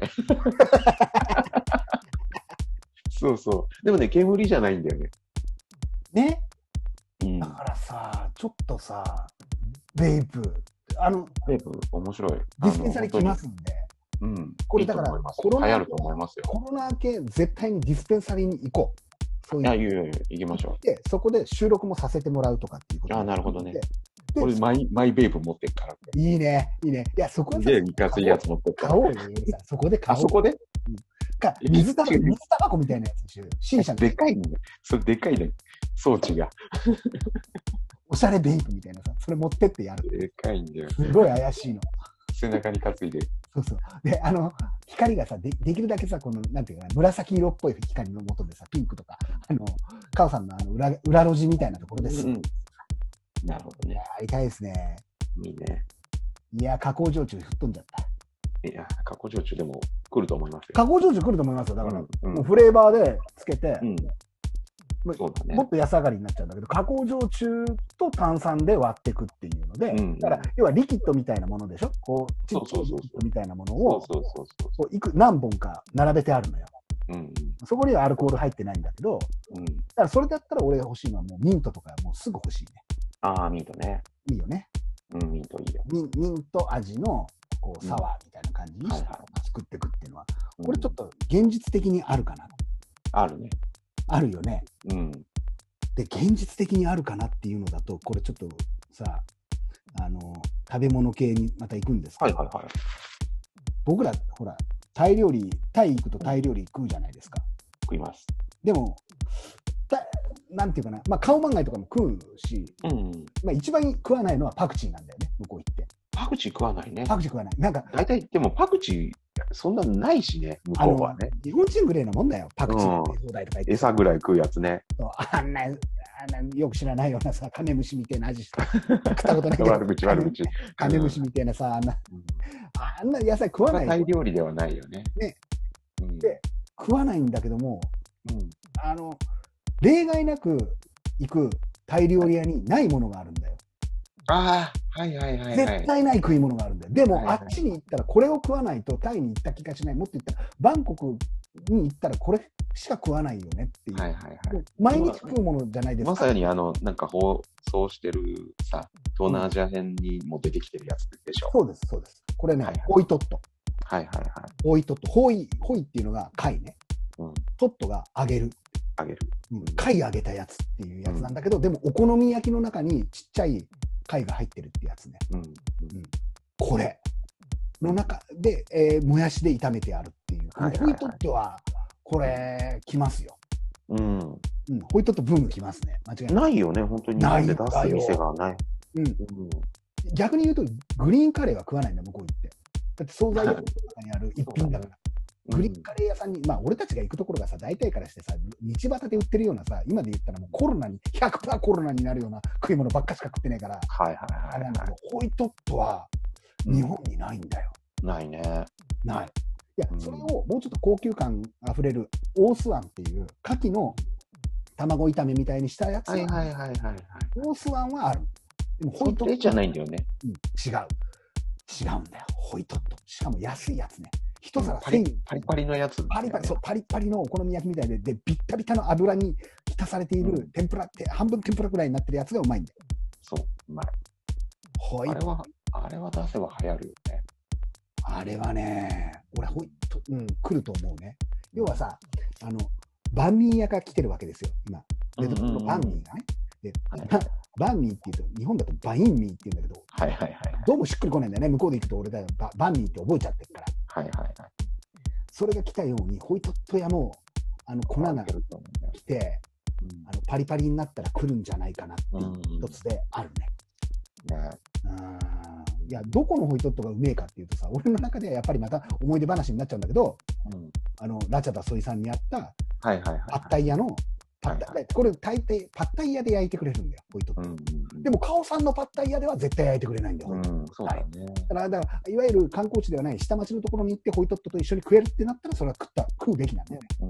そうそう。でもね、煙じゃないんだよね。 ね、 うん、 だからさ、ちょっとさ、ベイプ、あの、 ベイプ、面白い。 ディスペンサリー来ますんで、 うん、 これだから、 コロナ、流行ると思いますよ。 コロナ明け、絶対にディスペンサリーに行こう。 そういう。いや、いやいや、行きましょう。 で、そこで収録もさせてもらうとかっていうこと。 ああ、なるほどね。これマイ、マイベイブ持ってるから。 いいね、いいね。いや、そこで、いかついやつ持ってるから。 買おうよ、そこで買おう。 あそこで、 か水たばこ、水たばこみたいなやつでしょ。シーシャでかいね。それでかいね。装置が。 おしゃれベイプみたいなさ、それ持ってってやる。 でかいんだよ。 すごい怪しいの。 背中に担いで。 そうそう。で、あの、光がさ、でできるだけさ、この、なんていうかな、紫色っぽい光の元でさ、ピンクとか、あの、カオさんのあの裏裏路地みたいなところです。 うんうん、なるほどね。 やりたいですね。 いいね。 いや、加工焼酎吹っ飛んじゃった。 いや、加工焼酎でも来ると思いますよ。 加工焼酎来ると思いますよ。だから、うんうん、もうフレーバーでつけて、うんそうだね、 もっと安上がりになっちゃうんだけど、加工焼酎と炭酸で割っていくっていうので、うんうん、だから要はリキッドみたいなものでしょ、こう、ちっちゃいリキッドみたいなものを、いく何本か並べてあるのよ。うんうん、そこにはアルコール入ってないんだけど、うん、だからそれだったら俺が欲しいのはもうミントとかもうすぐ欲しいね。 ああ、ミントね。 いいよね。 うん、ミントいいよ。 ミン、ミント味のこうサワーみたいな感じにして作っていくっていうのは、うん、これちょっと現実的にあるかな。 あるね。 あるよね。 うん。 で、現実的にあるかなっていうのだと、これちょっとさ、あの、食べ物系にまた行くんですけど、はいはいはい、僕ら、ほら、タイ料理、タイ行くとタイ料理食うじゃないですか。 食います。 でも、なんていうかな、まあ、カオマンガイとかも食うし、うん、まあ、一番食わないのはパクチーなんだよね、向こう行って。 パクチー食わないね。 パクチー食わない。なんか、 大体、でもパクチー、そんなないしね、向こうはね。 日本人ぐらいなもんだよ、パクチー食い放題とか言って、 うん。餌ぐらい食うやつね。 あんな、あんなよく知らないようなさ、カメムシみたいな味して、食ったことないけど。 悪口、悪口。 カメムシみたいなさ、あんな、うん、あんな野菜食わない。 タイ料理ではないよね。 ね。うん、で、食わないんだけども、うん、あの、例外なく行くタイ料理屋にないものがあるんだよ。 ああ、はいはいはい、はい。 絶対ない食い物があるんだよ。でも、はいはい、あっちに行ったらこれを食わないとタイに行った気がしない。もっと言ったら、バンコクに行ったらこれしか食わないよねっていう。はいはいはい、毎日食うものじゃないですか。 まさにあの、なんか放送してるさ、東南アジア編にも出てきてるやつでしょ。 うん、そうです、そうです。これね、はいはい、ホイトット。 はいはいはい。 ホイトット。ホイ、ホイっていうのが貝ね。うん、トットが揚げる。 揚げる。 うん、貝揚げたやつっていうやつなんだけど、うん、でもお好み焼きの中にちっちゃい貝が入ってるってやつね。うんうん、これの中で、えー、もやしで炒めてあるっていう。はいはいはい、ホイトットはこれきますよ。うん。うん、ホイトットブームきますね。間違いない。 ないよね、本当に。日本で出す店がない。うん。うん、 逆に言うとグリーンカレーは食わないんだ、向こう行って。だって惣菜の中にある一品だから。グリーンカレー屋さんに、まあ俺たちが行くところがさ、大体からしてさ、道端で売ってるようなさ、今で言ったらもうコロナに、ひゃくパーセント コロナになるような食い物ばっかしか食ってないから、はいはいはい、はい。ホイトットは日本にないんだよ。 うん、ないね。 ない。いや、うん、それをもうちょっと高級感あふれるオースワンっていう、牡蠣の卵炒めみたいにしたやつは、はいはいはいはい、はい。オースワンはある。 でもホイトットじゃないんだよね。 うん、違う。違うんだよ。ホイトット。しかも安いやつね。一皿パリパリパリのやつ、ね、 パリパリ、そう、パリパリのお好み焼きみたいで、で、ビッタビタの油に浸されている天ぷらって、うん、半分天ぷらぐらいになってるやつがうまいんだよ。 そう、うまい。ホイあれは、あれは出せば流行るよね。 あれはね、俺、ホイト、うん、来ると思うね。要はさ、あの、バンミー屋が来てるわけですよ、今。レトルトのバンミーがね。で、バンミーっていうと、日本だとバインミーって言うんだけど、はいはいはい、どうもしっくりこないんだよね。向こうで行くと俺だよ、バ, バンミーって覚えちゃってるから。はいはいはい。それが来たように、ホイトット屋も、あの、粉が来て、うん、あのパリパリになったら来るんじゃないかなっていう一つであるね。ね、うん、 いや、どこのホイトットがうめえかっていうとさ、俺の中ではやっぱりまた思い出話になっちゃうんだけど、うん、あのラチャダソイさんにあった、はいはいはいはい、パッタイ屋のパッタイ、はいはい、これ大抵パッタイ屋で焼いてくれるんだよ、ホイトット。うんうん、でもカオさんのパッタイ屋では絶対焼いてくれないんだよ。うん、そうだね。だからだからいわゆる観光地ではない下町のところに行ってホイトットと一緒に食えるってなったらそれは食った食うべきなんだよね。うんうん、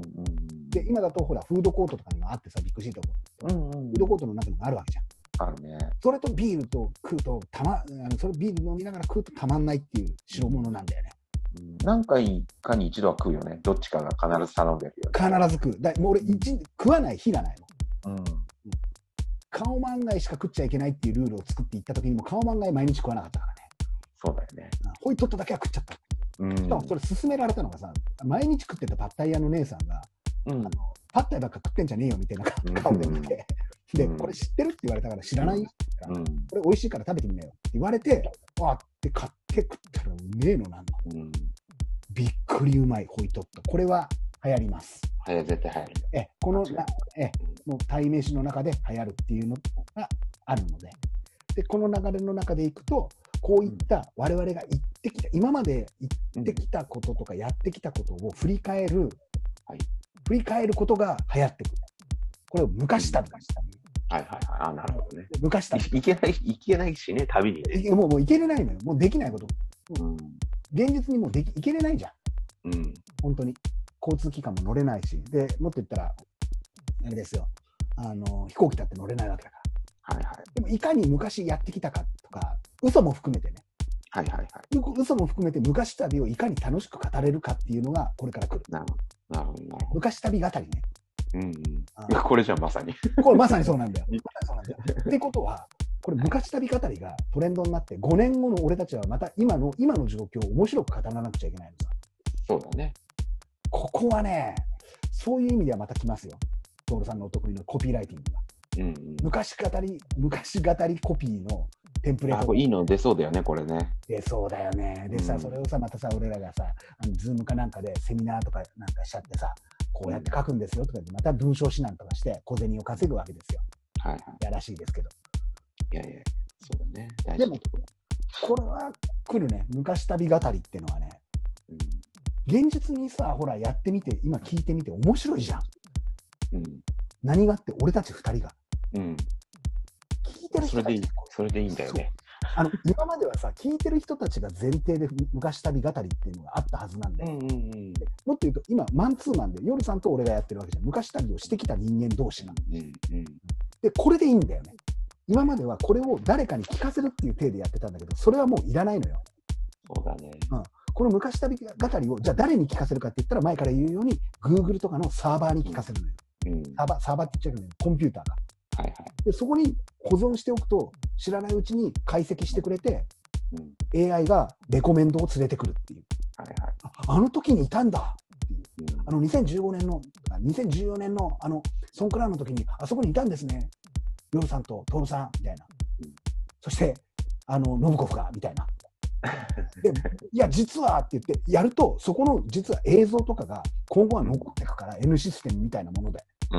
で今だとほらフードコートとかにもあってさ、ビッグシート、うんうんうん、フードコートの中にもあるわけじゃん。あるね。それとビールと食うとたま、あのそれビール飲みながら食うとたまんないっていう代物なんだよね。 うん、何回かに一度は食うよね。どっちかが必ず頼んでるよね。必ず食う。だもう俺一日食わない日がないの。うん。カオマンガイしか食っちゃいけないっていうルールを作っていった時にもカオマンガイ毎日食わなかったからね。 そうだよね。 ホイトットだけは食っちゃった。うん、しかもそれ勧められたのがさ、毎日食ってたパッタイ屋の姉さんが、うん、あのパッタイばっか食ってんじゃねえよみたいな顔で見て、うん、で、これ知ってるって言われたから知らないよ、うん、これ美味しいから食べてみなよって言われて、わーって買って食ったらうめえのなんの、うん、びっくりうまいホイトット。これは流行ります。 はや絶対流行る。 え、このなえもう代名詞の中で流行るっていうのがあるので、でこの流れの中でいくと、こういった我々が言ってきた、今まで言ってきたこととかやってきたことを振り返る、はい、振り返ることが流行ってくる。これを昔旅。 はいはいはい。あ、なるほどね。 昔旅。 いけない、いけないしね、旅にね。 もう、もういけれないのよ。もうできないこと。うん、現実にもうでき、いけれないじゃん。うん。本当に。交通機関も乗れないし。で、もっと言ったら、あれですよ。あの、飛行機だって乗れないわけだから。はいはい。でもいかに昔やってきたかとか、嘘も含めてね。はいはいはい。嘘も含めて昔旅をいかに楽しく語れるかっていうのがこれから来る。なるほど。なるほど。昔旅語りね。 うんうん。いや、これじゃまさに。 これまさにそうなんだよ。そうなんだよ。ってことは、これ昔旅語りがトレンドになってごねんごの俺たちはまた今の、今の状況を面白く語らなくちゃいけないのさ。 そうだね。 ここはね、そういう意味ではまた来ますよ。徹さんのお得意のコピーライティングが。うんうん、昔語り、昔語りコピーのテンプレート。 あ、いいの出そうだよね、これね。 出そうだよね。でさ、うん、それをさ、またさ、俺らがさ、あのズームかなんかでセミナーとかなんかしちゃってさ、こうやって書くんですよとかで、また文章指南とかして小銭を稼ぐわけですよ。はいはい。やらしいですけど。 いやいや、そうだね。大でも、これは来るね。昔旅語りっていうのはね、うん、現実にさ、ほら、やってみて、今聞いてみて面白いじゃん。うん、何があって、俺たち二人が。うん、 聞いてる人たちそれでいい、それでいいんだよね。 あの今まではさ、聞いてる人たちが前提で昔旅語りっていうのがあったはずなんで、うんうんうん、でもっと言うと今マンツーマンで夜さんと俺がやってるわけじゃん。昔旅をしてきた人間同士なんで、うんうん、でこれでいいんだよね。今まではこれを誰かに聞かせるっていう体でやってたんだけど、それはもういらないのよ。 そうだね、 うん、この昔旅語りをじゃあ誰に聞かせるかって言ったら、前から言うように Google とかのサーバーに聞かせるのよ、うん、サーバー、サーバーって言っちゃうけど、コンピューターが。はいはい、でそこに保存しておくと知らないうちに解析してくれて、うん、エーアイ がレコメンドを連れてくるっていう、はいはい、あ, あの時にいたんだっていう、うん、あのにせんじゅうごねんのにせんじゅうよねんのあのソンクラーの時にあそこにいたんですね、ヨルさんとトールさんみたいな、うん、そしてあのノブコフがみたいなでいや実はって言ってやると、そこの実は映像とかが今後は残っていくから、うん、N システムみたいなものでうん、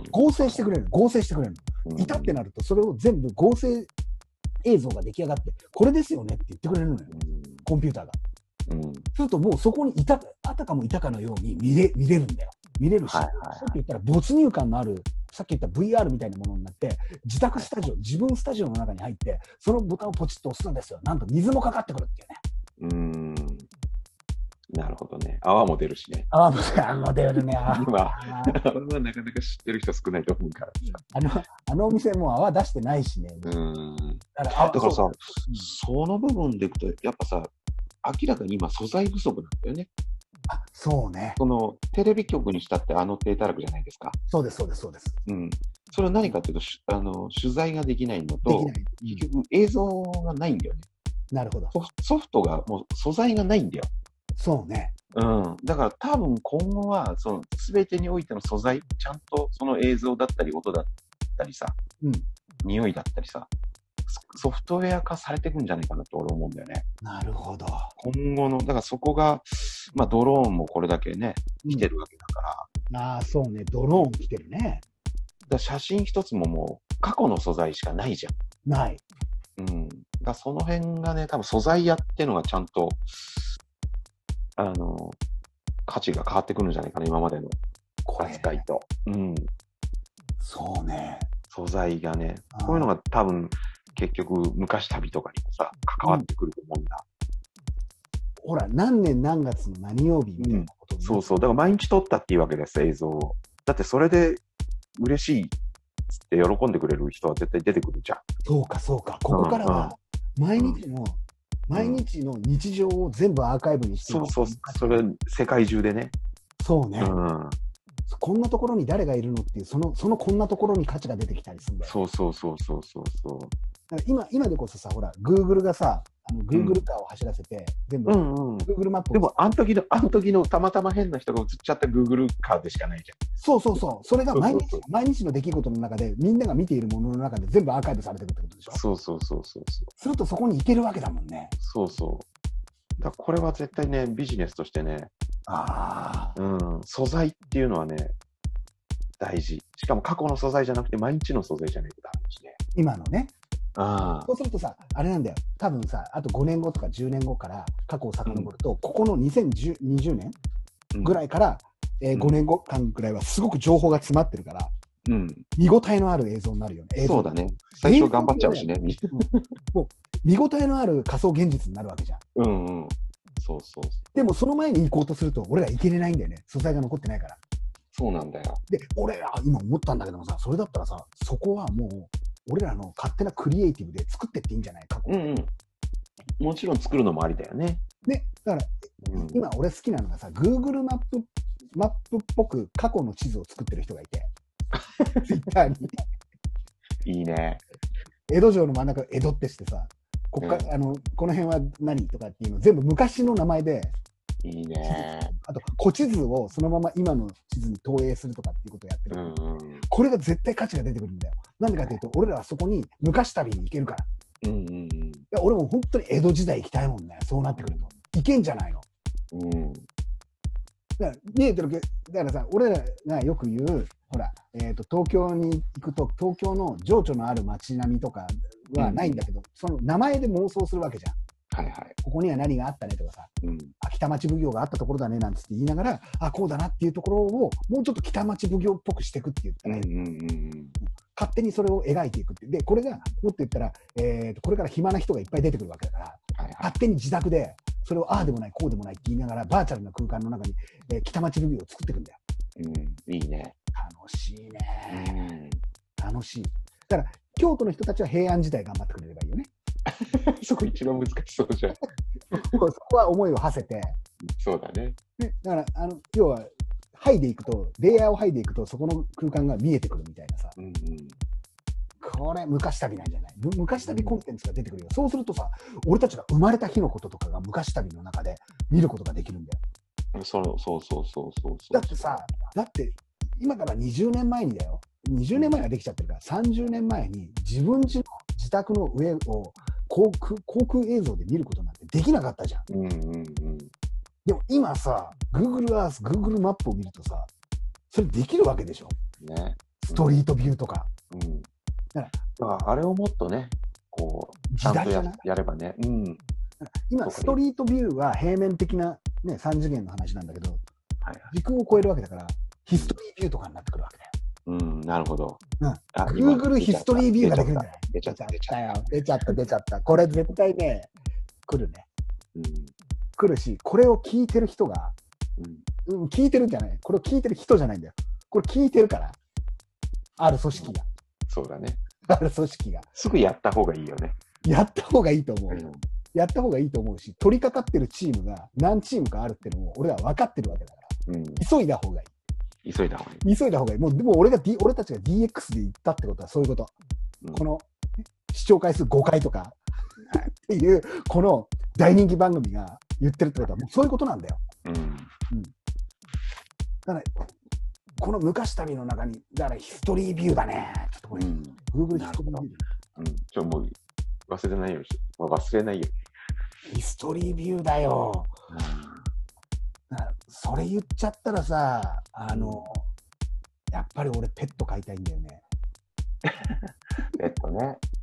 合成してくれる合成してくれる、うん、いたってなるとそれを全部合成映像が出来上がってこれですよねって言ってくれるのよ、うん、コンピューターが、うん、するともうそこにいたあたかもいたかのように見れ、見れるんだよ、見れるし、はいはいはい、さっき言ったら没入感のある、さっき言った ブイアール みたいなものになって、自宅スタジオ、自分スタジオの中に入ってそのボタンをポチッと押すんですよ。なんと水もかかってくるっていうね。うーん、 なるほどね。泡も出るしね。 泡も出るね。 今、泡はなかなか知ってる人少ないと思うから。 あの、あのお店も泡出してないしね。うん。 だから、だからさ、そ, その部分でいくと、やっぱさ、明らかに今素材不足なんだよね。 あ、そうね。 その、テレビ局にしたってあの低たらくじゃないですか。 そうです、そうです、そうです。 うん。それは何かっていうと、あの、取材ができないのと、結局映像がないんだよね。 なるほど。 ソフトが、もう素材がないんだよ。 そうね。 うん。だから多分今後は、その全てにおいての素材、ちゃんとその映像だったり音だったりさ、うん、匂いだったりさ、ソフトウェア化されていくんじゃないかなと俺思うんだよね。 なるほど。 今後の、だからそこが、まあドローンもこれだけね、来てるわけだから。 うん、ああ、そうね。ドローン来てるね。 だ写真一つももう過去の素材しかないじゃん。 ない。 うん。 だその辺がね、多分素材屋っていうのがちゃんと、あの、価値が変わってくるんじゃないかな、今までの扱いと。うん。 そうね。 素材がね、こういうのが多分、結局、昔旅とかにもさ、関わってくると思うんだ。 うん、ほら、何年何月の何曜日みたいなこと、 うん、そうそう。だから毎日撮ったっていうわけです、映像を。だってそれで嬉しいって喜んでくれる人は絶対出てくるじゃん。 そうか、そうか。ここからは、毎日の、うん、毎日の日常を全部アーカイブにして、 うん、そうそう。それ、世界中でね。 そうね。うんこんなところに誰がいるのっていう、その、そのこんなところに価値が出てきたりするんだよ。 そうそうそうそうそうそう。 だから今、今でこそさ、ほら、Google がさ、あの Google カーを走らせて、うん、全部、うんうん、Google マップを。 でも、あの時の、あの時のたまたま変な人が映っちゃった Google カーでしかないじゃん。 そうそうそう。それが毎日、そうそうそう毎日の出来事の中で、みんなが見ているものの中で全部アーカイブされてるってことでしょ。 そうそうそうそう。 するとそこに行けるわけだもんね。 そうそう。だこれは絶対ね、ビジネスとしてね、あうん、素材っていうのはね、大事。しかも過去の素材じゃなくて毎日の素材じゃないとダメですね。 今のね。 あそうするとさ、あれなんだよ。多分さ、あとごねんごとかじゅうねんごから過去を遡ると、うん、ここのにせんにじゅうねんぐらいから、うん、えー、ごねんごかんぐらいはすごく情報が詰まってるから、うん、見応えのある映像になるよね。 そうだね。最初頑張っちゃうしね。 もう見応えのある仮想現実になるわけじゃん。 うんうん。そうそう。 でもその前に行こうとすると、俺ら行けれないんだよね。素材が残ってないから。 そうなんだよ。 で、俺ら、今思ったんだけどもさ、それだったらさ、そこはもう、俺らの勝手なクリエイティブで作ってっていいんじゃないか。 うんうん。もちろん作るのもありだよね。 ね、だから、うん、今俺好きなのがさ、Google マップ、マップっぽく過去の地図を作ってる人がいて、Twitter に。 いいね。 江戸城の真ん中、江戸ってしてさ、こっか、うん、あのこの辺は何とかっていうの全部昔の名前で、 いいね。 あと古地図をそのまま今の地図に投影するとかっていうことをやってる、うんうん、これが絶対価値が出てくるんだよ。なんでかというと、俺らはそこに昔旅に行けるから、うんうんうん、いや俺も本当に江戸時代行きたいもんね。そうなってくると行けんじゃないの、うん、だから見えてるけだからさ、俺らがよく言うほら、えーと、東京に行くと東京の情緒のある街並みとかはないんだけど、うん、その名前で妄想するわけじゃん。はいはい、ここには何があったねとかさ、うん、北町奉行があったところだねなんつって言いながら、あこうだなっていうところをもうちょっと北町奉行っぽくしていくって言ったら、ね、うんうんうん、勝手にそれを描いていくって。でこれがもっと言ったら、えーと、これから暇な人がいっぱい出てくるわけだから、はいはい、勝手に自宅でそれをああでもないこうでもないって言いながらバーチャルな空間の中に、えー、北町奉行を作っていくんだよ。 うん、いいね。 楽しいね、うん、楽しい。だから京都の人たちは平安時代頑張ってくれればいいよね。 そこ一番難しそうじゃん。 そこは思いを馳せて。 そうだね。 ね、だからあの要は剥いでいくと、レイヤーを剥いでいくとそこの空間が見えてくるみたいなさ、うんうん、これ昔旅なんじゃない？昔旅コンテンツが出てくるよ、うん、そうするとさ、俺たちが生まれた日のこととかが昔旅の中で見ることができるんだよ。 そうそうそうそうそう。 だってさ、だって今からにじゅうねんまえにだよ、にじゅうねんまえはできちゃってるから、さんじゅうねんまえに自分家の自宅の上を航空、航空映像で見ることなんてできなかったじゃん。うんうんうん、でも今さ、Google Earth、Google マップを見るとさ、それできるわけでしょ。ね、ストリートビューとか。うん、 だからあれをもっとね、こう、ちゃんと や, やればね。うん、 今、ストリートビューは平面的な、ね、さん次元の話なんだけど、はいはい、時空を超えるわけだから、ヒストリービューとかになってくるわけだよ。 うん、なるほど。 うん、Google ヒストリービューができるんじゃない？出ちゃった、出ちゃったよ。出ちゃった、出ちゃった。これ絶対ね、来るね。うん、来るし、これを聞いてる人が、うん、聞いてるんじゃない？これを聞いてる人じゃないんだよ。これ聞いてるから。ある組織が。 そうだね。 ある組織が。 すぐやった方がいいよね。 やった方がいいと思う。うん、やった方がいいと思うし、取り掛かってるチームが何チームかあるっていうのも俺は分かってるわけだから、うん、急いだ方がいい。 急いだ方がいい。 急いだ方がいい。もう、でも俺が、D、俺たちが ディーエックス で行ったってことはそういうこと。うん、この視聴回数ごかいとかっていう、この大人気番組が言ってるってことはもうそういうことなんだよ。うんうん、だからこの昔旅の中に、だからヒストリービューだね。ちょっとこれ、うん、Google ヒストリービュー。 うん、ちょ、もう忘れないようにし、忘れないよ。 ヒストリービューだよ。うんそれ言っちゃったらさ、あの、やっぱり俺ペット飼いたいんだよね。 ペットね。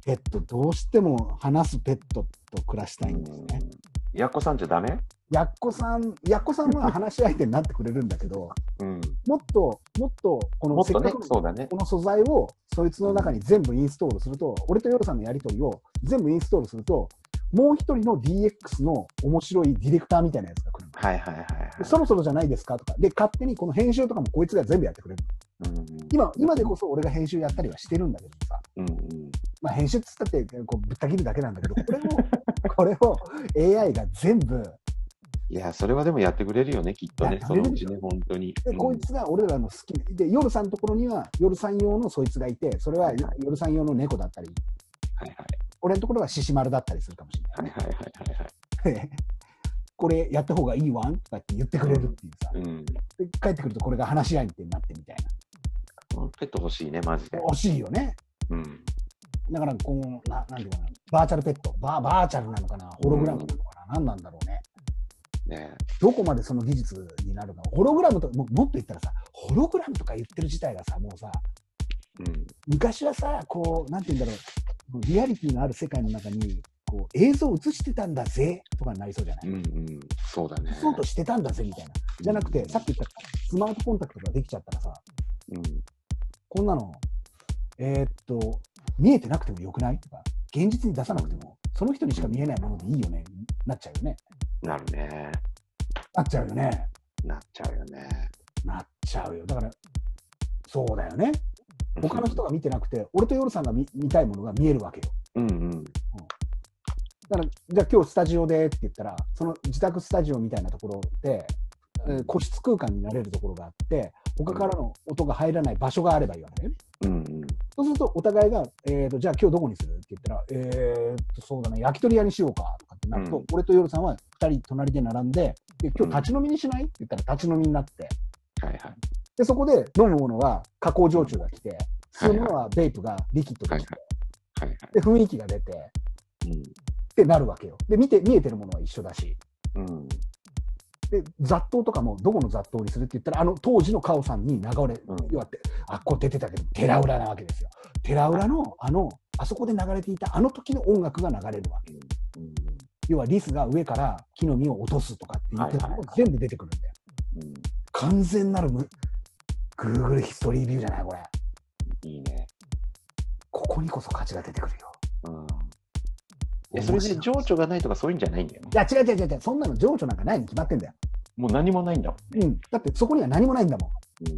ペット、どうしても話すペットと暮らしたいんですね。 やっこさんじゃダメ？ やっこさん、やっこさんは話し相手になってくれるんだけど、 うん、 もっと、もっと、このせっかくの、ね、この素材をそいつの中に全部インストールすると、うん、俺とヨルさんのやりとりを全部インストールすると、もう一人の ディーエックス の面白いディレクターみたいなやつが来る。 はいはいはい、はい。 そろそろじゃないですかとか。で、勝手にこの編集とかもこいつが全部やってくれる。うん、今、今でこそ俺が編集やったりはしてるんだけどさ。うんうん、まあ編集っつったってこうぶった切るだけなんだけど、これを、これを エーアイ が全部、 いや、それはでもやってくれるよね、きっとね。そのうちね、本当に。 で、うん、こいつが俺らの好きで、夜さんのところには夜さん用のそいつがいて、それは夜さん用の猫だったり、はいはい、俺のところは獅子丸だったりするかもしれない、ね。はいはいはいはい。これやった方がいいわんとかって言ってくれるっていうさ。うん、で帰ってくるとこれが話し合いってなってみたいな。 ペット欲しいね、マジで。 欲しいよね。うん。だから、こう、な、なんていうかな、バーチャルペット、バー、バーチャルなのかな、ホログラムなのかな、何なんだろうね。ね、どこまでその技術になるか。ホログラムと、も, もっと言ったらさ、ホログラムとか言ってる自体がさ、もうさ、うん、昔はさ、こう、なんていうんだろう、リアリティのある世界の中に、こう、映像を映してたんだぜ、とかになりそうじゃない？うんうん、 そうだね。 そうとしてたんだぜ、みたいな。じゃなくて、うん、さっき言ったスマートコンタクトができちゃったらさ、うん、こんなの、えー、っと、見えてなくてもよくないとか、現実に出さなくても、その人にしか見えないものでいいよね、なっちゃうよね。 なるね。 なっちゃうよね。 なっちゃうよね。 なっちゃうよ。だから、そうだよね。他の人が見てなくて、俺とヨルさんが 見, 見たいものが見えるわけよ。うんうん。うん、だから、じゃあ今日スタジオでって言ったら、その自宅スタジオみたいなところで、えー、個室空間になれるところがあって、他からの音が入らない場所があればいいわけだよね。うんうん、そうすると、お互いが、えーと、じゃあ今日どこにするって言ったら、えーと、そうだね、焼き鳥屋にしようかとかってなると、うん、俺とヨルさんはふたり隣で並んで、で今日立ち飲みにしないって言ったら立ち飲みになって、はいはい、でそこで飲むものが加工焼酎が来て、吸うものはベイプがリキッドで来て、はいはい、で雰囲気が出て、うん、ってなるわけよ。で見て見えてるものは一緒だし、うん、で雑踏とかもどこの雑踏にするって言ったら、あの当時のカオさんに流れ、うん、要はあっこ出てたけど寺裏なわけですよ。寺裏のあのあそこで流れていたあの時の音楽が流れるわけ、うん、要はリスが上から木の実を落とすとかって言ってたのも全部出てくるんだよ、うん、完全なるグーグルヒストリービューじゃないこれ。 いいね。 ここにこそ価値が出てくるよ。 うん、それで情緒がないとかそういうんじゃないんだよね。 いや違う違う違う違う、そんなの情緒なんかないに決まってんだよ。 もう何もないんだもん、 ね。うん。だってそこには何もないんだもん。うん、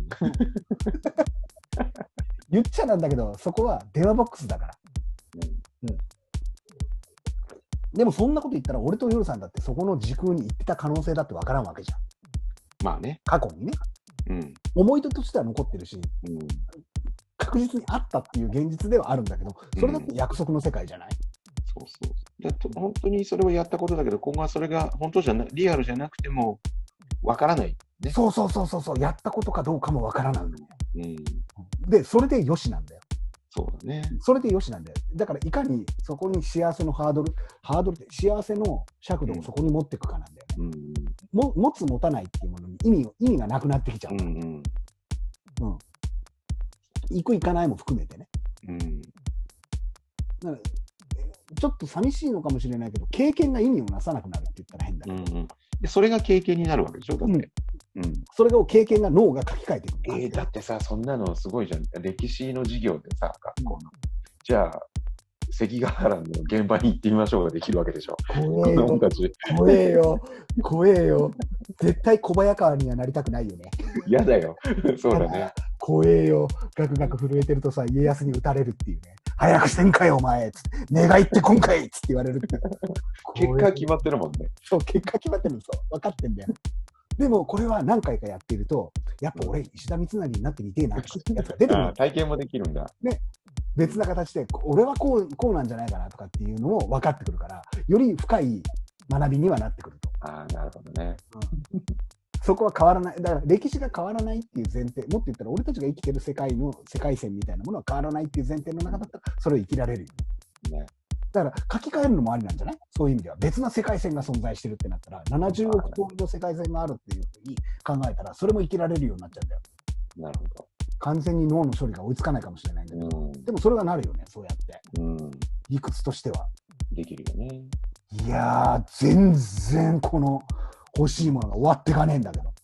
言っちゃなんだけど、そこは電話ボックスだから。うんうん、でもそんなこと言ったら、俺とヨルさんだってそこの時空に行ってた可能性だってわからんわけじゃん。 まあね。 過去にね。うん、思い出としては残ってるし、うん、確実にあったっていう現実ではあるんだけど、それだって約束の世界じゃない、 うん、そうそう。だと本当にそれをやったことだけど、今後はそれが本当じゃなリアルじゃなくてもわからない、 ね。そうそうそうそうそう、やったことかどうかもわからない、うん。で、それでよしなんだよ。 そうだね。 それでよしなんだよ。だからいかにそこに幸せのハードル、ハードルって幸せの尺度をそこに持っていくかなんだよね。うん、も持つ持たないっていうものに意味意味がなくなってきちゃう。うんうんうん、行く行かないも含めてね。うん、だからちょっと寂しいのかもしれないけど、経験が意味をなさなくなるって言ったら変だけど、うんうん、 でそれが経験になるわけでしょだって、 うんうん、それを経験が脳が書き換えていく。 えー、だってさ、そんなのすごいじゃん。歴史の授業でさ、学校の、うん、じゃあ関ヶ原の現場に行ってみましょうができるわけでしょ。 怖えよ怖えよ怖えよ絶対小早川にはなりたくないよね。 嫌だよそうだね。 怖えよ、ガクガク震えてるとさ、家康に撃たれるっていうね。早くしてんかよお前つって、願いって今回つって言われるって結果決まってるもんね。 そう、結果決まってるんですよ。分かってんだよ。でもこれは何回かやっていると、やっぱ俺石田三成になってみてえなってやつが出てくる。 あ、体験もできるんだ。 ね、別な形で俺はこうこうなんじゃないかなとかっていうのも分かってくるから、より深い学びにはなってくると。 ああ、なるほどね。 うん、そこは変わらない。だから歴史が変わらないっていう前提、もっと言ったら俺たちが生きてる世界の世界線みたいなものは変わらないっていう前提の中だったら、それを生きられるよね。ね、だから書き換えるのもありなんじゃない？そういう意味では別な世界線が存在してるってなったら、ななじゅうおく通りの世界線があるっていうふうに考えたら、それも生きられるようになっちゃうんだよ。 なるほど。 完全に脳の処理が追いつかないかもしれないんだけど、うん、でもそれがなるよね、そうやって。うん、 理屈としては。 できるよね。 いやー、全然この欲しいものが終わってかねえんだけど。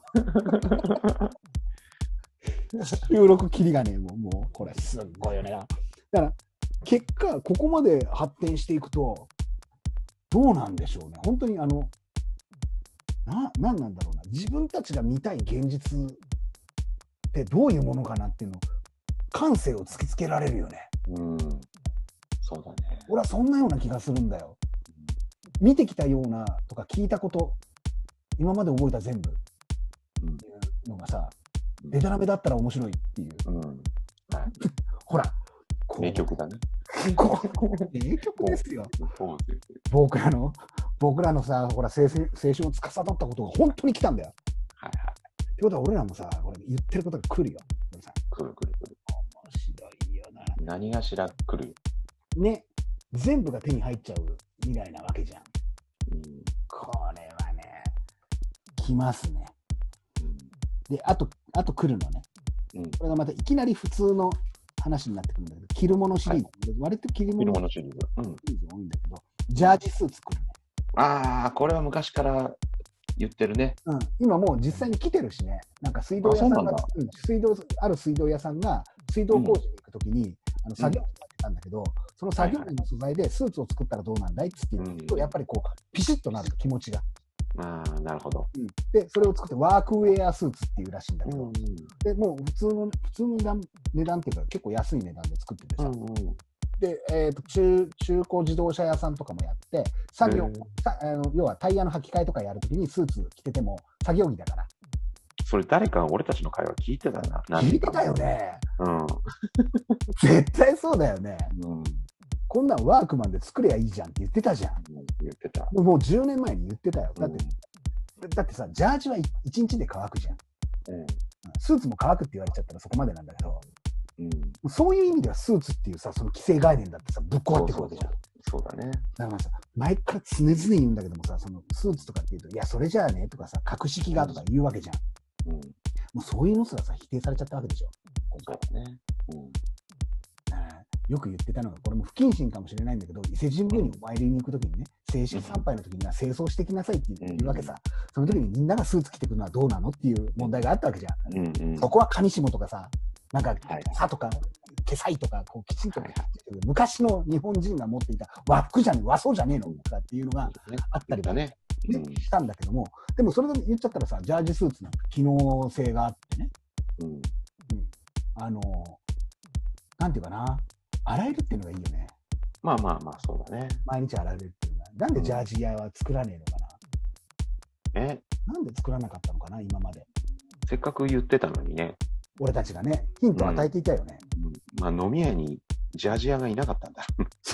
収録きりがねえもん、もう、これすっごいよね。だから、結果、ここまで発展していくと、どうなんでしょうね。本当に、あの、な、なんなんだろうな。自分たちが見たい現実ってどういうものかなっていうのを、感性を突きつけられるよね。 うん。そうだね。 俺はそんなような気がするんだよ。見てきたようなとか聞いたこと、今まで覚えた全部っていうのがさ、でたらめだったら面白いっていう。うんはい、ほら、 名曲だね。 名曲ですよ。僕らの、僕らのさ、ほら、青春、青春を司ったことが本当に来たんだよ。はいはい。ってことは俺らもさ、これ言ってることが来るよ。 来る来る来る。 面白いよな。 何がしら来るよ。 ね、全部が手に入っちゃう未来なわけじゃん。うん、これはね、来ますね。うん、で、あと、あと来るのね。うん、これがまたいきなり普通の話になってくるんだけど、着るものシリーズ、はい、割と着るものシリーズ多いんだけど、ジャージスーツ来るね。 ああ、これは昔から言ってるね。 うん、今もう実際に来てるしね。なんか水道屋さんが、うん、水道ある水道屋さんが水道工事に行くときに、うん、あの作業員やってたんだけど、うん、その作業員の素材でスーツを作ったらどうなんだいって言って、うん、やっぱりこうピシッとなる気持ちが。 ああ、なるほど、 うん。で、それを作ってワークウェアスーツっていうらしいんだけど、うん、でもう普通の普通の値段、値段っていうか結構安い値段で作っててさ。うんうんで、えーと、中、中古自動車屋さんとかもやって、作業、さあの要はタイヤの履き替えとかやるときにスーツ着てても作業着だから。 それ誰か俺たちの会話聞いてたな。 聞いてたよね。うん。絶対そうだよね。うん。こんなんワークマンで作ればいいじゃんって言ってたじゃん。 うん、言ってた。 もうじゅうねんまえに言ってたよ。だって、うん、だってさ、ジャージはいちにちで乾くじゃん。うん。スーツも乾くって言われちゃったらそこまでなんだけど、うん、そういう意味ではスーツっていうさ、その既成概念だってさ、ぶっ壊ってくるわけじゃん。 そうだね。 だからさ、前から常々言うんだけどもさ、そのスーツとかって言うと、いや、それじゃあねとかさ、格式がとか言うわけじゃん。うん。もうそういうのすらさ、否定されちゃったわけでしょ。 そうだね。うん。 よく言ってたのが、これも不謹慎かもしれないんだけど、伊勢神宮にお参りに行くときにね、正式参拝のときには清掃してきなさいって言うわけさ、その時にみんながスーツ着てくるのはどうなのっていう問題があったわけじゃん。うんうん、そこは蟹下とかさ、なんか、さとか、毛さいとか、こうきちんと、はいはい、昔の日本人が持っていた和服じゃねえ、和装じゃねえのとかっていうのがあったりは、ねうん、したんだけども、でもそれで言っちゃったらさ、ジャージスーツの機能性があってね、うんうん、あの、なんていうかな、洗えるっていうのがいいよね。 まあまあまあ、そうだね。 毎日洗えるっていうのは。なんでジャージ屋は作らねえのかな、うん、えなんで作らなかったのかな、今まで。 せっかく言ってたのにね。 俺たちがね、ヒントを与えていたよね。 うんうん、まあ飲み屋にジャージ屋がいなかったんだ。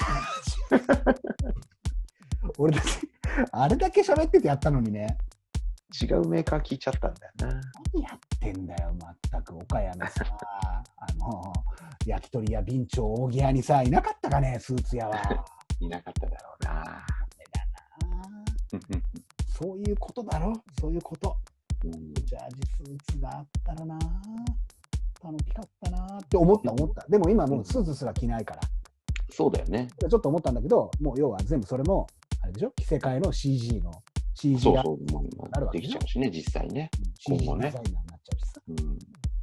俺たち、あれだけ喋っててやったのにね。 違うメーカー聞いちゃったんだよな。 何やってんだよ、まったく。岡山さ、あの、焼き鳥屋、備長、扇屋にさ、いなかったかね、スーツ屋は。 いなかっただろうな。ダメだな。そういうことだろ、そういうこと。うん、ジャージスーツがあったらな、楽しかったなって思った思った。でも今もうスーツすら着ないから。 そうだよね。 ちょっと思ったんだけど、もう要は全部それも、あれでしょ、着せ替えの シージー の シージー があるわけできちゃうしね、実際ね。今後ね。 シージーデザイナーになっちゃうしさ。うんうん、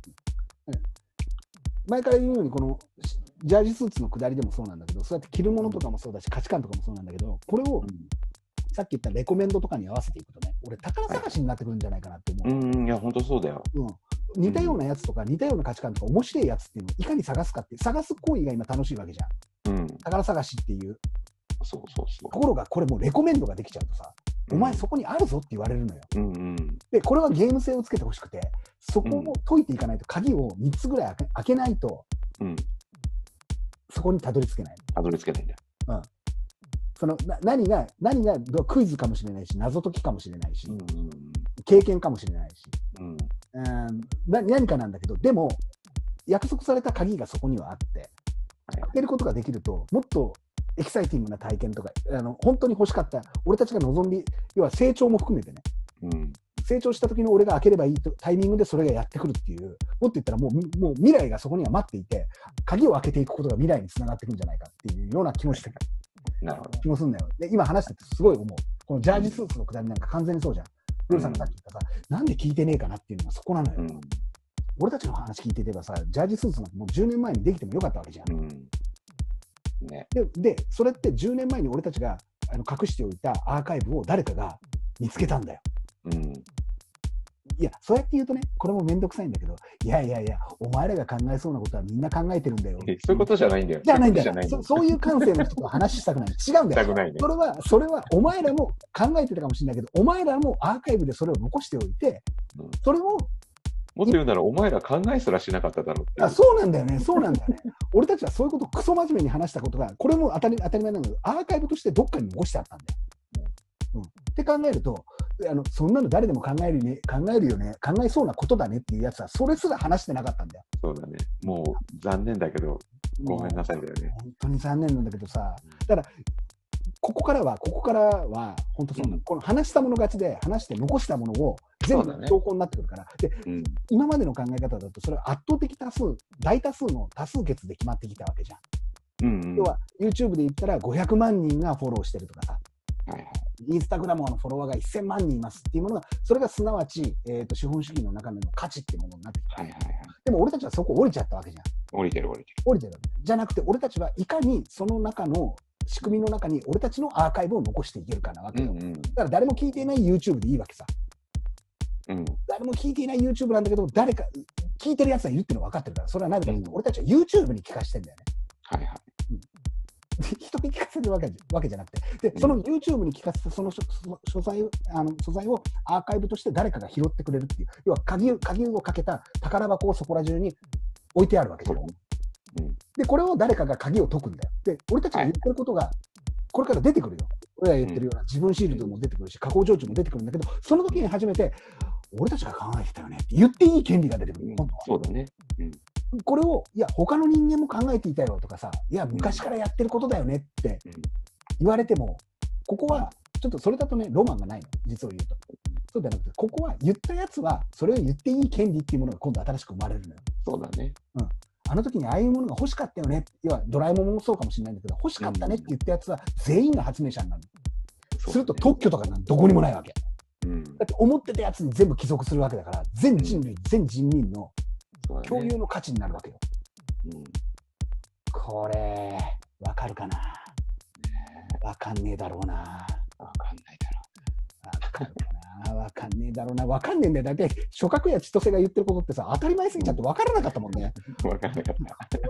前から言うように、このジャージスーツの下りでもそうなんだけど、そうやって着るものとかもそうだし、価値観とかもそうなんだけど、これを、うん、さっき言ったレコメンドとかに合わせていくとね、俺、宝探しになってくるんじゃないかなって思う。 はい、うん、いや、本当そうだよ。 うん。似たようなやつとか、似たような価値観とか、面白いやつっていうのをいかに探すかって、探す行為が今楽しいわけじゃん。うん。宝探しっていう。 そうそうそう。 ところが、これもうレコメンドができちゃうとさ、お前そこにあるぞって言われるのよ。うんうん、で、これはゲーム性をつけてほしくて、そこを解いていかないと、鍵をみっつぐらい開け、開けないと、うん、そこにたどり着けない。 たどり着けないんだよ。うん。 そのな何が、何がクイズかもしれないし、謎解きかもしれないし、うんうん、経験かもしれないし、うんうん、な何かなんだけど、でも、約束された鍵がそこにはあって、開けることができると、もっとエキサイティングな体験とか、あの本当に欲しかった、俺たちが望んで、要は成長も含めてね、うん、成長した時の俺が開ければいいとタイミングでそれがやってくるっていう、もっと言ったらもう、もう未来がそこには待っていて、鍵を開けていくことが未来につながっていくんじゃないかっていうような気もして気もするんだよ。で、今話しててすごい思う。このジャージスーツのくだりなんか完全にそうじゃん。ルーさんがさっき言ったさ、なんで聞いてねえかなっていうのがそこなのよ。うん、俺たちの話聞いてればさ、ジャージスーツなんてもうじゅうねんまえにできてもよかったわけじゃん。うんね、で, で、それってじゅうねんまえに俺たちがあの隠しておいたアーカイブを誰かが見つけたんだよ。うん、いや、そうやって言うとね、これもめんどくさいんだけど、いやいやいや、お前らが考えそうなことはみんな考えてるんだよ。 そういうことじゃないんだよ。 じゃないんだよ。そ, そういう感性の人と話したくない。違うんだよ。ね、それは、それはお前らも考えてたかもしれないけど、お前らもアーカイブでそれを残しておいて、うん、それを、 もっと言うなら、お前ら考えすらしなかっただろうって。 あ、そうなんだよね。そうなんだよね。俺たちはそういうことをクソ真面目に話したことが、これも当たり、当たり前なんだけど、アーカイブとしてどっかに残してあったんだよ。うん、って考えると、あのそんなの誰でも考える、ね、考えるよね、考えそうなことだねっていうやつは、それすら話してなかったんだよ。 そうだね。もう残念だけど、ごめんなさいだよね。 本当に残念なんだけどさ、だから、ここからは、ここからは、本当そうなの、うん、この話したもの勝ちで、話して残したものを全部投稿になってくるから、で、うん、今までの考え方だと、それは圧倒的多数、大多数の多数決で決まってきたわけじゃん。うんうん、要は、YouTube で言ったらごひゃくまんにんがフォローしてるとかさ。はいはい、インスタグラムのフォロワーがせんまんにんいますっていうものが、それがすなわち、えー、と資本主義の中での価値っていうものになってきた、はいはいはい、でも俺たちはそこ降りちゃったわけじゃん。 降りてる降りてる降りてるわけじゃなくて、俺たちはいかにその中の仕組みの中に俺たちのアーカイブを残していけるかなわけよ、うんうん、だから誰も聞いていない YouTube でいいわけさ、うん、誰も聞いていない YouTube なんだけど、誰か聞いてるやつがいるっていうのは分かってるから、それは何かというと、うん、俺たちは YouTube に聞かせてんだよね。はいはい、うん、人に聞かせるわけ、わけじゃなくて、でその YouTube に聞かせたその素材を、あの素材をアーカイブとして誰かが拾ってくれるっていう、要は鍵、鍵をかけた宝箱をそこら中に置いてあるわけじゃん。うん、で、これを誰かが鍵を解くんだよ。で、俺たちが言ってることが、これから出てくるよ。俺が言ってるような自分シールドも出てくるし、加工上長も出てくるんだけど、その時に初めて、俺たちが考えてたよねって言っていい権利が出てくる。 本当は。そうだね。うんこれを、いや、他の人間も考えていたよとかさ、いや、昔からやってることだよねって言われても、ここは、ちょっとそれだとね、ロマンがないの、実を言うと。そうじゃなくて、ここは言ったやつは、それを言っていい権利っていうものが今度新しく生まれるのよ。 そうだね。 うん。あの時にああいうものが欲しかったよね。要は、ドラえもんもそうかもしれないんだけど、欲しかったねって言ったやつは、全員が発明者になる。うん、すると特許とかなんどこにもないわけ。うん、だって思ってたやつに全部帰属するわけだから、全人類、うん、全人民の共有の価値になるわけよ。うん、これわかるかな。わかんねえだろうな。 わかんないだろうな。わかるかな。わかんねえだろうな。わかんねえんだよ。だって諸角や千歳が言ってることってさ、当たり前すぎちゃってわからなかったもんね。 わからなかった。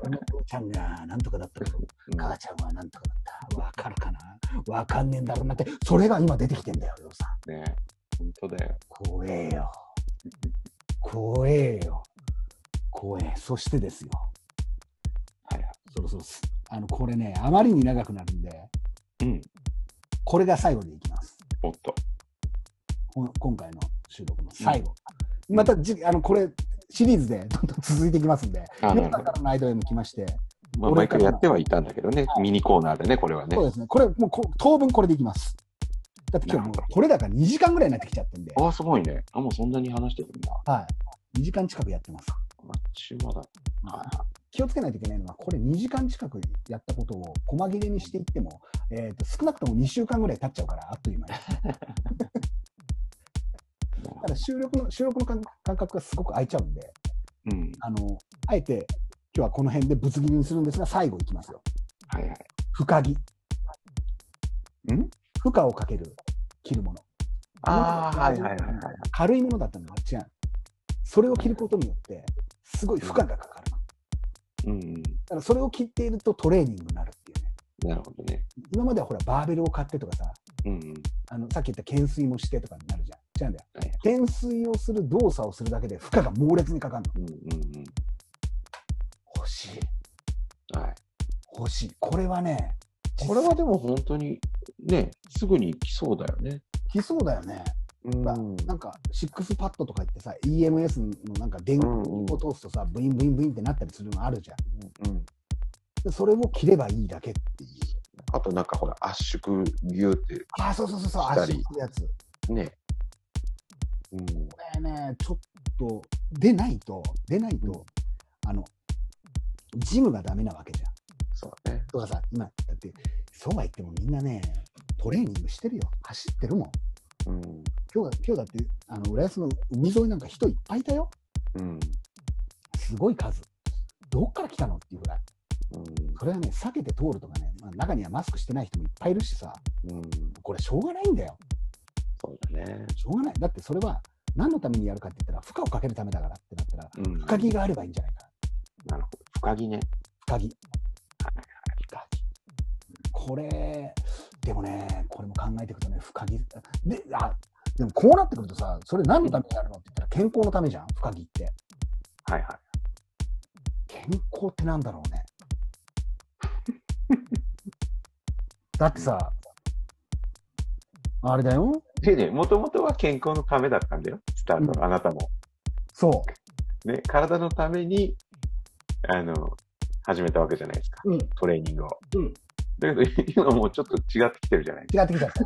俺の父ちゃんがなんとかだったけど、うん、母ちゃんはなんとかだった。わかるかな。わかんねえんだろうなって、それが今出てきてんだよ、ヨウさん。ねえ、本当だよ。 怖えよ。怖えよ。怖え。そしてですよ。はいはい。そろそろあのこれね、あまりに長くなるんで、うん、これが最後でいきます。 おっと。 今回の収録の最後。うん、またじあのこれシリーズでどんどん続いていきますんで、皆さんからの間へも来まして、 まあ、毎回やってはいたんだけどね、はい、ミニコーナーでね、これはね。 そうですね。これもうこ当分これでいきます。だって今日もうこれだからにじかんぐらいになってきちゃってんで。 ああ、すごいね。あ、もうそんなに話してるんだ。 はい。にじかん近くやってます。 あっちゅう間だ。 気をつけないといけないのは、これにじかん近くやったことを細切れにしていっても、えー、と少なくともにしゅうかんぐらい経っちゃうから、あっという間に。ただ収録の、収録の間隔がすごく空いちゃうんで、うん、あの、あえて今日はこの辺でぶつ切りにするんですが、最後いきますよ。はいはい。深着。ん負荷をかける着るもの。 ああ、はいはいはい。 軽いものだったのが違う。それを着ることによって、すごい負荷がかかる。うん、だからそれを着っているとトレーニングになるっていうね。 なるほどね。 今まではほらバーベルを買ってとかさ、うんうん、あのさっき言った懸垂もしてとかになるじゃん。違うんだよ。はい、懸垂をする動作をするだけで負荷が猛烈にかかるの。うんうんうん、欲しい。はい。欲しい。これはね。 これはでも本当にね、すぐに来そうだよね。 来そうだよね。うん、なんかシックスパッドとか言ってさ イーエムエス のなんか電気を通すとさ、うんうん、ブインブインブインってなったりするのあるじゃん、うんうん、でそれを切ればいいだけっていう。 あとなんかほら圧縮ギューってあそうそうそうそう圧縮するやつね、うん、これねちょっと出ないと出ないと、うん、あのジムがダメなわけじゃん。 そうね。 とかさ今だってそうは言ってもみんなね、トレーニングしてるよ。走ってるもん。うん、今日今日だって、あの浦安の海沿いなんか人いっぱいいたよ。うん、すごい数。どっから来たのっていうぐらい。うん、それはね、避けて通るとかね、まあ、中にはマスクしてない人もいっぱいいるしさ、うん、これしょうがないんだよ。 そうだね。 しょうがない。だってそれは何のためにやるかって言ったら、負荷をかけるためだからってなったら、うん、深着があればいいんじゃないかな。なるほど。深着ね。 深着。深着。これ、でもね、これも考えていくとね、深着。で、あ、でもこうなってくるとさ、それ何のためにやるのって言ったら、健康のためじゃん、深着って。 はいはい。 健康ってなんだろうね。だってさ、あれだよ。 でね、もともとは健康のためだったんだよ、スタート、うん、あなたも。 そう。 ね、体のために、あの、始めたわけじゃないですか。うん、トレーニングを。うん。だけど、今もうちょっと違ってきてるじゃないですか。違ってきちゃった。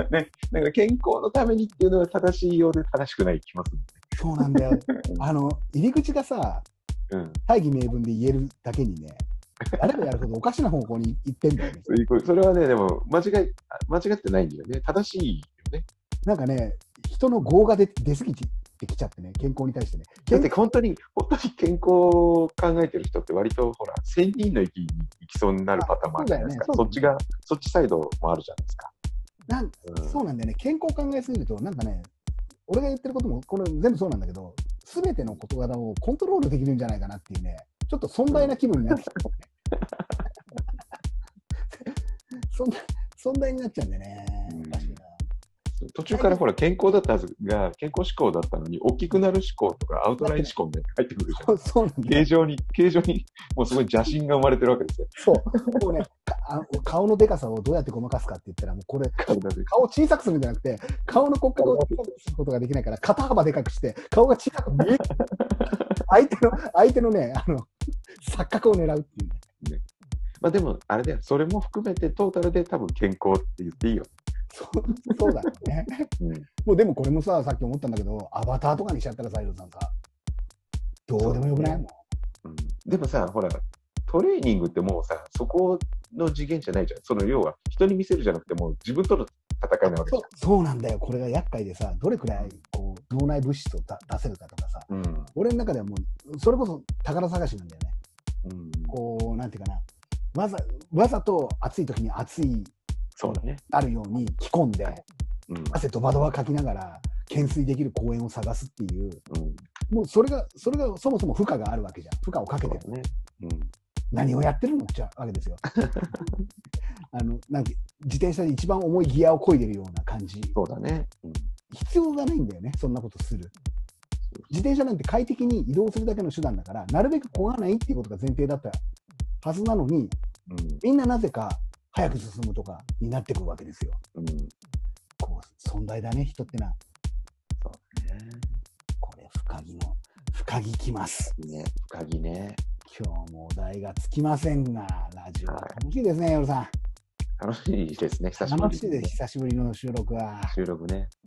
ね。だから健康のためにっていうのは正しいようで正しくない気もする。 そうなんだよ。あの、入り口がさ、うん、大義名分で言えるだけにね、やればやるほどおかしな方向に行ってんだよね。 それはね、でも間違い、間違ってないんだよね。正しいよね。 なんかね、人の業が出出過ぎてきちゃってね、健康に対してね。 だって本当に、本当に健康を考えてる人って割とほら、千人の域に行きそうになるパターンもあるじゃないですか。そ, ね、そっちが、そっちサイドもあるじゃないですか。 なん、うん、そうなんだよね。健康を考えすぎると、なんかね、俺が言ってることも、これ全部そうなんだけど、すべての事柄をコントロールできるんじゃないかなっていうね、ちょっと尊大な気分になってきた、ね。そんな、尊大になっちゃうんでね。 途中からほら健康だったはずが健康志向だったのに大きくなる志向とかアウトライン志向で入ってくるじゃん。 そうなんだ。 形状に、形状にもうすごい邪心が生まれてるわけですよ。 そう。もうね、あ顔のでかさをどうやってごまかすかって言ったら、もうこれ、顔を小さくするんじゃなくて、顔の骨格を小さくすることができないから、肩幅でかくして、顔が小さく見える。相手の、相手のね、あの、錯覚を狙うっていうね。 ね、まあでも、あれだよ、それも含めてトータルで多分健康って言っていいよ。 そう、そうだよね。うん、もうでもこれもさ、さっき思ったんだけど、アバターとかにしちゃったら、西郷さんさ、どうでもよくないもん、 うん。でもさ、ほら、トレーニングってもうさ、そこの次元じゃないじゃん。その要は、人に見せるじゃなくて、もう自分との戦いなわけじゃん。 そう、そうなんだよ。これが厄介でさ、どれくらいこう脳内物質を出せるかとかさ、うん、俺の中ではもう、それこそ宝探しなんだよね。うん、こう、なんていうかな、わざ、わざと暑い時に暑い、 そうだね。 あるように着込んで、うん、汗ドバドバかきながら懸垂できる公園を探すっていう、うん、もうそれがそれがそもそも負荷があるわけじゃん。負荷をかけてる、ね、うん、何をやってるのってわけですよ。あのなんか自転車で一番重いギアを漕いでるような感じ。 そうだね、うん、 必要がないんだよね、そんなことする。自転車なんて快適に移動するだけの手段だから、なるべく漕がないっていうことが前提だったはずなのに、うん、みんななぜか早く進むとかになってくるわけですよ。うん、こう存在だね、人ってな。 そうね。 これ深着の深着きます。 ね、深着ね。 今日もお題がつきませんが、ラジオは楽しいですね、夜さん。 楽しいですね、久しぶり、ね。 楽しいです、久しぶりの収録は。 収録ね。